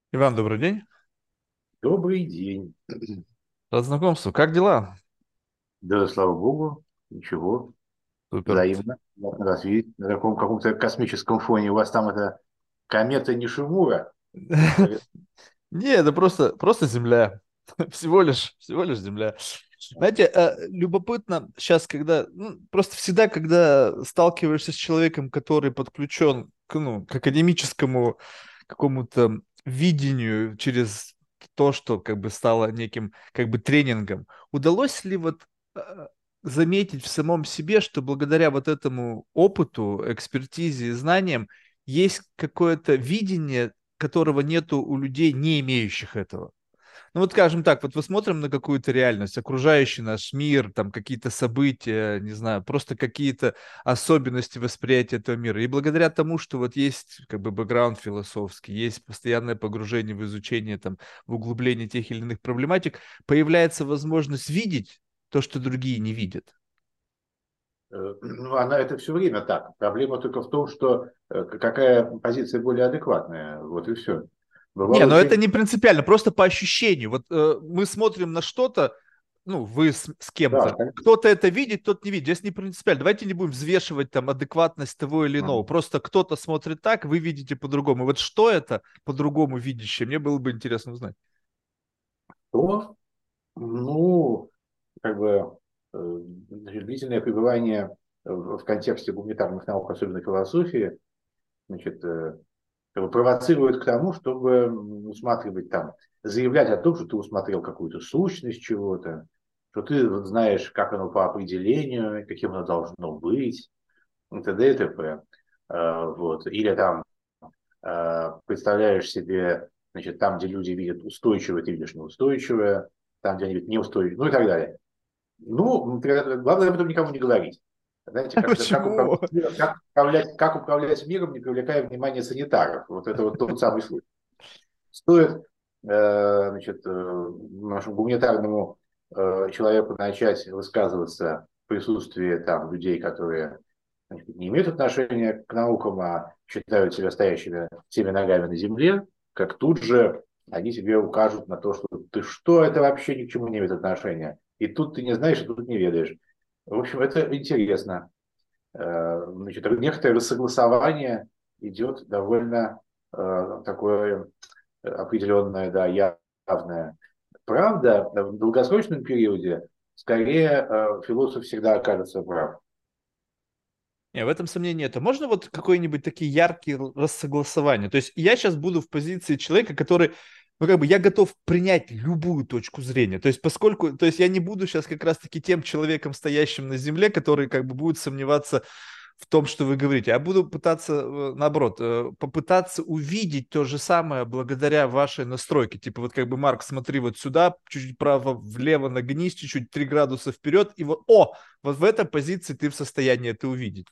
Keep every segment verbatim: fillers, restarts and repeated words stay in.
Иван, добрый день. Добрый день. Рад знакомству. Как дела? Да, слава богу, ничего, Супер. взаимно. Можно нас видеть на таком каком-то космическом фоне. У вас там это комета Нишимура. Интерес- Не, это просто, просто Земля. Всего лишь, всего лишь Земля. Знаете, э, любопытно сейчас, когда, ну, просто всегда, когда сталкиваешься с человеком, который подключен к, ну, к академическому какому-то видению через то, что как бы стало неким как бы тренингом, удалось ли вот э, заметить в самом себе, что благодаря вот этому опыту, экспертизе и знаниям есть какое-то видение, которого нету у людей, не имеющих этого? Ну вот скажем так, вот мы смотрим на какую-то реальность, окружающий наш мир, там какие-то события, не знаю, просто какие-то особенности восприятия этого мира. И благодаря тому, что вот есть как бы бэкграунд философский, есть постоянное погружение в изучение, там, в углубление тех или иных проблематик, появляется возможность видеть то, что другие не видят. э, Ну, она это все время так. Проблема только в том, что э, какая позиция более адекватная. Вот и все. Не, Бывало но это очень... не принципиально, просто по ощущению. Вот э, мы смотрим на что-то, ну, вы с, с Да, кем-то, конечно. кто-то это видит, тот не видит. Здесь не принципиально. Давайте не будем взвешивать там адекватность того или иного. М. Просто кто-то смотрит так, вы видите по-другому. Вот что это по-другому видящее, мне было бы интересно узнать. То, ну, как бы э, значит, длительное пребывание в в контексте гуманитарных наук, особенно философии, значит, э, как бы провоцирует к тому, чтобы м, усматривать там, заявлять о том, что ты усмотрел какую-то сущность чего-то, что ты вот знаешь, как оно по определению, каким оно должно быть, и т.д. и т.п. Э, Вот. Или там э, представляешь себе, значит, там, где люди видят устойчивое, ты видишь неустойчивое, там, где они видят неустойчивое, ну и так далее. Ну, главное об этом никому не говорить. Знаете, как, как, Почему? управлять, миром, как, управлять, как управлять миром, не привлекая внимания санитаров. Вот это вот тот самый случай. Стоит э, значит, э, нашему гуманитарному э, человеку начать высказываться в присутствии там, людей, которые значит, не имеют отношения к наукам, а считают себя стоящими всеми ногами на земле, как тут же они тебе укажут на то, что ты что, это вообще ни к чему не имеет отношения. И тут ты не знаешь, и тут не ведаешь. В общем, это интересно. Э, Значит, некоторое рассогласование идет довольно э, такое определенное, да, явное. Правда, в долгосрочном периоде скорее э, философ всегда окажется прав. Не, в этом сомнений нет. А можно вот какие-нибудь такие яркие р- рассогласования? То есть я сейчас буду в позиции человека, который, ну как бы я готов принять любую точку зрения. То есть поскольку, то есть я не буду сейчас как раз-таки тем человеком, стоящим на земле, который как бы будет сомневаться в том, что вы говорите. Я буду пытаться, э, наоборот, э, попытаться увидеть то же самое благодаря вашей настройке. Типа вот как бы, Марк, смотри вот сюда, чуть-чуть право-влево нагнись, чуть-чуть три градуса вперед, и вот, о, вот в этой позиции ты в состоянии это увидеть.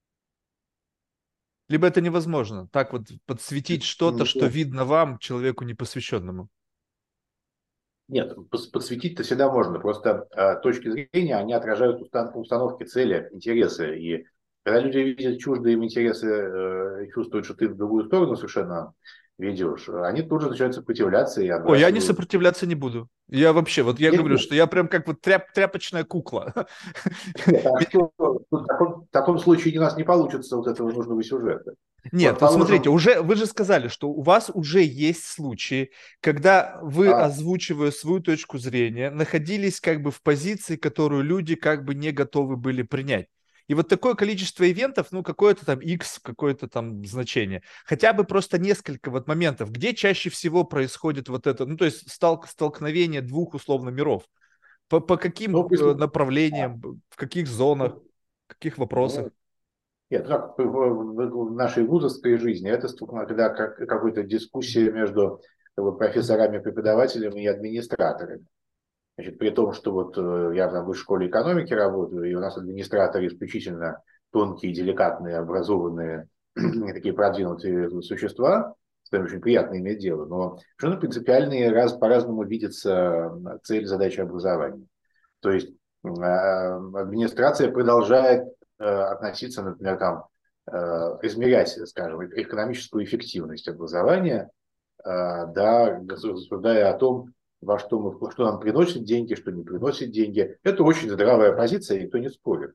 Либо это невозможно. Так вот подсветить что-то, что Ну, видно вам, человеку непосвященному. нет, пос- подсветить-то всегда можно, просто э, точки зрения, они отражают устан- установки, цели, интересы. И когда люди видят чуждые им интересы э, и чувствуют, что ты в другую сторону совершенно ведешь, они тут же начинают сопротивляться и Ой, я не отбрасывают. сопротивляться не буду. Я вообще, вот я Нет, говорю, нет, что я прям как вот тряп, тряпочная кукла. нет, а что, в таком, в таком случае у нас не получится вот этого нужного сюжета. Нет, Вот, вот смотрите, положим, уже вы же сказали, что у вас уже есть случаи, когда вы, а, озвучивая свою точку зрения, находились как бы в позиции, которую люди как бы не готовы были принять. И вот такое количество ивентов, ну, какое-то там X, какое-то там значение. Хотя бы просто несколько вот моментов, где чаще всего происходит вот это, ну, то есть сталк- столкновение двух условно миров. По, по каким ну, э, прису- а, направлениям, в каких зонах, ну, в каких ну, вопросах? нет, ну, как в, в- в нашей вузовской жизни, это столкновение, когда как, какая-то дискуссия между как бы, профессорами, преподавателями и администраторами. Значит, при том, что вот э, я там в высшей школе экономики работаю, и у нас администраторы исключительно тонкие, деликатные, образованные, такие продвинутые существа, с которыми очень приятно иметь дело, но совершенно принципиальные, раз, по-разному видится цель, задача образования. То есть э, администрация продолжает э, относиться, например, там, э, измерять, скажем, экономическую эффективность образования да, рассуждая о том, во что, мы, что нам приносит деньги, что не приносит деньги. Это очень здравая позиция, никто не спорит.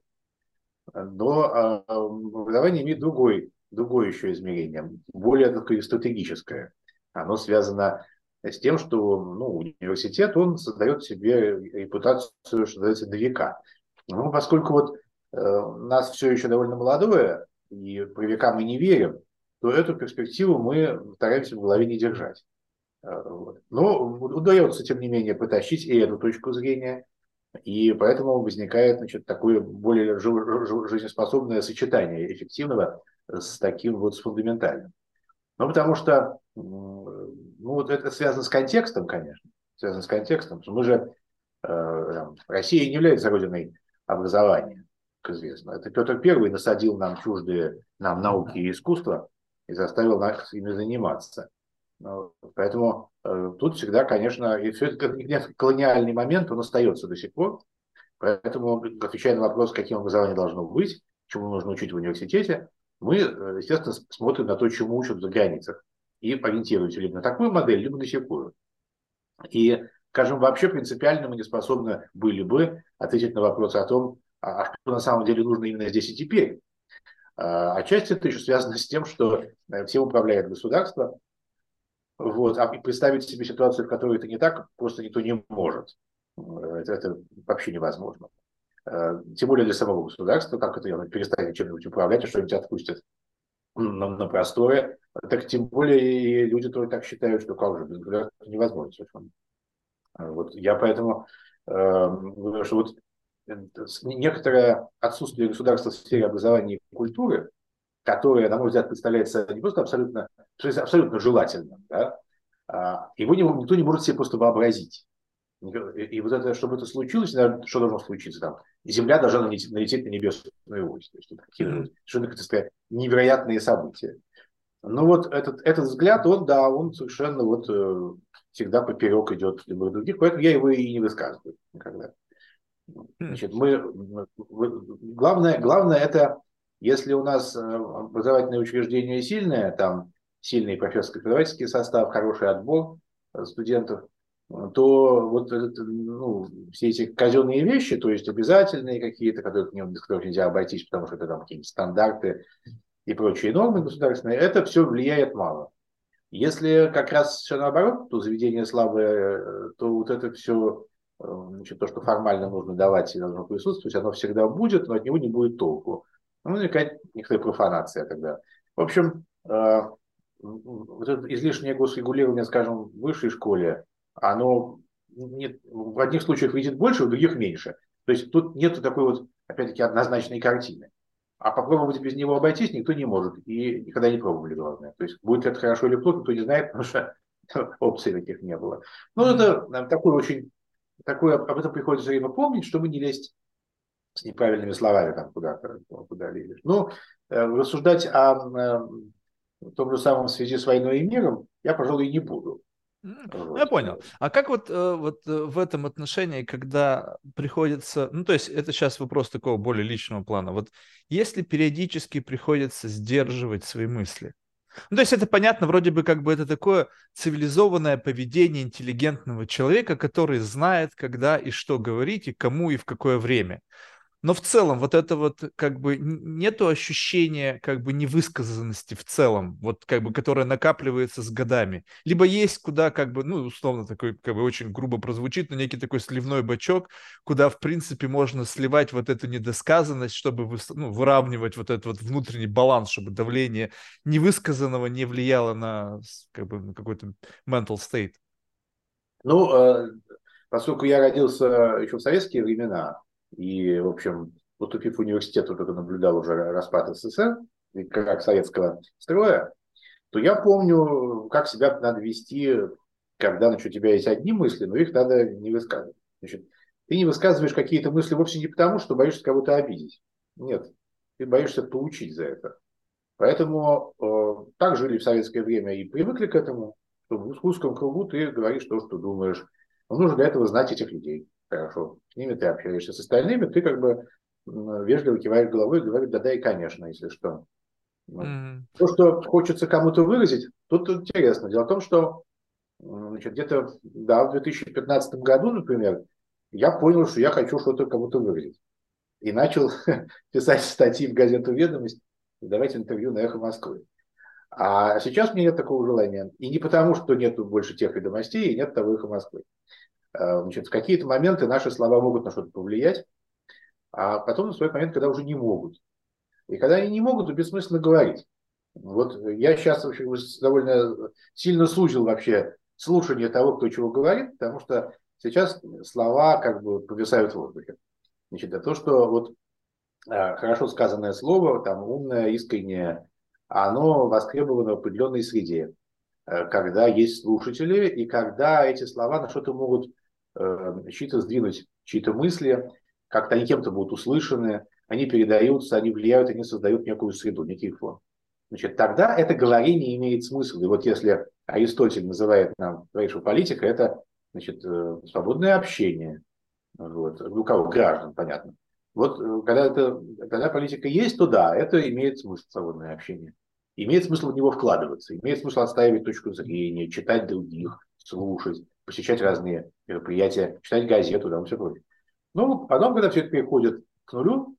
Но а, образование имеет другой, другое еще измерение, более такое стратегическое. Оно связано с тем, что ну, университет, он создает себе репутацию, что называется, на века. Ну, поскольку вот э, у нас все еще довольно молодое, и по векам мы не верим, то эту перспективу мы стараемся в голове не держать. Э, вот. Но удается, тем не менее, потащить и эту точку зрения, и поэтому возникает, значит, такое более жизнеспособное сочетание эффективного с таким вот с фундаментальным. Ну, потому что ну, вот это связано с контекстом, конечно. Связано с контекстом. Мы же, э, Россия не является родиной образования, как известно. Это Петр Первый насадил нам чуждые нам науки и искусства и заставил нас ими заниматься. Ну, поэтому э, тут всегда, конечно, и все это как колониальный момент, он остается до сих пор. Поэтому, отвечая на вопрос, каким образование должно быть, чему нужно учить в университете, мы, естественно, смотрим на то, чему учат за границах. И ориентируемся либо на такую модель, либо на сякую. И, скажем, вообще принципиально мы не способны были бы ответить на вопрос о том, а что на самом деле нужно именно здесь и теперь. Отчасти это еще связано с тем, что всем управляет государство. Вот, а представить себе ситуацию, в которой это не так, просто никто не может. Это, это вообще невозможно. Тем более для самого государства, как это перестанет чем-нибудь управлять, а что-нибудь отпустят на, на простое, так тем более и люди тоже так считают, что как же, без государства невозможно совершенно. Вот я поэтому э, говорю, что вот некоторое отсутствие государства в сфере образования и культуры, которое, на мой взгляд, представляется не просто абсолютно, абсолютно желательным, да, а, его никто не может себе просто вообразить. И вот это, чтобы это случилось, что должно случиться там? Земля должна налететь, налететь на небесную ось. То есть это какие-то вот, совершенно, как сказать, невероятные события. Но вот этот, этот взгляд, он, да, он совершенно вот э, всегда поперек идет любых других, поэтому я его и не высказываю никогда. Значит, мы, главное, главное это, если у нас образовательное учреждение сильное, там сильный профессорско-преподавательский состав, хороший отбор студентов, то вот ну, все эти казенные вещи, то есть обязательные какие-то, которые, без которых нельзя обойтись, потому что это там какие-то стандарты и прочие нормы государственные, это все влияет мало. Если как раз все наоборот, то заведение слабое, то вот это все, значит, то, что формально нужно давать и должно присутствовать, оно всегда будет, но от него не будет толку. Ну, какая-то некоторая профанация тогда. В общем, вот это излишнее госрегулирование, скажем, в высшей школе, оно не, в одних случаях выйдет больше, в других меньше. То есть тут нет такой вот, опять-таки, однозначной картины. А попробовать без него обойтись никто не может. И никогда не пробовали, главное. То есть будет это хорошо или плохо, никто не знает, потому что опций таких не было. Ну, это такой очень, такое, об этом приходится все время помнить, чтобы не лезть с неправильными словами там куда-то, куда лезешь. Ну, рассуждать о в том же самом в связи с войной и миром я, пожалуй, не буду. Ну, я Вот. понял. А как вот, э, вот э, в этом отношении, когда приходится, ну, то есть это сейчас вопрос такого более личного плана, вот если периодически приходится сдерживать свои мысли, ну, то есть это понятно, вроде бы как бы это такое цивилизованное поведение интеллигентного человека, который знает, когда и что говорить, и кому, и в какое время. Но в целом вот это вот как бы нету ощущения как бы невысказанности в целом, вот как бы которая накапливается с годами. Либо есть куда как бы, ну условно такой как бы очень грубо прозвучит, но некий такой сливной бачок, куда в принципе можно сливать вот эту недосказанность, чтобы вы, ну, выравнивать вот этот вот внутренний баланс, чтобы давление невысказанного не влияло на как бы на какой-то mental state. Ну, поскольку я родился еще в советские времена, и, в общем, поступив в университет, вот это наблюдал уже распад СССР, и как советского строя, то я помню, как себя надо вести, когда значит, у тебя есть одни мысли, но их надо не высказывать. Значит, ты не высказываешь какие-то мысли вовсе не потому, что боишься кого-то обидеть. Нет, ты боишься получить за это. Поэтому э, так жили в советское время и привыкли к этому, что в узком кругу ты говоришь то, что думаешь. Но нужно для этого знать этих людей. Хорошо. С ними ты общаешься. С остальными ты как бы вежливо киваешь головой и говоришь, да-да и конечно, если что. Мгм. То, что хочется кому-то выразить, тут интересно. Дело в том, что значит, где-то да, в две тысячи пятнадцатом году, например, я понял, что я хочу что-то кому-то выразить. И начал писать статьи в газету «Ведомость» и давать интервью на «Эхо Москвы». А сейчас у меня нет такого желания. И не потому, что нету больше тех «Ведомостей» и нет того «Эхо Москвы». А, значит, в какие-то моменты наши слова могут на что-то повлиять, а потом наступает момент, когда уже не могут. И когда они не могут, то бессмысленно говорить. Вот я сейчас вообще довольно сильно сузил вообще слушание того, кто чего говорит, потому что сейчас слова как бы повисают в воздухе. Значит, это то, что вот э, хорошо сказанное слово, там умное, искреннее, оно востребовано в определенной среде, э, когда есть слушатели и когда эти слова на что-то могут э, чьи-то сдвинуть, чьи-то мысли, как-то они кем-то будут услышаны, они передаются, они влияют, они создают некую среду, некий фон. Значит, тогда это говорение имеет смысл. И вот если Аристотель называет нам, говорит, что политика – это значит, э, свободное общение. Вот. У кого? Граждан, понятно. Вот э, когда, это, когда политика есть, то да, это имеет смысл, свободное общение. Имеет смысл в него вкладываться, имеет смысл отстаивать точку зрения, читать других, слушать, посещать разные мероприятия, читать газету, да, все прочее. Но потом, когда все это переходит к нулю,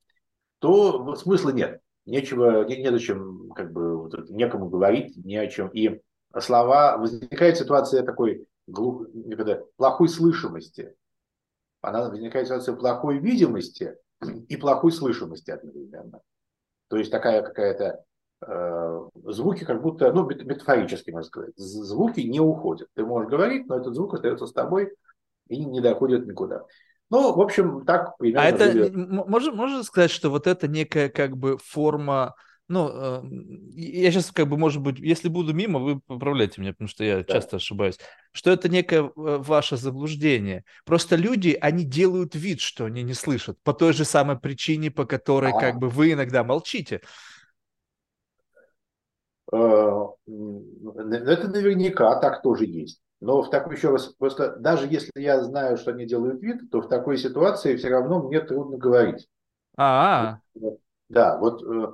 то смысла нет. Нечего, не, незачем, как бы, вот, некому говорить, не о чем. И слова, возникает ситуация такой глух, плохой слышимости. Она возникает ситуация плохой видимости и плохой слышимости одновременно. То есть такая какая-то э, звуки как будто, ну, метафорически, можно сказать, звуки не уходят. Ты можешь говорить, но этот звук остается с тобой и не доходит никуда. Ну, в общем, так А примерно это, жили. можно, можно сказать, что вот это некая как бы форма, ну, э, я сейчас как бы, может быть, если буду мимо, вы поправляйте меня, потому что я Да. часто ошибаюсь, что это некое э, ваше заблуждение. Просто люди, они делают вид, что они не слышат, по той же самой причине, по которой как А, бы вы иногда молчите. Э, Это наверняка так тоже есть. Но в такой, еще раз, просто даже если я знаю, что они делают вид, то в такой ситуации все равно мне трудно говорить. Вот, А, э, да, вот, э,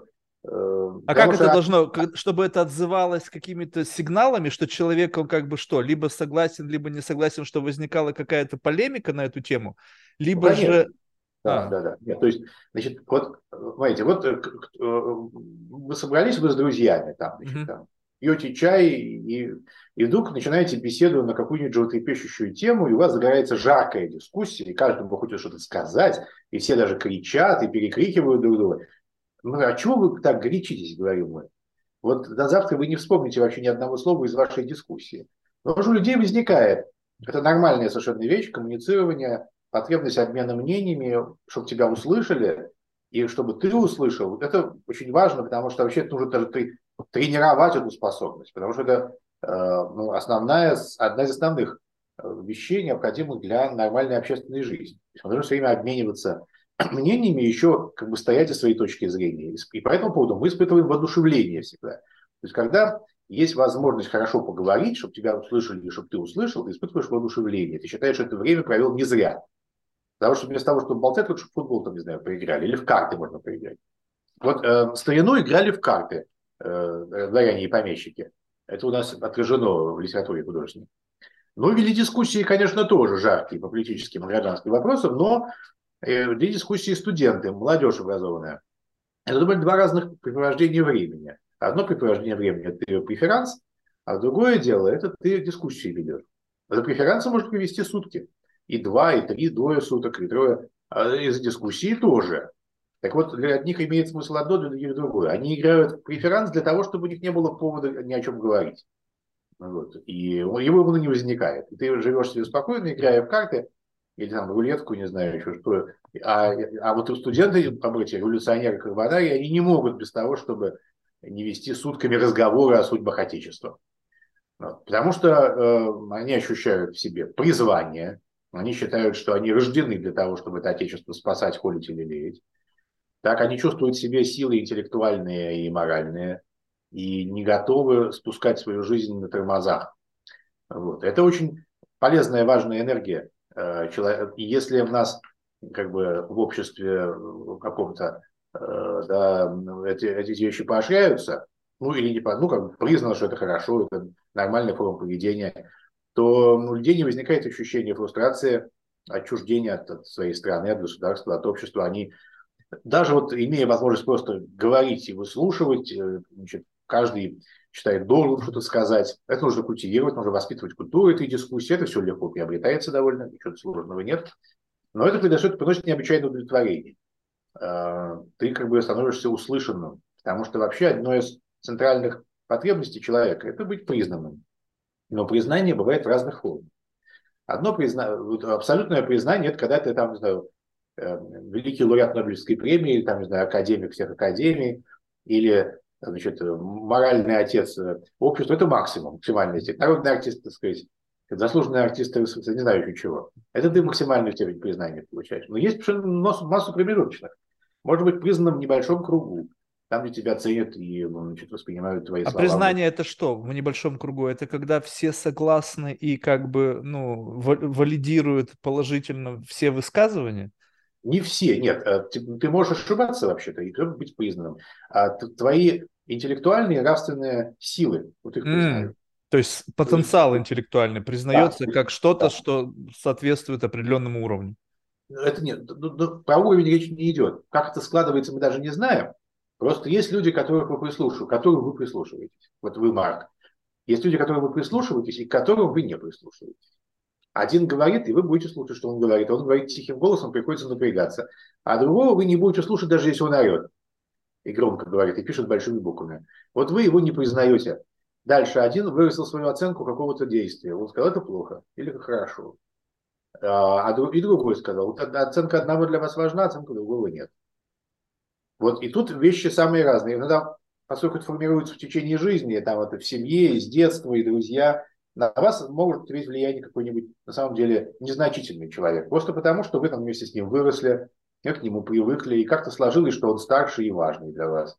э, а потому как это что, должно, как- чтобы это отзывалось какими-то сигналами, что человек, он как бы что, либо согласен, либо не согласен, что возникала какая-то полемика на эту тему, ну, либо конечно, же... да, А, да, да. Нет, то есть, значит, вот, э, смотрите, вот э, к- к- э, вы собрались вы с друзьями, там, значит, мгм. там, пьете чай и, и вдруг начинаете беседу на какую-нибудь животрепещущую тему, и у вас загорается жаркая дискуссия, и каждому хочет что-то сказать, и все даже кричат и перекрикивают друг друга. Ну, а чего вы так горячитесь, говорим мы? Вот до завтра вы не вспомните вообще ни одного слова из вашей дискуссии. Но уже у людей возникает, это нормальная совершенно вещь, коммуницирование, потребность обмена мнениями, чтобы тебя услышали, и чтобы ты услышал. Это очень важно, потому что вообще нужно даже ты, тренировать эту способность, потому что это э, ну, основная, одна из основных э, вещей, необходимых для нормальной общественной жизни. То есть мы должны все время обмениваться мнениями, еще как бы стоять о своей точке зрения. И по этому поводу мы испытываем воодушевление всегда. То есть когда есть возможность хорошо поговорить, чтобы тебя услышали, чтобы ты услышал, ты испытываешь воодушевление. Ты считаешь, что это время провел не зря. Потому что вместо того, чтобы болтать, лучше в футбол, там, не знаю, поиграли. Или в карты можно поиграть. Вот э, в старину играли в карты э, дворяне и помещики. Это у нас отражено в литературе художественной. Ну, вели дискуссии, конечно, тоже жаркие по политическим и гражданским вопросам, но э, вели дискуссии студенты, молодежь образованная. Это были два разных препровождения времени. Одно препровождение времени – это преферанс, а другое дело – это ты дискуссии ведешь. За преферансом может провести сутки. И два, и три, двое суток, и трое. А из дискуссии тоже. Так вот, для одних имеет смысл одно, для других другое. Они играют в преферанс для того, чтобы у них не было повода ни о чем говорить. Вот. И его его не возникает. И ты живешь себе спокойно, играя в карты, или там в рулетку, не знаю еще что. А, а вот у студенты, побыть революционеры, карбонарии, они не могут без того, чтобы не вести сутками разговоры о судьбах Отечества. Вот. Потому что э, они ощущают в себе призвание, они считают, что они рождены для того, чтобы это Отечество спасать, холить или лелеять. Так они чувствуют в себе силы интеллектуальные и моральные, и не готовы спускать свою жизнь на тормозах. Вот. Это очень полезная, важная энергия. Э, И если у нас как бы в обществе в каком-то э, да, эти, эти вещи поощряются, ну или не по, ну как бы признано, что это хорошо, это нормальная форма поведения, то у людей не возникает ощущения фрустрации, отчуждения от, от своей страны, от государства, от общества. Они даже вот имея возможность просто говорить и выслушивать, э, значит, каждый считает должен что-то сказать. Это нужно культивировать, нужно воспитывать культуру этой дискуссии. Это все легко приобретается довольно, ничего сложного нет. Но это приносит, приносит необычайное удовлетворение. Э, Ты как бы становишься услышанным, потому что вообще одно из центральных потребностей человека – это быть признанным. Но признание бывает в разных формах. Одно призна... вот абсолютное признание – это когда ты там, не знаю, э, великий лауреат Нобелевской премии, или, там, не знаю, академик всех академий, или значит, моральный отец э, общества – это максимум, максимальная степень. Народный артист, так сказать, заслуженный артист, не знаю еще чего. Это ты максимальную степень признания получаешь. Но есть массу, массу промежуточных. Может быть признанным в небольшом кругу, там, где тебя ценят и ну, значит, воспринимают твои А слова. признание это что в небольшом кругу? Это когда все согласны и как бы, ну, ва- валидируют положительно все высказывания? Не все, нет. э, Ты, ты можешь ошибаться вообще-то и быть признанным. А т- твои интеллектуальные и нравственные силы, вот их М. признают. То есть То есть, потенциал интеллектуальный да, признается как что-то, да. что соответствует определенному уровню. Это нет, ну, ну, про уровень речи не идет. Как это складывается, мы даже не знаем. Просто есть люди, которых вы прислушиваете, которым вы прислушиваетесь. Вот вы, Марк. Есть люди, которым вы прислушиваетесь, и к которым вы не прислушиваетесь. Один говорит, и вы будете слушать, что он говорит. Он говорит тихим голосом, приходится напрягаться. А другого вы не будете слушать, даже если он орет. И громко говорит, и пишет большими буквами. Вот вы его не признаете. Дальше один выразил свою оценку какого-то действия. Он сказал, это плохо или это хорошо. А, а и другой сказал, вот оценка одного для вас важна, оценка другого нет. Вот и тут вещи самые разные. Иногда, поскольку это формируется в течение жизни, там это в семье, из детства, и друзья, на вас может иметь влияние какой-нибудь, на самом деле, незначительный человек. Просто потому, что вы там вместе с ним выросли, вы к нему привыкли, и как-то сложилось, что он старше и важный для вас.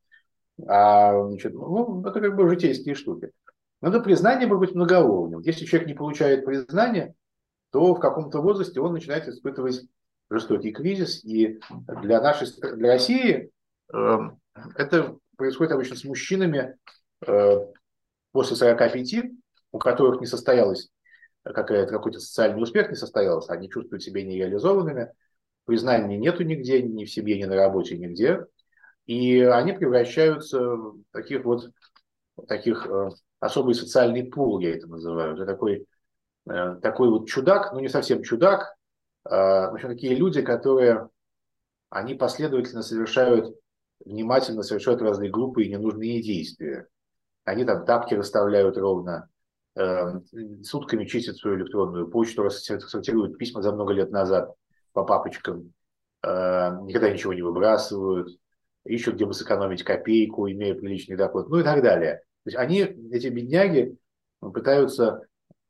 А, значит, ну, это как бы житейские штуки. Но это признание может быть многоуровневым. Если человек не получает признания, то в каком-то возрасте он начинает испытывать жестокий кризис. И для нашей для России э, это происходит обычно с мужчинами э, после сорока пяти, у которых не состоялось какая-то, какой-то социальный успех, не состоялся, они чувствуют себя нереализованными, признания нету нигде, ни в семье, ни на работе, нигде. И они превращаются в таких вот таких э, особый социальный пул, я это называю. Это такой, э, такой вот чудак, ну не совсем чудак, э, в общем, такие люди, которые, они последовательно совершают, внимательно совершают разные группы и ненужные действия. Они там тапки расставляют ровно, э, сутками чистят свою электронную почту, сортируют письма за много лет назад по папочкам, э, никогда ничего не выбрасывают, ищут, где бы сэкономить копейку, имея приличный доход, ну и так далее. То есть они, эти бедняги, пытаются,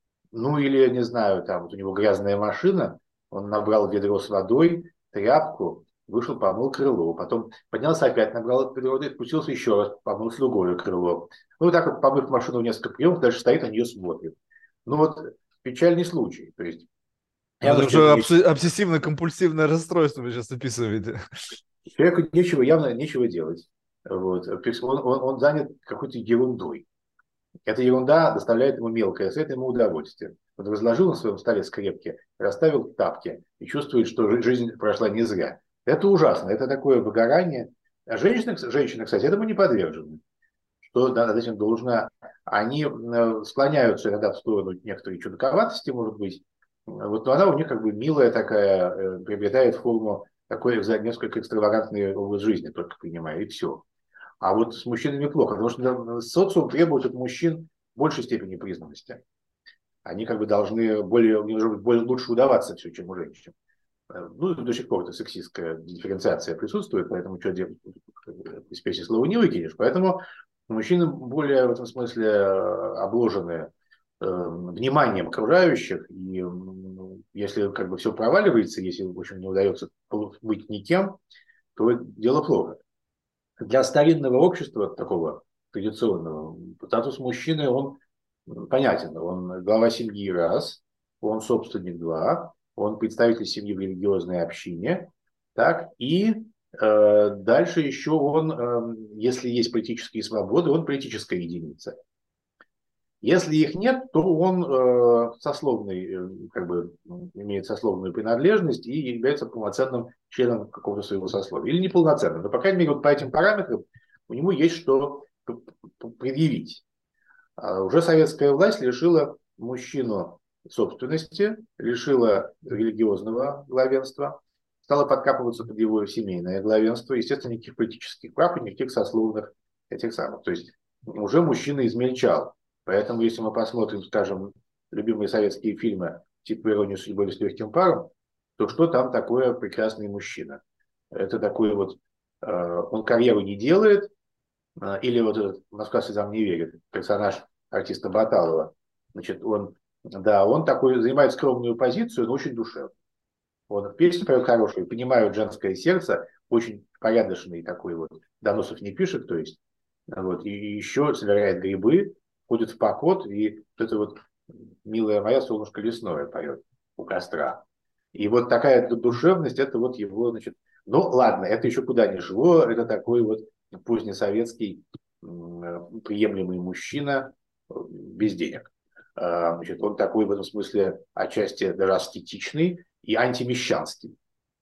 ну или, не знаю, там вот у него грязная машина, он набрал ведро с водой, тряпку, вышел, помыл крыло, потом поднялся опять, набрал ведро воды, спустился еще раз, помыл другое крыло. Ну, вот так вот, помыв машину в несколько приемов, дальше стоит, на нее смотрит. Ну, вот печальный случай. То есть, Это явно уже человеку, не, обсе- обсессивно-компульсивное расстройство вы сейчас описываете. человеку нечего, явно нечего делать. Вот. Он, он, он занят какой-то ерундой. Эта ерунда доставляет ему мелкое, с этим ему удовольствие. Вот разложил на своем столе скрепки, расставил тапки и чувствует, что жизнь прошла не зря. Это ужасно, это такое выгорание. А женщины, женщины, кстати, этому не подвержены. Что да, над этим должно... Они э, склоняются иногда в сторону некоторой чудаковатости, может быть. Вот, но она у них как бы милая такая, э, приобретает форму такой несколько экстравагантный образ жизни только принимая, и все. А вот с мужчинами плохо, потому что социум требует от мужчин большей степени признанности. Они как бы должны более, у них должно быть более лучше удаваться все, чем у женщин. Ну, до сих пор эта сексистская дифференциация присутствует, поэтому что делать, из песни слова не выкинешь. Поэтому мужчины более в этом смысле э, обложены э, вниманием окружающих, и м, если как бы все проваливается, если, в общем, не удается быть никем, то дело плохо. Для старинного общества, такого традиционного, статус мужчины, он понятен. Он глава семьи раз, он собственник два, он представитель семьи в религиозной общине, так, и Дальше еще он, если есть политические свободы, он политическая единица. Если их нет, то он сословный, как бы имеет сословную принадлежность и является полноценным членом какого-то своего сословия. Или неполноценным. Но, по крайней мере, вот по этим параметрам у него есть что предъявить. Уже советская власть лишила мужчину собственности, лишила религиозного главенства, стала подкапываться под его семейное главенство, естественно, никаких политических прав и никаких сословных этих самых. То есть уже мужчина измельчал. Поэтому, если мы посмотрим, скажем, любимые советские фильмы типа «Ирония судьбы» или «С легким паром», то что там такое прекрасный мужчина? Это такой вот, э, он карьеру не делает, э, или вот этот «Москва слезам не верит», персонаж артиста Баталова. Значит, он, да, он такой, занимает скромную позицию, но очень душевный. Он песни поет хорошие, понимают женское сердце, очень порядочный такой вот, доносов не пишет, то есть, вот, и еще собирает грибы, ходит в поход, и вот это вот «Милая моя, солнышко лесное» поет у костра. И вот такая душевность, это вот его, значит, ну ладно, это еще куда ни шло, это такой вот позднесоветский приемлемый мужчина без денег. Значит, он такой в этом смысле отчасти даже аскетичный и антимещанский.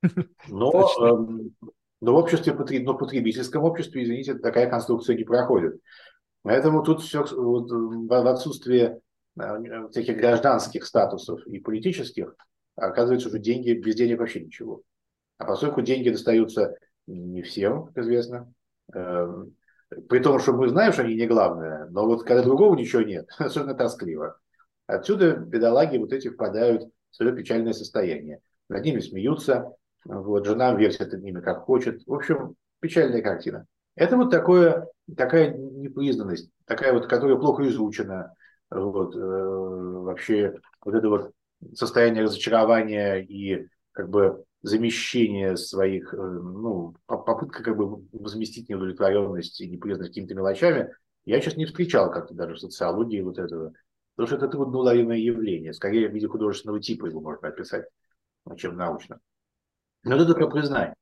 Но, но в обществе, но в потребительском обществе, извините, такая конструкция не проходит. Поэтому тут все вот, в отсутствии всяких гражданских статусов и политических, оказывается, уже деньги, без денег вообще ничего. А поскольку деньги достаются не всем, как известно, э, при том, что мы знаем, что они не главное, но вот когда другого ничего нет, особенно тоскливо. Отсюда бедолаги вот эти впадают в свое печальное состояние. Над ними смеются, вот, жена вертит над ними как хочет. В общем, печальная картина. Это вот такое, такая непризнанность, такая вот, которая плохо изучена. Вот, э, вообще вот это вот состояние разочарования и как бы замещение своих, ну, попытка как бы возместить неудовлетворенность и непризнанность какими-то мелочами, я сейчас не встречал как-то даже в социологии вот этого. Потому что это трудноуловимое явление. Скорее в виде художественного типа его можно описать, чем научно. Но это про признание.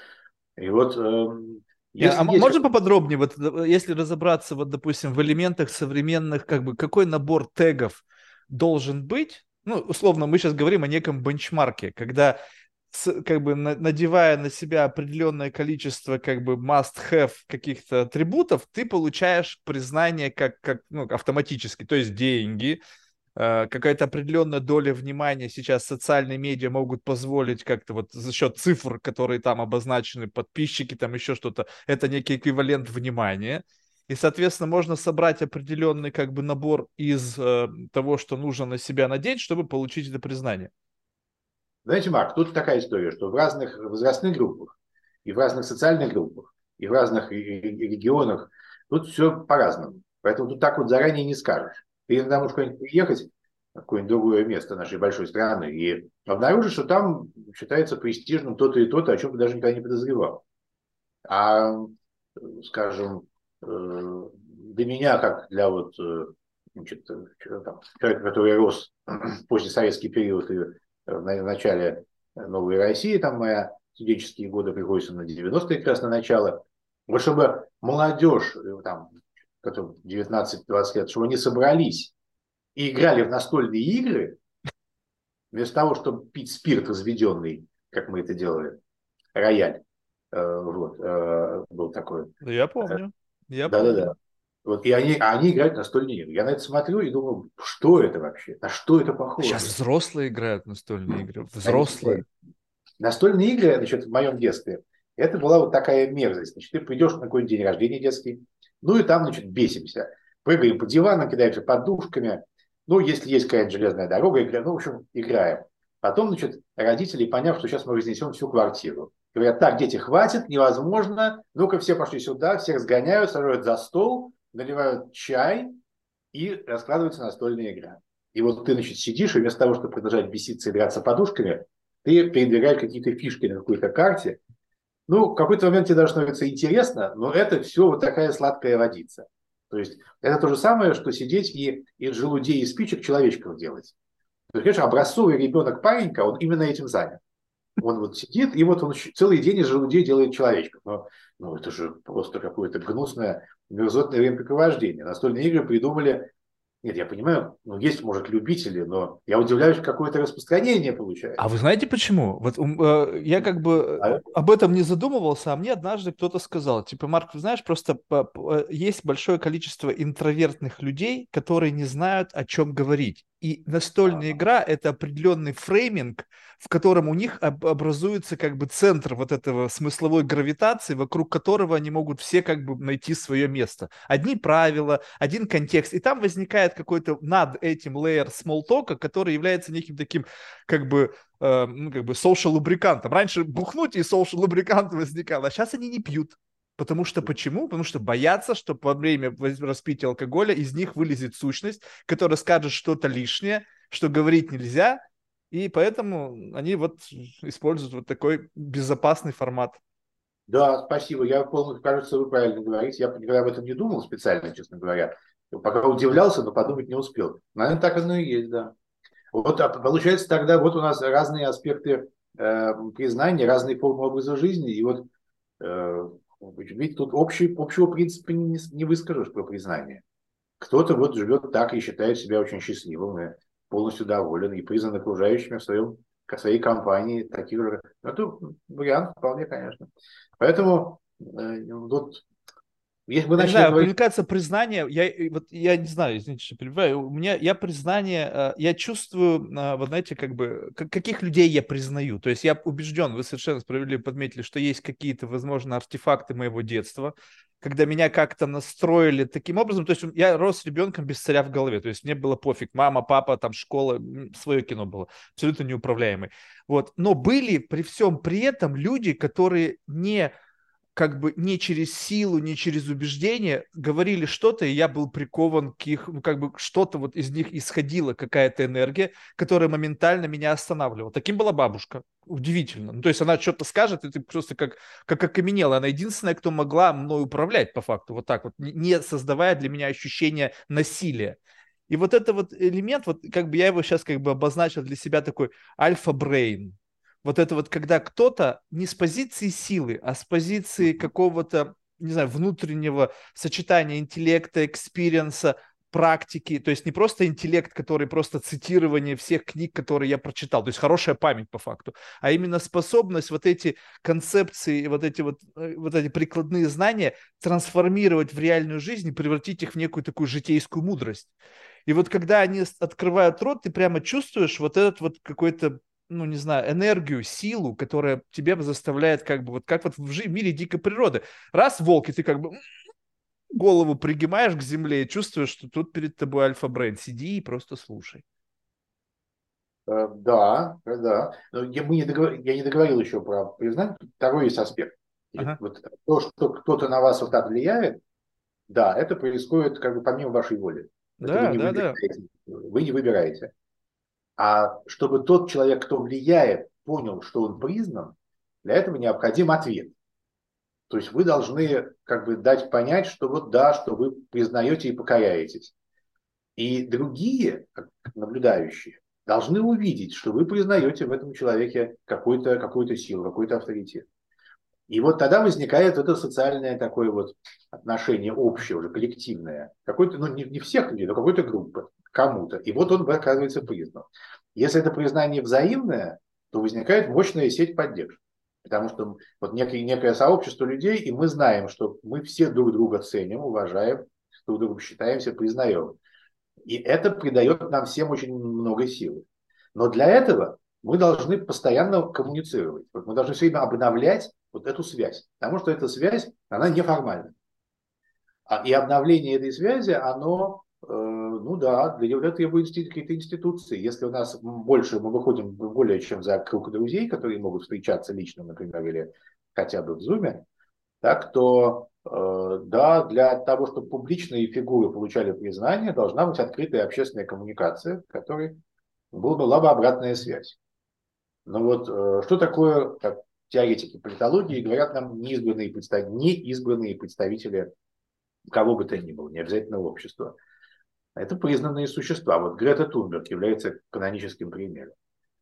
И вот э, А если есть... можно поподробнее, вот, если разобраться, вот, допустим, в элементах современных, как бы, какой набор тегов должен быть? Ну, условно, мы сейчас говорим о неком бенчмарке, когда, с, как бы, на, надевая на себя определенное количество, как бы, must-have каких-то атрибутов, ты получаешь признание как, как, ну, автоматически, то есть деньги, какая-то определенная доля внимания сейчас социальные медиа могут позволить как-то вот за счет цифр, которые там обозначены, подписчики, там еще что-то, это некий эквивалент внимания. И, соответственно, можно собрать определенный как бы набор из э, того, что нужно на себя надеть, чтобы получить это признание. Знаете, Марк, тут такая история, что в разных возрастных группах, и в разных социальных группах, и в разных регионах тут все по-разному. Поэтому тут так вот заранее не скажешь. Ты иногда можешь куда-нибудь приехать в какое-нибудь другое место нашей большой страны и обнаружишь, что там считается престижным то-то и то-то, о чем ты даже никогда не подозревал. А, скажем, для меня, как для вот, значит, там, человека, который рос в постсоветский период и в начале новой России, там моя студенческие годы приходятся на девяностые как раз на начало, вот чтобы молодежь, там, девятнадцать-двадцать лет, чтобы они собрались и играли в настольные игры, вместо того, чтобы пить спирт разведенный, как мы это делали, рояль, вот, был такой. Я помню, я помню. Да-да-да. Вот, и они, они играют в настольные игры. Я на это смотрю и думаю, что это вообще? На что это Сейчас похоже? взрослые играют в настольные игры, Конечно. взрослые. Настольные игры, значит, в моем детстве, это была вот такая мерзость. Значит, ты придешь на какой-нибудь день рождения детский, ну и там, значит, бесимся. Прыгаем по диванам, кидаемся подушками. Ну, если есть какая-нибудь железная дорога, играем. Ну, в общем, играем. Потом, значит, родители, поняв, что сейчас мы разнесем всю квартиру, говорят, так, дети, хватит, невозможно. Ну-ка, все пошли сюда, всех сгоняют, сажают за стол, наливают чай и раскладывается настольная игра. И вот ты, значит, сидишь, и вместо того, чтобы продолжать беситься и играться подушками, ты передвигаешь какие-то фишки на какой-то карте. Ну, в какой-то момент тебе даже становится интересно, но это все вот такая сладкая водица. То есть это то же самое, что сидеть и из желудей и спичек человечков делать. То есть, конечно, образцовый ребенок паренька, он именно этим занят. Он вот сидит, и вот он целый день из желудей делает человечков. Но, ну, это же просто какое-то гнусное, мерзотное времяпрепровождение. Настольные игры придумали. Нет, я понимаю, ну, есть, может, любители, но я удивляюсь, какое-то распространение А вы получается. знаете почему? Вот ум, э, я как бы э, А, об этом не задумывался, а мне однажды кто-то сказал, типа, Марк, ты знаешь, просто по- по- э, есть большое количество интровертных людей, которые не знают, о чем говорить. И настольная а, игра — это определенный фрейминг, в котором у них об- образуется как бы центр вот этого смысловой гравитации, вокруг которого они могут все как бы найти свое место. Одни правила, один контекст, и там возникает какой-то над этим лейер смолтока, который является неким таким как бы э, ну, как бы social лубрикантом. Раньше бухнуть и social лубрикант возникал, а сейчас они не пьют. Потому что почему? Потому что боятся, что во время распития алкоголя из них вылезет сущность, которая скажет что-то лишнее, что говорить нельзя, и поэтому они вот используют вот такой безопасный формат. да, спасибо. Я полностью, кажется, вы правильно говорите. Я никогда об этом не думал специально, честно говоря. Пока удивлялся, но подумать не успел. Наверное, так оно и есть, да. Вот а получается тогда вот у нас разные аспекты э, признания, разные формы образа жизни. И вот э, видите, тут общий, общего принципа не, не выскажешь про признание. Кто-то вот живет так и считает себя очень счастливым и полностью доволен и признан окружающими в своем, в своей компании. Таких же. Это вариант вполне, конечно. Поэтому э, вот, если вы Я не начали знаю, говорить, мне кажется, признание, я, и вот, я не знаю, извините, что перебиваю, у меня, я признание, э, я чувствую, э, вот знаете, как бы, как- каких людей я признаю. То есть я убежден, вы совершенно справедливо подметили, что есть какие-то, возможно, артефакты моего детства, когда меня как-то настроили таким образом, то есть я рос ребенком без царя в голове, то есть мне было пофиг, мама, папа, там школа, м, свое кино было, абсолютно неуправляемый. Вот. Но были при всем при этом люди, которые не как бы не через силу, не через убеждение говорили что-то, и я был прикован к их, ну, как бы что-то вот из них исходила, какая-то энергия, которая моментально меня останавливала. Таким была бабушка. Удивительно. Ну, то есть она что-то скажет, и ты просто как, как окаменела. Она единственная, кто могла мной управлять, по факту, вот так вот, не создавая для меня ощущение насилия. И вот это вот элемент, вот как бы я его сейчас как бы обозначил для себя такой альфа-брейн. Вот это вот, когда кто-то не с позиции силы, а с позиции какого-то, не знаю, внутреннего сочетания интеллекта, экспириенса, практики, то есть не просто интеллект, который просто цитирование всех книг, которые я прочитал, то есть хорошая память по факту, а именно способность вот эти концепции, вот эти вот, э, вот эти прикладные знания трансформировать в реальную жизнь и превратить их в некую такую житейскую мудрость. И вот когда они открывают рот, ты прямо чувствуешь вот этот вот какой-то, ну, не знаю, энергию, силу, которая тебя заставляет как бы, вот как вот в мире дикой природы. Раз волк, и ты как бы голову пригибаешь к земле и чувствуешь, что тут перед тобой альфа-брейн. Сиди и просто слушай. э, да, э, да. Но я, мы не договор- я не договорил еще про признание. Второй есть аспект. Значит, Ага. вот то, что кто-то на вас вот так влияет, да, это происходит как бы помимо вашей воли. Это вы Да, не да, да. выбираете. Вы не выбираете. А чтобы тот человек, кто влияет, понял, что он признан, для этого необходим ответ. То есть вы должны как бы дать понять, что вот да, что вы признаете и покоряетесь. И другие, как наблюдающие, должны увидеть, что вы признаете в этом человеке какую-то какую силу, какой-то авторитет. И вот тогда возникает это социальное такое вот отношение общее, уже коллективное. Какой-то, ну не, не всех людей, но какой-то группы, кому-то. И вот он оказывается признан. Если это признание взаимное, то возникает мощная сеть поддержки. Потому что вот некое, некое сообщество людей, и мы знаем, что мы все друг друга ценим, уважаем, друг друга считаемся, признаем. И это придает нам всем очень много силы. Но для этого мы должны постоянно коммуницировать. Вот мы должны все время обновлять вот эту связь. Потому что эта связь, она неформальна. А, и обновление этой связи, оно, э, ну да, для этого требуют какие-то институции. Если у нас больше, мы выходим более чем за круг друзей, которые могут встречаться лично, например, или хотя бы в Зуме, так то э, да, для того, чтобы публичные фигуры получали признание, должна быть открытая общественная коммуникация, в которой была бы обратная связь. Но вот э, что такое, как теоретики политологии говорят нам, неизбранные, представ... неизбранные представители кого бы то ни было, не обязательно общества. Это признанные существа. Вот Грета Тунберг является каноническим примером.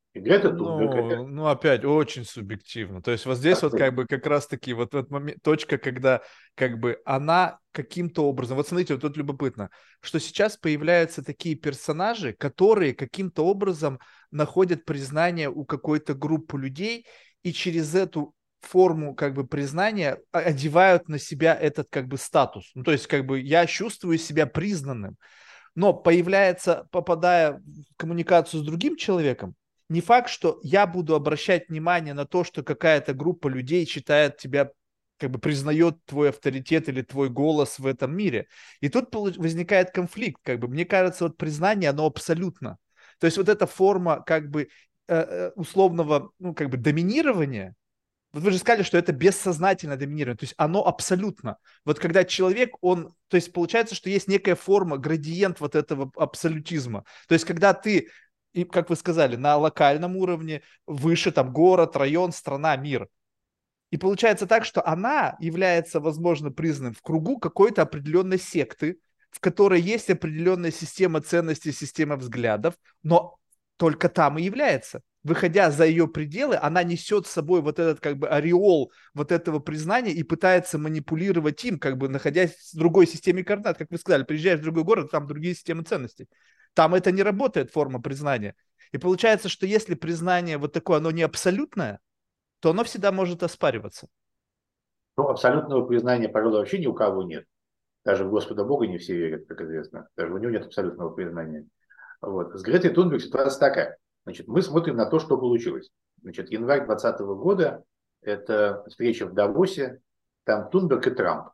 И Грета Тунберг это... Ну, ну, опять очень субъективно. То есть вот здесь вот как бы как раз-таки вот этот момент, точка, когда как бы она каким-то образом... Вот смотрите, вот тут любопытно, что сейчас появляются такие персонажи, которые каким-то образом находят признание у какой-то группы людей и через эту форму как бы признания о- одевают на себя этот как бы статус. Ну, то есть как бы я чувствую себя признанным. Но появляется, попадая в коммуникацию с другим человеком, не факт, что я буду обращать внимание на то, что какая-то группа людей считает тебя, как бы признает твой авторитет или твой голос в этом мире. И тут возникает конфликт, как бы, мне кажется, вот признание, оно абсолютно. То есть вот эта форма, как бы, э, э, условного, ну, как бы, доминирования, вот вы же сказали, что это бессознательное доминирование, то есть оно абсолютно. Вот когда человек, он, то есть получается, что есть некая форма, градиент вот этого абсолютизма. То есть когда ты, и, как вы сказали, на локальном уровне, выше там город, район, страна, мир. И получается так, что она является, возможно, признанным в кругу какой-то определенной секты, в которой есть определенная система ценностей, система взглядов, но только там и является. Выходя за ее пределы, она несет с собой вот этот как бы ореол вот этого признания и пытается манипулировать им, как бы находясь в другой системе координат. Как вы сказали, приезжаешь в другой город, там другие системы ценностей. Там это не работает, форма признания. И получается, что если признание вот такое, оно не абсолютное, то оно всегда может оспариваться. Ну, абсолютного признания, пожалуй, вообще ни у кого нет. Даже в Господа Бога не все верят, как известно. Даже у него нет абсолютного признания. Вот. С Гретой Тунберг ситуация такая. Значит, мы смотрим на то, что получилось. Значит, январь двадцатого года– это встреча в Давосе, там Тунберг и Трамп.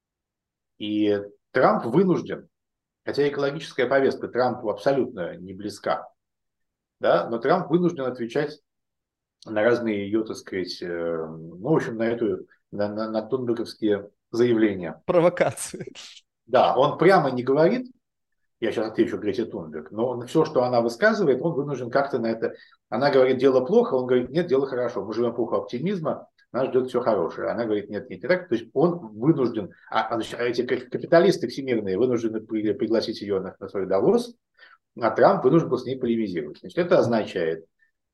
И Трамп вынужден, хотя экологическая повестка Трампу абсолютно не близка, да, но Трамп вынужден отвечать на разные ее, так сказать, э, ну, в общем, на эту, на, на, на тунберговские заявления. Провокации. Да, он прямо не говорит, я сейчас отвечу Грете Тунберг, но все, что она высказывает, он вынужден как-то на это... Она говорит, дело плохо, он говорит, нет, дело хорошо, мы живем в эпоху оптимизма, нас ждет все хорошее. Она говорит, нет, нет, не так. То есть он вынужден, а, а значит, а эти капиталисты всемирные вынуждены пригласить ее на, на свой Давос, а Трамп вынужден был с ней полемизировать. Значит, это означает,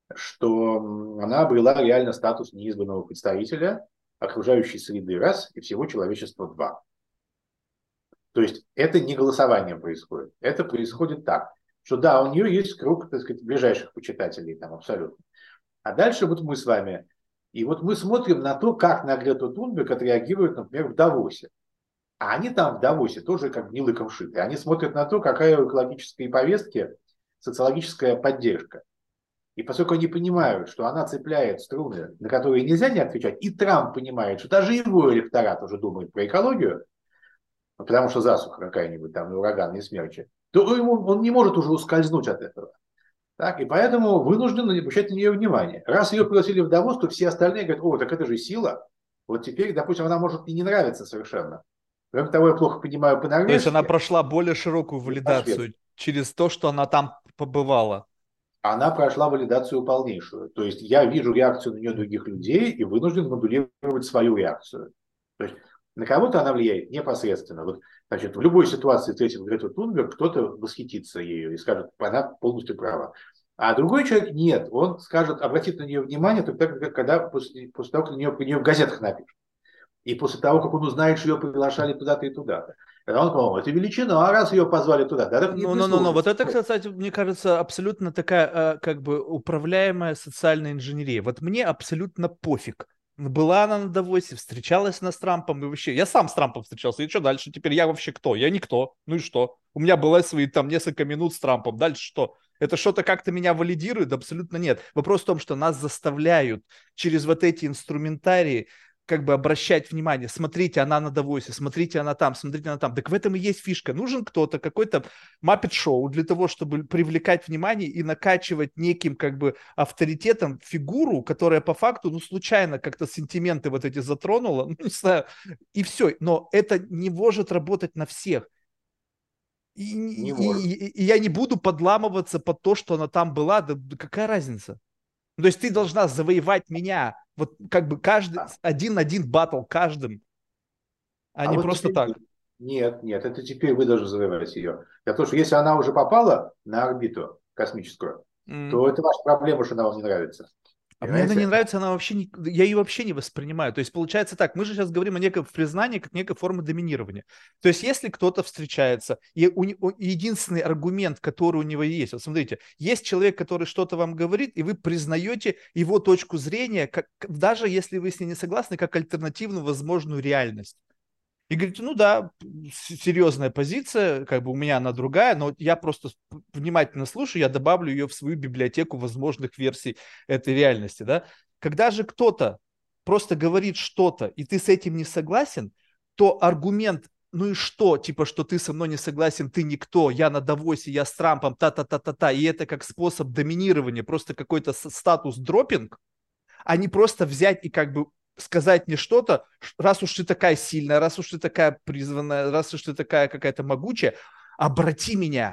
что она обрела реально статус неизбранного представителя окружающей среды раз и всего человечества два. То есть это не голосованием происходит. Это происходит так, что да, у нее есть круг, так сказать, ближайших почитателей там абсолютно. А дальше вот мы с вами, и вот мы смотрим на то, как на Грету Тунберг отреагируют, например, в Давосе. А они там в Давосе тоже как не лыком шиты. Они смотрят на то, какая у экологической повестки социологическая поддержка. И поскольку они понимают, что она цепляет струны, на которые нельзя не отвечать, и Трамп понимает, что даже его электорат уже думает про экологию, потому что засуха какая-нибудь там, и ураган, и смерчи, то ему, он не может уже ускользнуть от этого. Так, и поэтому вынужден обращать на нее внимание. Раз ее пригласили в Давос, то все остальные говорят, о, так это же сила. Вот теперь, допустим, она может и не нравиться совершенно. Кроме того, я плохо понимаю То есть она по-норвежски, прошла более широкую не по-шведски. валидацию через то, что она там побывала. Она прошла валидацию полнейшую. То есть я вижу реакцию на нее других людей и вынужден модулировать свою реакцию. То есть на кого-то она влияет непосредственно. Вот, значит, в любой ситуации встретив Грету Тунберг, кто-то восхитится ею и скажет, она полностью права. А другой человек нет, он скажет, обратит на нее внимание только тогда, когда после, после того, как на нее, на нее в газетах напишут. И после того, как он узнает, что ее приглашали туда-то и туда-то. Тогда он подумал, это величина, а раз ее позвали туда, да, так не Ну, ну, ну, ну, вот прислушаться. это, кстати, мне кажется, абсолютно такая, э, как бы, управляемая социальная инженерия. Вот мне абсолютно пофиг. Была она на Давосе, встречалась она с Трампом и вообще. Я сам с Трампом встречался. И что дальше? Теперь я вообще кто? Я никто. Ну и что? У меня было свои там несколько минут с Трампом. Дальше что? Это что-то как-то меня валидирует? Абсолютно нет. Вопрос в том, что нас заставляют через вот эти инструментарии как бы обращать внимание, смотрите, она на Давосе, смотрите, она там, смотрите, она там. Так в этом и есть фишка. Нужен кто-то, какой-то маппет-шоу для того, чтобы привлекать внимание и накачивать неким как бы авторитетом фигуру, которая по факту, ну, случайно как-то сентименты вот эти затронула, ну, не знаю, и все. Но это не может работать на всех. И, Не и, может. и, и я не буду подламываться под то, что она там была, да, да какая разница? То есть ты должна завоевать меня, вот как бы каждый, один на один баттл каждым, а А не вот просто теперь так. нет, нет, это теперь вы должны завоевать ее. Для того, что если она уже попала на орбиту космическую, М. то это ваша проблема, что она вам не нравится. А мне она не Понимаете? нравится, она вообще не, я ее вообще не воспринимаю. То есть получается так, мы же сейчас говорим о неком признании как некой формы доминирования. То есть если кто-то встречается, и у, не- у- единственный аргумент, который у него есть, вот смотрите, есть человек, который что-то вам говорит, и вы признаете его точку зрения, как, даже если вы с ней не согласны, как альтернативную возможную реальность. И говорите, ну да, серьезная позиция, как бы у меня она другая, но я просто внимательно слушаю, я добавлю ее в свою библиотеку возможных версий этой реальности, да. Когда же кто-то просто говорит что-то, и ты с этим не согласен, то аргумент, ну и что, типа, что ты со мной не согласен, ты никто, я на Давосе, я с Трампом, та-та-та-та-та, и это как способ доминирования, просто какой-то статус-дропинг, а не просто взять и как бы сказать мне что-то, раз уж ты такая сильная, раз уж ты такая призванная, раз уж ты такая какая-то могучая, обрати меня.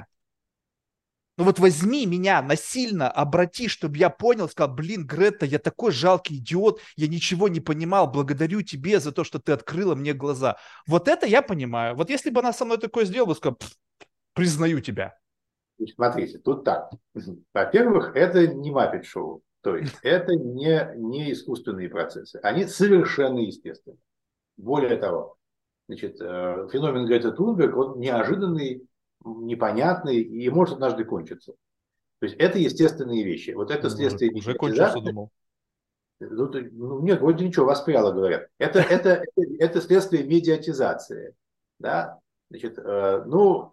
Ну вот возьми меня насильно, обрати, чтобы я понял, сказал, блин, Грета, я такой жалкий идиот, я ничего не понимал, благодарю тебе за то, что ты открыла мне глаза. Вот это я понимаю. Вот если бы она со мной такое сделала, бы сказала, признаю тебя. Значит, смотрите, тут так. Во-первых, это не маппет-шоу. То есть это не, не искусственные процессы. Они совершенно естественны. Более того, значит, э, феномен Грета Тунберг, он неожиданный, непонятный и может однажды кончиться. То есть это естественные вещи. Вот это Ну, уже, следствие уже кончился, медиатизации. думал. Ну, ну, нет, вроде ничего, воспряло, говорят. Это, это, это, это следствие медиатизации. Да? Значит, э, ну,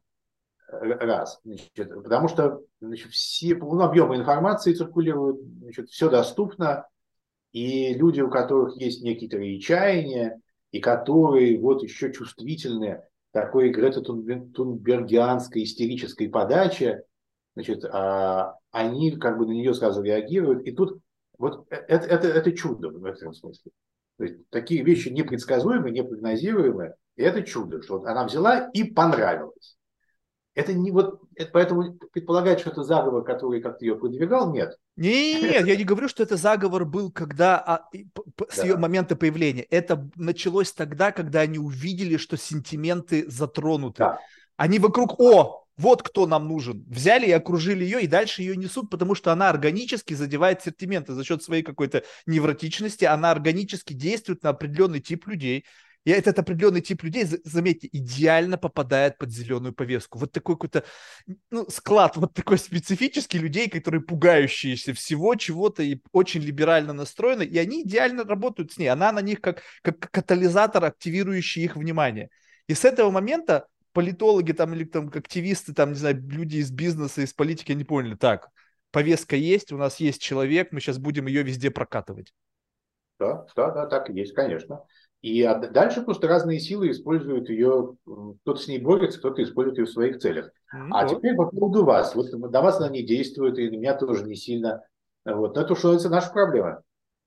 раз. Значит, потому что значит, все, ну, объемы информации циркулируют, значит, все доступно, и люди, у которых есть некоторые чаяния, и которые вот еще чувствительны такой Грета Тунбергианской истерической подаче, значит, а, они как бы на нее сразу реагируют. И тут вот это, это, это чудо в этом смысле. То есть такие вещи непредсказуемые, непрогнозируемые, и это чудо, что вот она взяла и понравилась. Это не вот, это поэтому предполагать, что это заговор, который как-то ее продвигал, нет. Нет, я не говорю, что это заговор был, когда а, и, п- п- с ее Да, момента появления. Это началось тогда, когда они увидели, что сентименты затронуты. да, Они вокруг, о, вот кто нам нужен. Взяли и окружили ее, и дальше ее несут, потому что она органически задевает сентименты за счет своей какой-то невротичности. Она органически действует на определенный тип людей. И этот определенный тип людей, заметьте, идеально попадает под зеленую повестку. Вот такой какой-то ну, склад вот такой специфический людей, которые пугающиеся всего чего-то и очень либерально настроены, и они идеально работают с ней. Она на них как, как катализатор, активирующий их внимание. И с этого момента политологи там или там активисты, там, не знаю, люди из бизнеса, из политики, они поняли, так, повестка есть, у нас есть человек, мы сейчас будем ее везде прокатывать. да, да, да, так и есть, конечно. И а дальше просто разные силы используют ее, кто-то с ней борется, кто-то использует ее в своих целях. М, А вот. теперь по поводу вас. Вот на вас она не действует, и на меня тоже не сильно. Вот. Но это, что называется, наша проблема.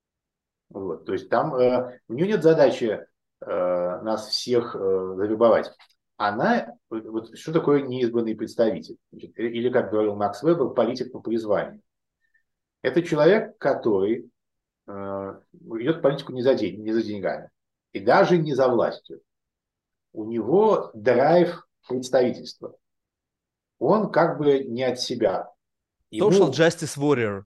Вот. То есть там э, у нее нет задачи э, нас всех э, завербовать. Она, вот, вот что такое неизбранный представитель? Значит, или, как говорил Макс Вебер, политик по призванию. Это человек, который э, идет в политику не за, день, не за деньгами и даже не за властью. У него драйв представительства. Он как бы не от себя. Social Ему, Justice Warrior.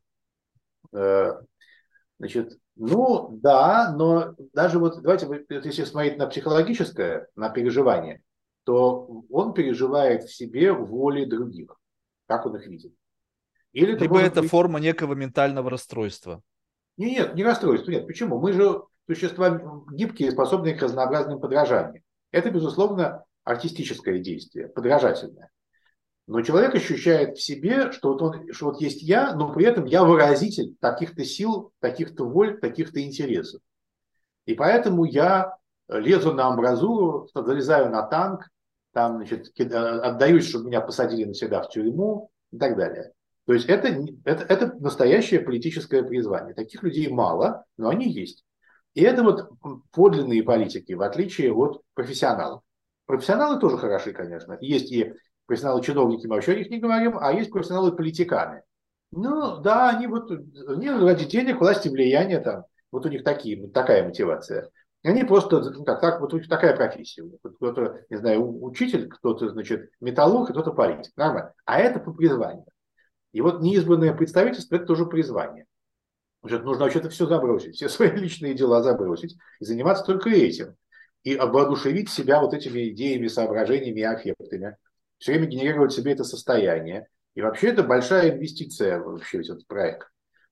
э, значит, ну да, но даже вот давайте, если смотреть на психологическое, на переживание, то он переживает в себе воли других, как он их видит. Или это Либо может это быть... форма некого ментального расстройства. Нет, нет, не расстройство, нет. Почему? Мы же существа гибкие, способные к разнообразным подражаниям. Это, безусловно, артистическое действие, подражательное. Но человек ощущает в себе, что вот, он, что вот есть я, но при этом я выразитель таких-то сил, таких-то воль, таких-то интересов. И поэтому я лезу на амбразуру, залезаю на танк, там, значит, отдаюсь, чтобы меня посадили навсегда в тюрьму и так далее. То есть это, это, это настоящее политическое призвание. Таких людей мало, но они есть. И это вот подлинные политики, в отличие от профессионалов. Профессионалы тоже хороши, конечно. Есть и профессионалы-чиновники, мы вообще о них не говорим, а есть профессионалы-политиканы. Ну, да, они вот они ради денег, власти, влияния там, вот у них такие, вот такая мотивация. Они просто, ну, так, так, вот у них такая профессия. Кто-то, не знаю, учитель, кто-то, значит, металлург, кто-то политик. Нормально. А это по призванию. И вот неизбранное представительство – это тоже призвание. Потому что нужно вообще-то все забросить, все свои личные дела забросить и заниматься только этим. И обоодушевить себя вот этими идеями, соображениями и аффектами. Все время генерировать себе это состояние. И вообще это большая инвестиция вообще в этот проект.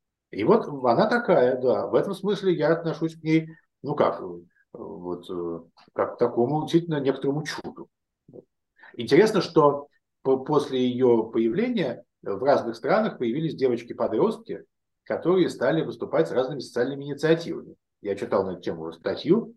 И вот она такая, да. В этом смысле я отношусь к ней, ну как, вот, как к такому действительно некоторому чуду. Интересно, что после ее появления в разных странах появились девочки-подростки, которые стали выступать с разными социальными инициативами. Я читал на эту тему статью.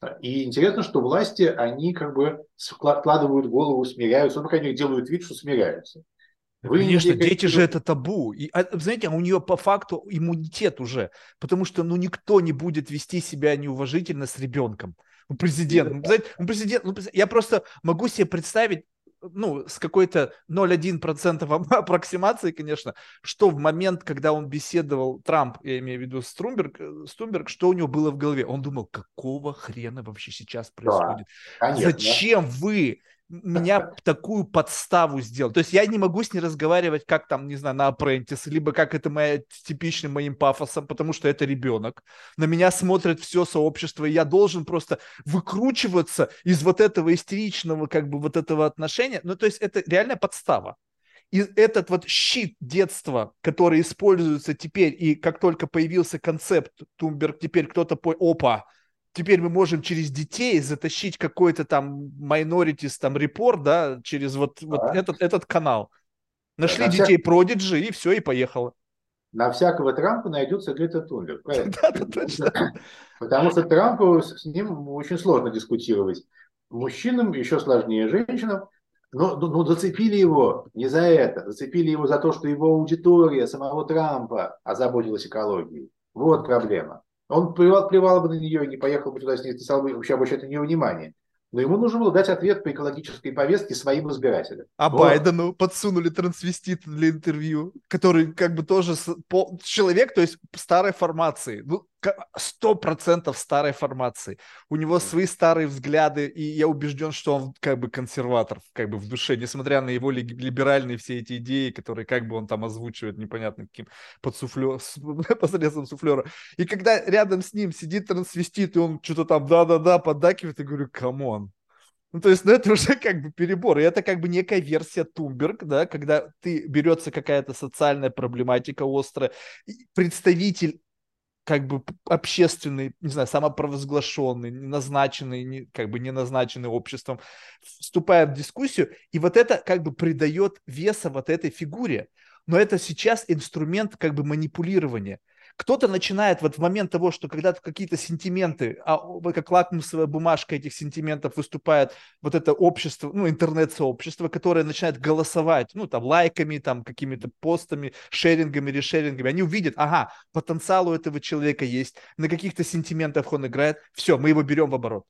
И интересно, что власти, они как бы складывают голову, смиряются, ну, по крайней мере, делают вид, что смиряются. Да, В конечно, Индии дети же какие-то... это табу. И, а, знаете, а у нее по факту иммунитет уже, потому что ну никто не будет вести себя неуважительно с ребенком. Ну, президент, ну, знаете, ну, президент, ну, я просто могу себе представить, ну, с какой-то ноль целых одна десятая процента аппроксимации, конечно, что в момент, когда он беседовал, Трамп, я имею в виду Струмберг, Струмберг, что у него было в голове? Он думал, какого хрена вообще сейчас Да, происходит? конечно. Зачем вы меня такую подставу сделал? То есть я не могу с ней разговаривать, как там, не знаю, на Apprentice, либо как это моя, типичным моим пафосом, потому что это ребенок. На меня смотрит все сообщество, и я должен просто выкручиваться из вот этого истеричного, как бы вот этого отношения. Ну, то есть это реальная подстава. И этот вот щит детства, который используется теперь, и как только появился концепт Тумберг, теперь кто-то понял, опа, теперь мы можем через детей затащить какой-то там minorities, там, репорт, да, через вот, вот Да. этот, этот канал. Да. Нашли На, всяк... детей Продиджи, и все, и поехало. На всякого Трампа найдется Грета Тунберг, правильно? Да, да, точно. Потому что Трампу с ним очень сложно дискутировать. Мужчинам еще сложнее женщинам. Но, но, но зацепили его не за это. Зацепили его за то, что его аудитория самого Трампа озаботилась экологией. Вот проблема. Он плевал, плевал бы на нее и не поехал бы туда с ней, не стал бы вообще обращать на нее внимание. Но ему нужно было дать ответ по экологической повестке своим избирателям. А Вот. Байдену подсунули трансвестита для интервью, который как бы тоже с- по- человек, то есть старой формации, ну, сто процентов старой формации. У него свои старые взгляды, и я убежден, что он как бы консерватор, как бы в душе, несмотря на его ли- либеральные все эти идеи, которые как бы он там озвучивает непонятно каким под суфлер, посредством суфлера. И когда рядом с ним сидит трансвестит, и он что-то там да-да-да поддакивает, я говорю, камон. Ну, то есть, ну, это уже как бы перебор. И это как бы некая версия Тумберг, да, когда ты берется какая-то социальная проблематика острая, и представитель как бы общественный, не знаю, самопровозглашенный, не назначенный, не, как бы не назначенный обществом, вступает в дискуссию, и вот это как бы придает веса вот этой фигуре. Но это сейчас инструмент как бы манипулирования. Кто-то начинает вот в момент того, что когда-то какие-то сентименты, а как лакмусовая бумажка этих сентиментов выступает вот это общество, ну, интернет-сообщество, которое начинает голосовать, ну, там, лайками, там, какими-то постами, шерингами, решерингами. Они увидят, ага, потенциал у этого человека есть, на каких-то сентиментах он играет, все, мы его берем в оборот.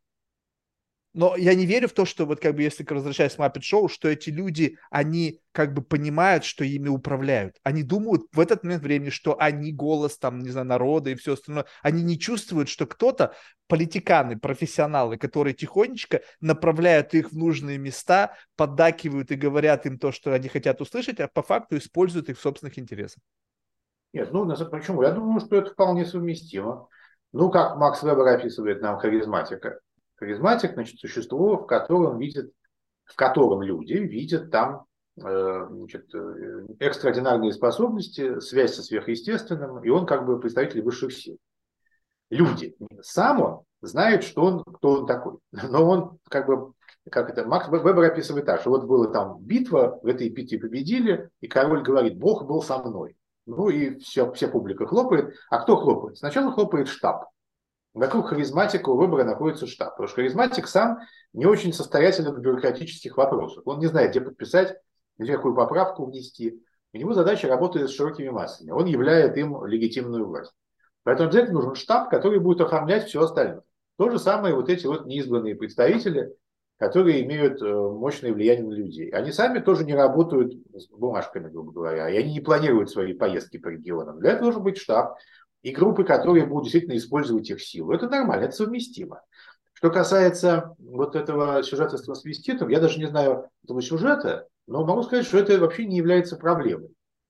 Но я не верю в то, что вот как бы если возвращаясь к Muppet Show, что эти люди, они как бы понимают, что ими управляют. Они думают в этот момент времени, что они голос там, не знаю, народа и все остальное. Они не чувствуют, что кто-то, политиканы, профессионалы, которые тихонечко направляют их в нужные места, поддакивают и говорят им то, что они хотят услышать, а по факту используют их в собственных интересах. Нет, ну, почему? Я думаю, что это вполне совместимо. Ну, как Макс Вебер описывает нам харизматика. Харизматик, значит, существо, в котором видит, в котором люди видят там э, значит, э, экстраординарные способности, связь со сверхъестественным, и он как бы представитель высших сил. Люди. Сам он знает, что он, кто он такой. Но он как бы, как это, Макс Вебер описывает так, что вот была там битва, в этой битве победили, и король говорит, Бог был со мной. Ну и все, вся публика хлопает. А кто хлопает? Сначала хлопает штаб. Вокруг харизматика у Вебера находится штаб. Потому что харизматик сам не очень состоятелен в бюрократических вопросах. Он не знает, где подписать, где какую поправку внести. У него задача работать с широкими массами. Он являет им легитимную власть. Поэтому обязательно нужен штаб, который будет оформлять все остальное. То же самое вот эти вот неизбранные представители, которые имеют мощное влияние на людей. Они сами тоже не работают с бумажками, грубо говоря, и они не планируют свои поездки по регионам. Для этого должен быть штаб и группы, которые будут действительно использовать их силу. Это нормально, это совместимо. Что касается вот этого сюжета с трансвеститом, я даже не знаю этого сюжета, но могу сказать, что это вообще не является проблемой.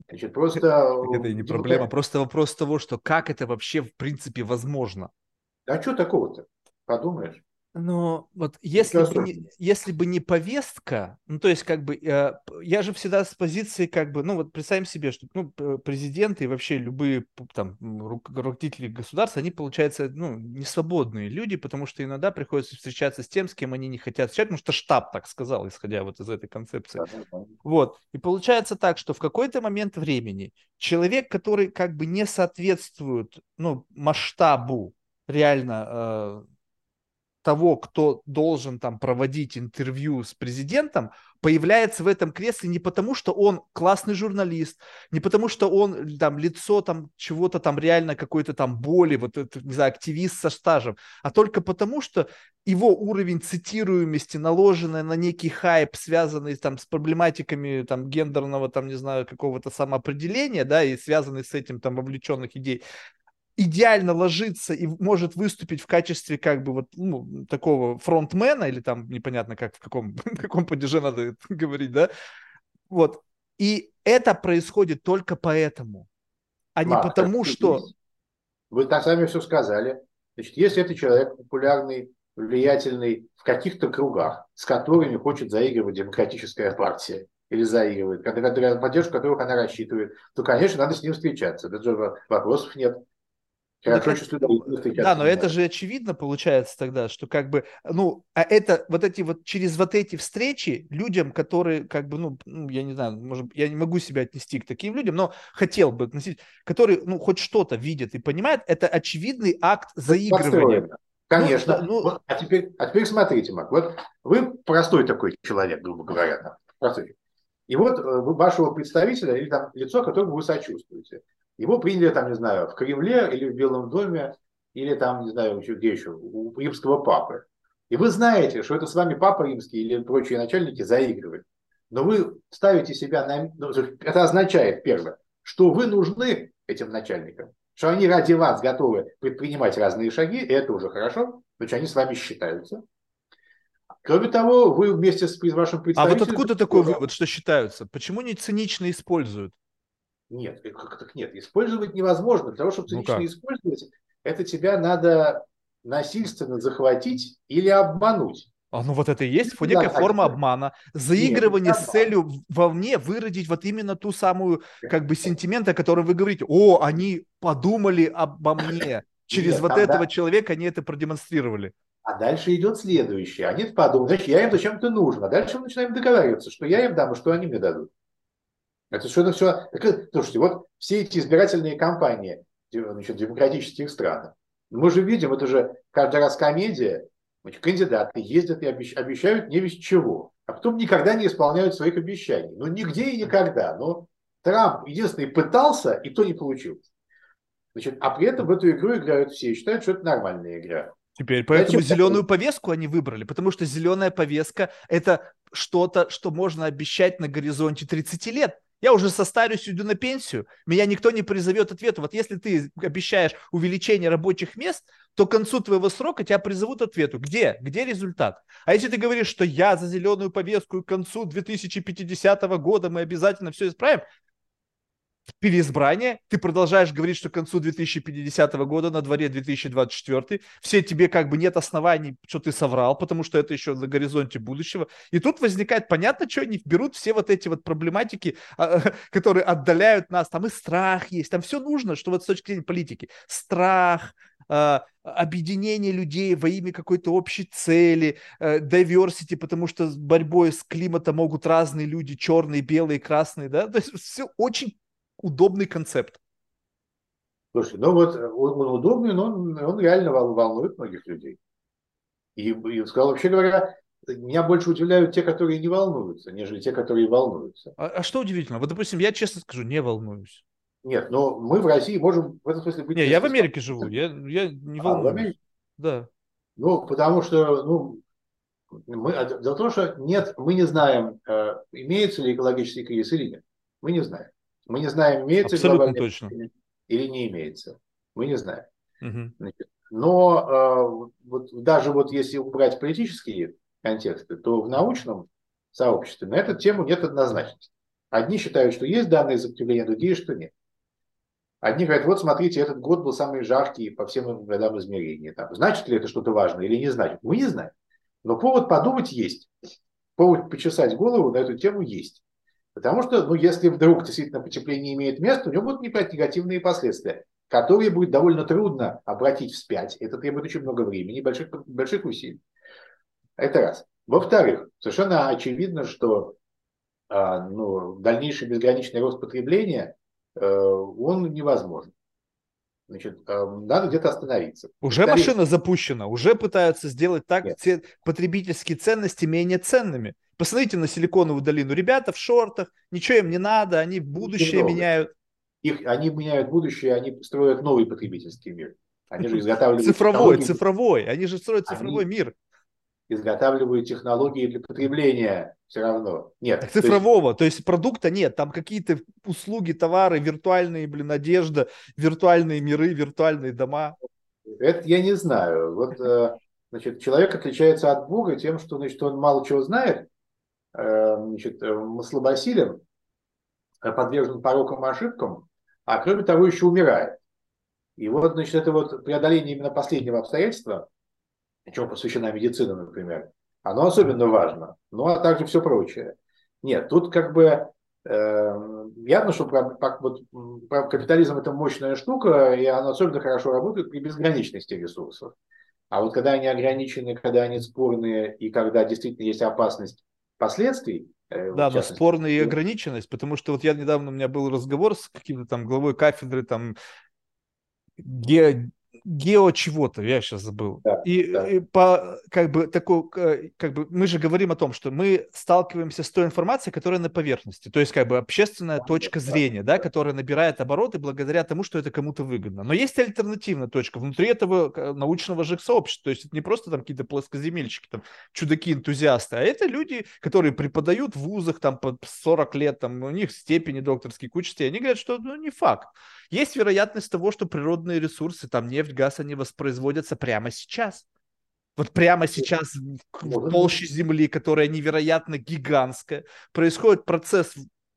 Значит, просто... Так это и не проблема. демократ- Просто вопрос того, что как это вообще в принципе возможно. А что такого-то? Подумаешь. Но вот Ничего если бы не, особенного. если бы не повестка, ну то есть как бы э, п- я же всегда с позиции как бы, ну вот представим себе, что ну, п- президенты и вообще любые п- там м, рук- руководители государства, они получаются ну не свободные люди, потому что иногда приходится встречаться с тем, с кем они не хотят встречаться, потому что штаб так сказал, исходя вот из этой концепции. Да, да, да. Вот. И получается так, что в какой-то момент времени человек, который как бы не соответствует ну, масштабу реально э, того, кто должен там проводить интервью с президентом, появляется в этом кресле не потому, что он классный журналист, не потому, что он там лицо там чего-то там реально какой-то там боли, вот это, не знаю, активист со стажем, а только потому, что его уровень цитируемости, наложенный на некий хайп, связанный там с проблематиками там гендерного там, не знаю, какого-то самоопределения, да, и связанный с этим там вовлеченных идей, идеально ложится и может выступить в качестве как бы вот ну, такого фронтмена или там непонятно как в каком, в каком падеже надо это говорить, да, вот. И это происходит только поэтому, а не Марк, так потому, и что... есть. Вы так сами все сказали. Значит, если это человек популярный, влиятельный в каких-то кругах, с которыми хочет заигрывать демократическая партия, или заигрывает, который, поддержку которых она рассчитывает, то, конечно, надо с ним встречаться. Даже вопросов нет. Ну, так Хорошо, это, что с ну, людьми да, встречаться но не это надо. же очевидно получается тогда, что как бы, ну, а это вот эти вот через вот эти встречи людям, которые как бы, ну, ну, я не знаю, может, я не могу себя отнести к таким людям, но хотел бы относить, которые, ну, хоть что-то видят и понимают, это очевидный акт Это заигрывания. подстроено. Ну, да, Конечно. ну, Вот, а, теперь, а теперь смотрите, Марк. Вот вы простой такой человек, грубо говоря. Там, простой. И вот э, вашего представителя или там лицо, которому вы сочувствуете, его приняли там, не знаю, в Кремле или в Белом доме, или там, не знаю, еще, где еще, у римского папы. И вы знаете, что это с вами папа римский или прочие начальники заигрывают. Но вы ставите себя на... ну, это означает, первое, что вы нужны этим начальникам, что они ради вас готовы предпринимать разные шаги, и это уже хорошо, значит, они с вами считаются. Кроме того, вы вместе с вашим а вот представителем откуда такой вывод, что считаются? Почему не цинично используют? Нет, э, как так нет. Использовать невозможно. Для того, чтобы Ну цинично как? использовать, это тебя надо насильственно захватить или обмануть. А ну вот это и есть фо- некая Да, форма хотите? обмана, Нет, это не заигрывание с обман. целью в- вовне выродить вот именно ту самую как бы сентимент, о котором вы говорите. О, они подумали обо мне. Через Нет, вот там этого да. человека они это продемонстрировали. А дальше идет следующее. Они подумают, значит, я им зачем-то нужен. А дальше мы начинаем договариваться, что я им дам, и что они мне дадут. Это что-то все... Слушайте, вот все эти избирательные кампании значит, в демократических странах. Мы же видим, это же каждый раз комедия. Значит, кандидаты ездят и обещают не весь чего, а потом никогда не исполняют своих обещаний. Ну, нигде и никогда. Но Трамп единственный пытался, и то не получилось. Значит, а при этом в эту игру играют все и считают, что это нормальная игра. Теперь, поэтому Зачем такое? зеленую повестку они выбрали, потому что зеленая повестка – это что-то, что можно обещать на горизонте тридцати лет. Я уже состарюсь, уйду на пенсию, меня никто не призовет ответу. Вот если ты обещаешь увеличение рабочих мест, то к концу твоего срока тебя призовут ответу. Где? Где результат? А если ты говоришь, что я за зеленую повестку и к концу две тысячи пятидесятого года мы обязательно все исправим, переизбрание, ты продолжаешь говорить, что к концу две тысячи пятидесятого года, на дворе две тысячи двадцать четвёртый, все тебе как бы нет оснований, что ты соврал, потому что это еще на горизонте будущего. И тут возникает, понятно, что они берут все вот эти вот проблематики, а, которые отдаляют нас, там и страх есть, там все нужно, что вот с точки зрения политики. Страх, а, объединение людей во имя какой-то общей цели, э, diversity, потому что с борьбой с климатом могут разные люди, черные, белые, красные, да, то есть все очень удобный концепт. Слушай, ну вот он, он удобный, но он, он реально вол- волнует многих людей. И, и сказал, вообще говоря, меня больше удивляют те, которые не волнуются, нежели те, которые волнуются. А, а что удивительно? Вот, допустим, я честно скажу, не волнуюсь. Нет, но мы в России можем в этом смысле быть Не, я в несколько Америке живу, спокойными. я, я не А, в Америке? волнуюсь. Да. Ну, потому что, ну, мы, а дело в том, что нет, мы не знаем, э, имеется ли экологический кризис или нет. Мы не знаем. Мы не знаем, имеется Абсолютно глобальный точно. кризис или не имеется. Мы не знаем. Мгм. Значит, но э, вот, даже вот если убрать политические контексты, то в научном сообществе на эту тему нет однозначности. Одни считают, что есть данные сопротивления, другие, что нет. Одни говорят, вот смотрите, этот год был самый жаркий по всем годам измерения. Там, значит ли это что-то важное или не значит? Мы не знаем. Но повод подумать есть. Повод почесать голову на эту тему есть. Потому что, ну, если вдруг действительно потепление имеет место, у него будут негативные последствия, которые будет довольно трудно обратить вспять. Это требует очень много времени и больших, больших усилий. Это раз. Во-вторых, совершенно очевидно, что а, ну, дальнейший безграничный рост потребления, э, он невозможен. Значит, э, надо где-то остановиться. И, Уже скорее машина всего, запущена, уже пытаются сделать так нет. те потребительские ценности менее ценными. Посмотрите на Силиконовую долину. Ребята в шортах, ничего им не надо, они Их будущее немного. меняют. Их, они меняют будущее, они строят новый потребительский мир. Они же изготавливают Цифровой, технологии, цифровой. Они же строят цифровой они мир. изготавливают технологии для потребления все равно. Так Нет, то есть цифрового, то есть продукта нет, там какие-то услуги, товары, виртуальные, блин, одежда, виртуальные миры, виртуальные дома. это я не знаю. Вот, э, значит, человек отличается от Бога тем, что, значит, он мало чего знает, э, значит, э, слабосилен, э, подвержен порокам и ошибкам, а кроме того еще умирает. И вот, значит, это вот преодоление именно последнего обстоятельства, чему посвящена медицина, например, оно особенно важно. Ну, а также все прочее. Нет, тут как бы э, явно, что про, про- вот, м, про капитализм это мощная штука, и она особенно хорошо работает при безграничности ресурсов. А вот когда они ограничены, когда они спорные, и когда действительно есть опасность последствий, э, вот Да, в но частности, спорная и ограниченность, потому что вот я недавно, у меня был разговор с каким-то там главой кафедры там ге, гео чего-то, я сейчас забыл. да, И, да, и по как бы такой, э, как бы мы же говорим о том, что мы сталкиваемся с той информацией, которая на поверхности, то есть как бы общественная точка да, зрения, да, да. которая набирает обороты благодаря тому, что это кому-то выгодно. Но есть альтернативная точка внутри этого э, научного же сообщества, то есть это не просто там какие-то плоскоземельщики, там чудаки-энтузиасты, а это люди, которые преподают в вузах там по сорок лет, там у них степени докторские, куча степеней, они говорят, что ну не факт. Есть вероятность того, что природные ресурсы, там нефть, газ, они воспроизводятся прямо сейчас. Вот прямо сейчас в Может быть. толще Земли, которая невероятно гигантская, происходит процесс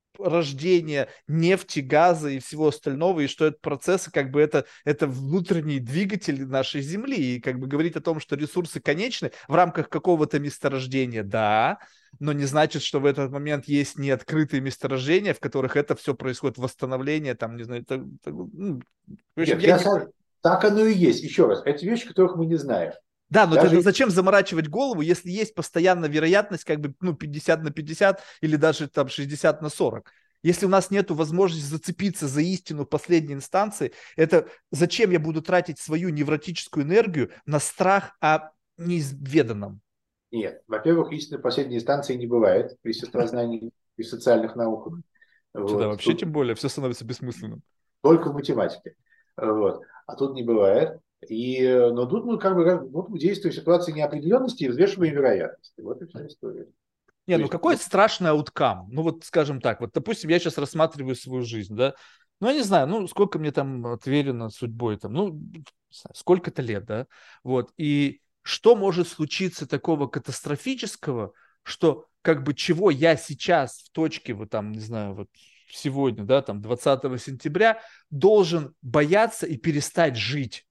рождения нефти, газа и всего остального, и что этот процесс, как бы это, это внутренний двигатель нашей Земли, и как бы говорить о том, что ресурсы конечны в рамках какого-то месторождения, да, но не значит, что в этот момент есть неоткрытые месторождения, в которых это все происходит, восстановление, там, не знаю, это, это, ну, в общем, Нет, я я не... сам, так оно и есть. Еще раз, это вещи, которых мы не знаем. Да, но тогда Даже зачем заморачивать голову, если есть постоянно вероятность как бы ну, пятьдесят на пятьдесят или даже там шестьдесят на сорок? Если у нас нет возможности зацепиться за истину в последней инстанции, это зачем я буду тратить свою невротическую энергию на страх о неизведанном? нет. Во-первых, истины последней инстанции не бывает в естествознании и в социальных науках. Сюда Вот. вообще Тут тем более все становится бессмысленным. только в математике. Вот. А тут не бывает. И, э, но тут мы как бы как, вот мы действуем в ситуации неопределенности и взвешиваем вероятности. Вот и вся история. Не, То ну есть, какой ну, страшный ауткам? Ну вот скажем так, вот допустим, я сейчас рассматриваю свою жизнь, да, ну я не знаю, ну сколько мне там отверено судьбой, там, ну не знаю, сколько-то лет, да, вот, и что может случиться такого катастрофического, что как бы чего я сейчас в точке, вот там, не знаю, вот сегодня, да, там двадцатого сентября должен бояться и перестать жить?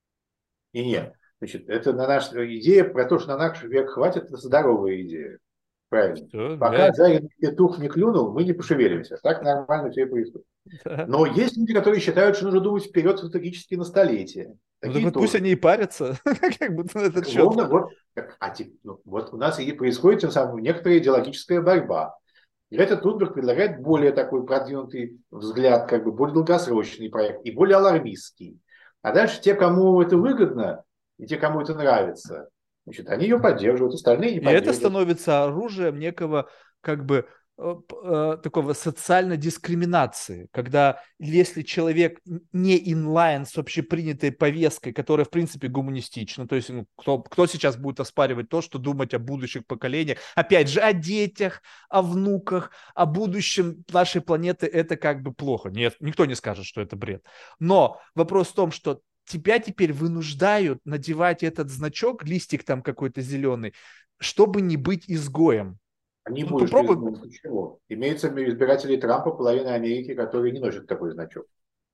и нет. Значит, это на наш, идея про то, что на наш век хватит, это здоровая идея. Правильно. Все, Пока я... жареный петух не клюнул, мы не пошевелимся. Так нормально все и происходит. Да. Но есть люди, которые считают, что нужно думать вперед стратегически на столетие. Ну так Такие вот пусть тоже. они и парятся, как бы на этот счет. Ровно вот, а, тип- ну, вот у нас и происходит тем самым некоторая идеологическая борьба. Грета Тунберг предлагает более такой продвинутый взгляд, как бы более долгосрочный проект и более алармистский. А дальше те, кому это выгодно, и те, кому это нравится, значит, они ее поддерживают, остальные не И это поддерживают. становится оружием некого как бы э, п- э, такого социальной дискриминации, когда если человек не инлайн с общепринятой повесткой, которая в принципе гуманистична, то есть ну, кто, кто сейчас будет оспаривать то, что думать о будущих поколениях, опять же, о детях, о внуках, о будущем нашей планеты, это как бы плохо. Нет, никто не скажет, что это бред. Но вопрос в том, что тебя теперь вынуждают надевать этот значок, листик там какой-то зеленый, чтобы не быть изгоем. А не Ну, будешь попробуй. пересмотреть. Почему? Имеется избиратели Трампа, половина Америки, которые не носят такой значок.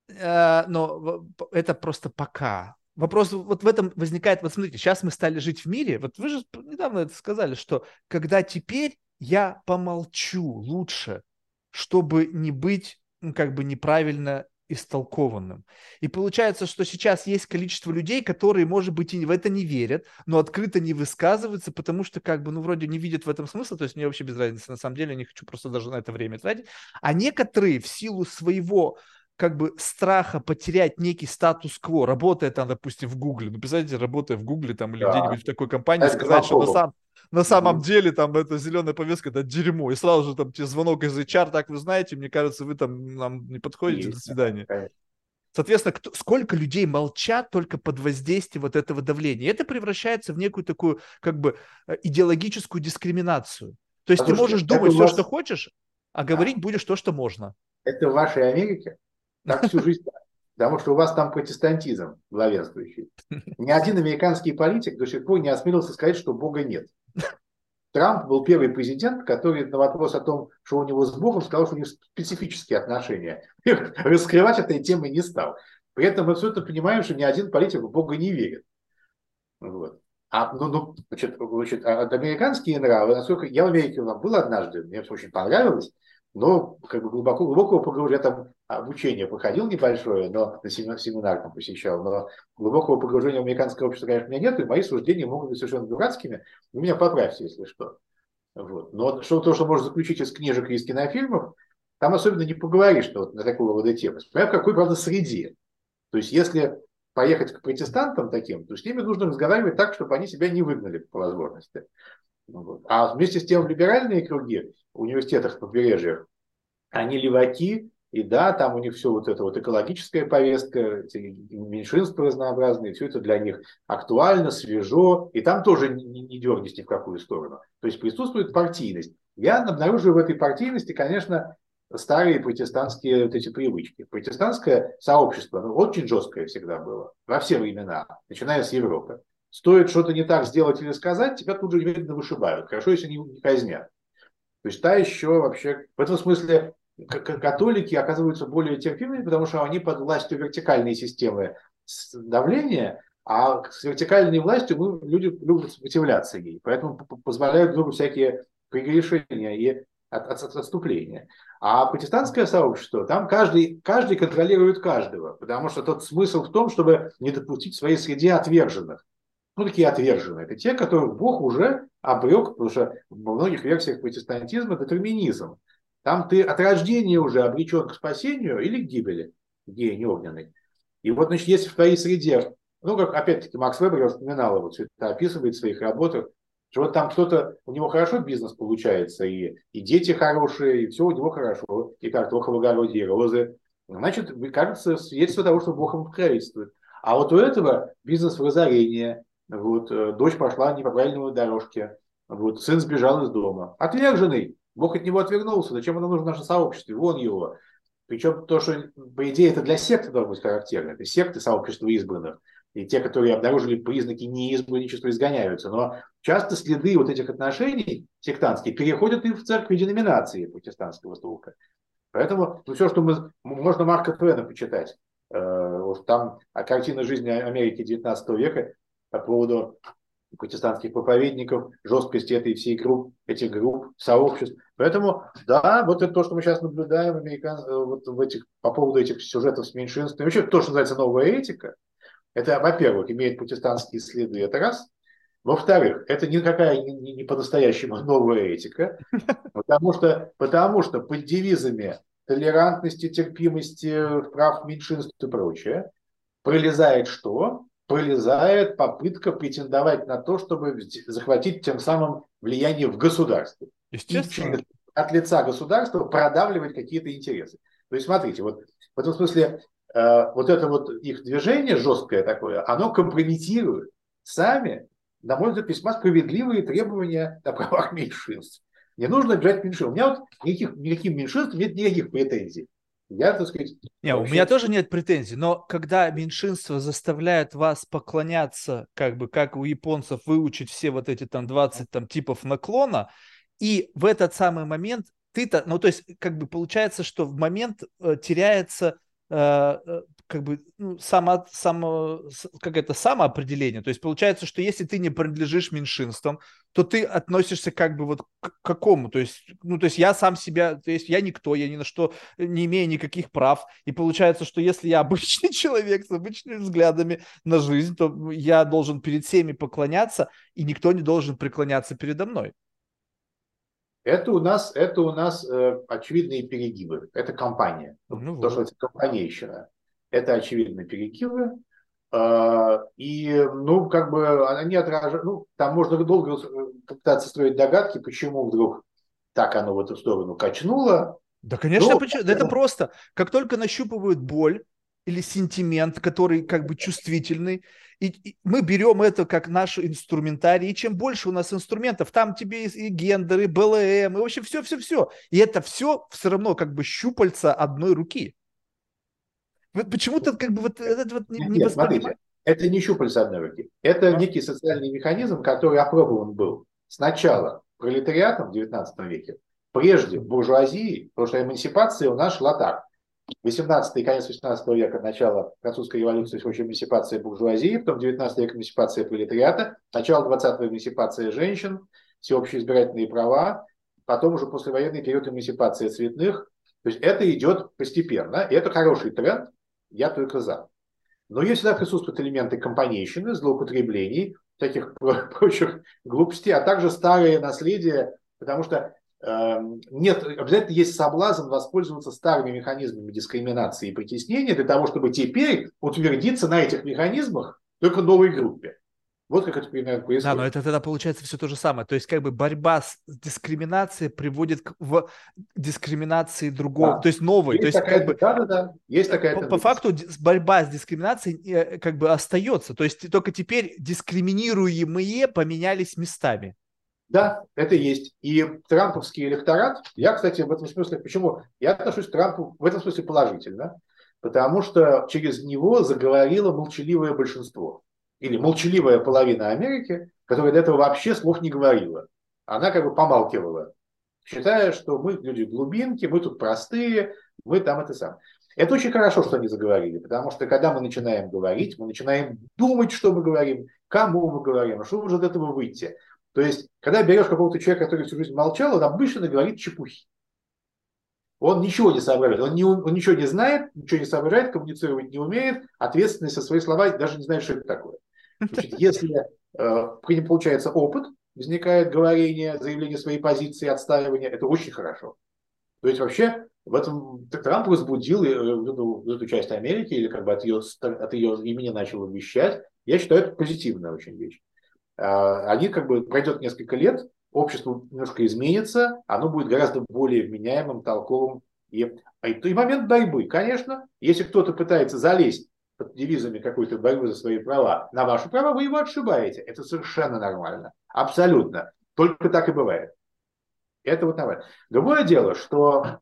Э, но это просто пока. Вопрос вот в этом возникает. Вот смотрите, сейчас мы стали жить в мире. Вот вы же недавно это сказали, что когда теперь я помолчу лучше, чтобы не быть, ну, как бы неправильно истолкованным. И получается, что сейчас есть количество людей, которые, может быть, и в это не верят, но открыто не высказываются, потому что, как бы, ну, вроде не видят в этом смысла, то есть мне вообще без разницы, на самом деле, я не хочу просто даже на это время тратить. А некоторые в силу своего как бы страха потерять некий статус-кво, работая там, допустим, в Гугле. Ну, представляете, работая в Гугле там или Да. где-нибудь в такой компании, Это сказать, что на, гомофобом. сам, на самом Угу. деле там эта зеленая повестка, это дерьмо. И сразу же там тебе звонок из эйч ар, так вы знаете, мне кажется, вы там нам не подходите, до Есть. свидания. Конечно. Соответственно, кто, сколько людей молчат только под воздействием вот этого давления. И это превращается в некую такую как бы э, идеологическую дискриминацию. То есть ты можешь Послушайте, это думать у все, что вас, хочешь, а да, говорить будешь то, что можно. это в вашей Америке так всю жизнь. Потому что у вас там протестантизм главенствующий. Ни один американский политик до сих пор не осмелился сказать, что Бога нет. Трамп был первый президент, который на вопрос о том, что у него с Богом, сказал, что у него специфические отношения. И раскрывать этой темы не стал. При этом мы абсолютно понимаем, что ни один политик в Бога не верит. Вот. А, ну, ну, значит, значит, а американские нравы, насколько я в Америке был однажды, мне все очень понравилось, но как бы глубоко, глубокого погружения, я там обучение проходил небольшое, но на семинар, семинар там посещал, но глубокого погружения в американское общество, конечно, у меня нет, и мои суждения могут быть совершенно дурацкими. Вы меня поправьте, если что. Вот. Но что, то, что можно заключить из книжек и из кинофильмов, там особенно не поговоришь что, вот, на такого рода темы. Смотря в какой, правда, среде. То есть, если поехать к протестантам таким, то с ними нужно разговаривать так, чтобы они себя не выгнали по возможности. Вот. А вместе с тем в либеральные круги, в университетах, побережьях, они леваки, и да, там у них все вот это вот экологическая повестка, эти меньшинства разнообразные, все это для них актуально, свежо, и там тоже не, не дернись ни в какую сторону. То есть присутствует партийность. Я обнаруживаю в этой партийности, конечно, старые протестантские вот эти привычки. Протестантское сообщество, ну, очень жесткое всегда было, во все времена, начиная с Европы. Стоит что-то не так сделать или сказать, тебя тут же немедленно вышибают. Хорошо, если не казнят. То есть та еще вообще, в этом смысле католики оказываются более терпимыми, потому что они под властью вертикальной системы давления, а с вертикальной властью мы, люди любят сопротивляться ей. Поэтому позволяют другу всякие прегрешения и от, от, отступления. А протестантское сообщество, там каждый, каждый контролирует каждого, потому что тот смысл в том, чтобы не допустить в своей среде отверженных. Ну, такие отверженные. Это те, которых Бог уже обрек, потому что во многих версиях протестантизма детерминизм. Там ты от рождения уже обречен к спасению или к гибели, гений огненный. И вот, значит, если в твоей среде, ну, как опять-таки Макс Вебер, я вспоминал его, все это описывает в своих работах, что вот там кто-то, у него хорошо бизнес получается, и, и дети хорошие, и все у него хорошо, и картоха в огороде, и розы. Значит, кажется, свидетельство того, что Бог ему покровительствует. А вот у этого бизнес в разорении, вот, дочь пошла не по правильной дорожке, вот, сын сбежал из дома. Отверженный. Бог от него отвернулся. Зачем оно нужно в нашем сообществе? Вон его. Причем то, что, по идее, это для секты должно быть характерно. Это секты сообщества избранных. И те, которые обнаружили признаки неизбранничества, изгоняются. Но часто следы вот этих отношений сектантских переходят и в церковь деноминации протестантского толка. Поэтому ну, все, что мы... Можно Марка Твена почитать. Вот там картина жизни Америки девятнадцатого века по поводу протестантских проповедников, жесткости этой всей групп, этих групп, сообществ. Поэтому, да, вот это то, что мы сейчас наблюдаем американ... вот в этих, по поводу этих сюжетов с меньшинствами. Вообще, то, что называется новая этика, это, во-первых, имеет протестантские следы, это раз. Во-вторых, это никакая не, не, не по-настоящему новая этика, потому что, потому что под девизами толерантности, терпимости, прав меньшинств и прочее пролезает что? Пролезает попытка претендовать на то, чтобы захватить тем самым влияние в государстве. И через, Естественно. от лица государства продавливать какие-то интересы. То есть, смотрите, вот в этом смысле э, вот это вот их движение жесткое такое, оно компрометирует сами, на мой взгляд, весьма справедливые требования о правах меньшинств. Не нужно обижать меньшинств. У меня вот никаких, никаким меньшинствам нет никаких претензий. Я, так сказать, Не, у меня вообще... тоже нет претензий, но когда меньшинство заставляет вас поклоняться, как бы, как у японцев выучить все вот эти там двадцать там типов наклона, И в этот самый момент ты-то, ну, то есть, как бы получается, что в момент э, теряется э, э, как бы ну, само, само, с- как это, самоопределение. То есть получается, что если ты не принадлежишь меньшинствам, то ты относишься как бы вот к какому? То есть, ну, то есть я сам себя, то есть я никто, я ни на что не имею никаких прав. И получается, что если я обычный человек с обычными взглядами на жизнь, то я должен перед всеми поклоняться, и никто не должен преклоняться передо мной. Это у нас, это у нас э, очевидные перегибы. Это компания. Ну То, что вот. это компанейщина. Это очевидные перегибы. Э, и, ну, как бы они отражают... Ну, там можно долго пытаться строить догадки, почему вдруг так оно в эту сторону качнуло. Да, конечно, Ну, почему? Да это просто. Как только нащупывают боль или сентимент, который как бы чувствительный, и, и мы берем это как наш инструментарий, и чем больше у нас инструментов, там тебе и, и гендер, и бэ эл эм, и вообще все-все-все. И это все все равно как бы щупальца одной руки. Вот почему-то как бы вот это вот не, нет, не нет, смотрите. воспринимать. Это не щупальца одной руки. Это А? некий социальный механизм, который опробован был сначала пролетариатом в девятнадцатом веке, прежде буржуазией, потому что эмансипация у нас шла так. восемнадцатый, конец восемнадцатого века, начало французской революции, в общем, эмансипация буржуазии, потом девятнадцатый век эмансипация пролетариата, начало двадцатого эмансипация женщин, всеобщие избирательные права, потом уже послевоенный период эмансипация цветных. То есть это идет постепенно, и это хороший тренд, я только за. Но если всегда присутствуют элементы компанейщины, злоупотреблений, всяких прочих глупостей, а также старые наследия, потому что э, нет, обязательно есть соблазн воспользоваться старыми механизмами дискриминации и притеснения для того, чтобы теперь утвердиться на этих механизмах только новой группе. Вот как это примерно Да, но происходит. это тогда получается все то же самое. То есть как бы борьба с дискриминацией приводит к в дискриминации другого, то Да. есть новой. То Есть есть как такая, бы да, да, да, есть э, такая по, по тенденция. факту ди- борьба с дискриминацией э, как бы остается. То есть только теперь дискриминируемые поменялись местами. Да, это есть. И трамповский электорат, я, кстати, в этом смысле, почему? Я отношусь к Трампу в этом смысле положительно, потому что через него заговорило молчаливое большинство. Или молчаливая половина Америки, которая до этого вообще слов не говорила. Она как бы помалкивала, считая, что мы люди глубинки, мы тут простые, мы там это сам. Это очень хорошо, что они заговорили, потому что когда мы начинаем говорить, мы начинаем думать, что мы говорим, кому мы говорим, а что может от этого выйти. То есть, когда берешь какого-то человека, который всю жизнь молчал, он обычно говорит чепухи. Он ничего не соображает, он, не, он ничего не знает, ничего не соображает, коммуницировать не умеет, ответственность за свои слова даже не знает, что это такое. Значит, если э, при нем получается опыт, возникает говорение, заявление своей позиции, отстаивание, это очень хорошо. То есть вообще в этом Трамп возбудил э, эту, эту часть Америки, или как бы от ее, от ее имени начал вещать. Я считаю, это позитивная очень вещь. А, они как бы пройдет несколько лет, общество немножко изменится, оно будет гораздо более вменяемым, толковым. И, и момент борьбы, конечно, если кто-то пытается залезть под девизами какой-то борьбы за свои права на ваши права, вы его отшибаете. Это совершенно нормально. Абсолютно. Только так и бывает. Это вот нормально. Другое дело, что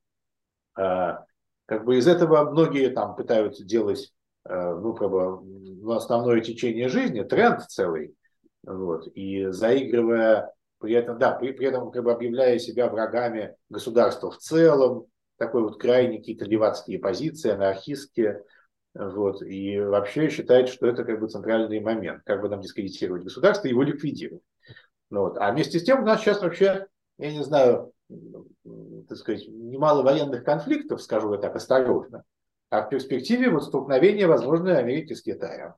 э, как бы из этого многие там пытаются делать э, ну, как бы, ну, основное течение жизни, тренд целый. Вот, и заигрывая при этом, да, при, при этом как бы объявляя себя врагами государства в целом, такой вот крайне какие-то левацкие позиции, анархистские, вот, и вообще считает, что это как бы центральный момент, как бы нам дискредитировать государство и его ликвидировать. Ну, вот. А вместе с тем у нас сейчас вообще, я не знаю, так сказать, немало военных конфликтов, скажу я так осторожно, а в перспективе вот столкновения возможно Америки с Китаем.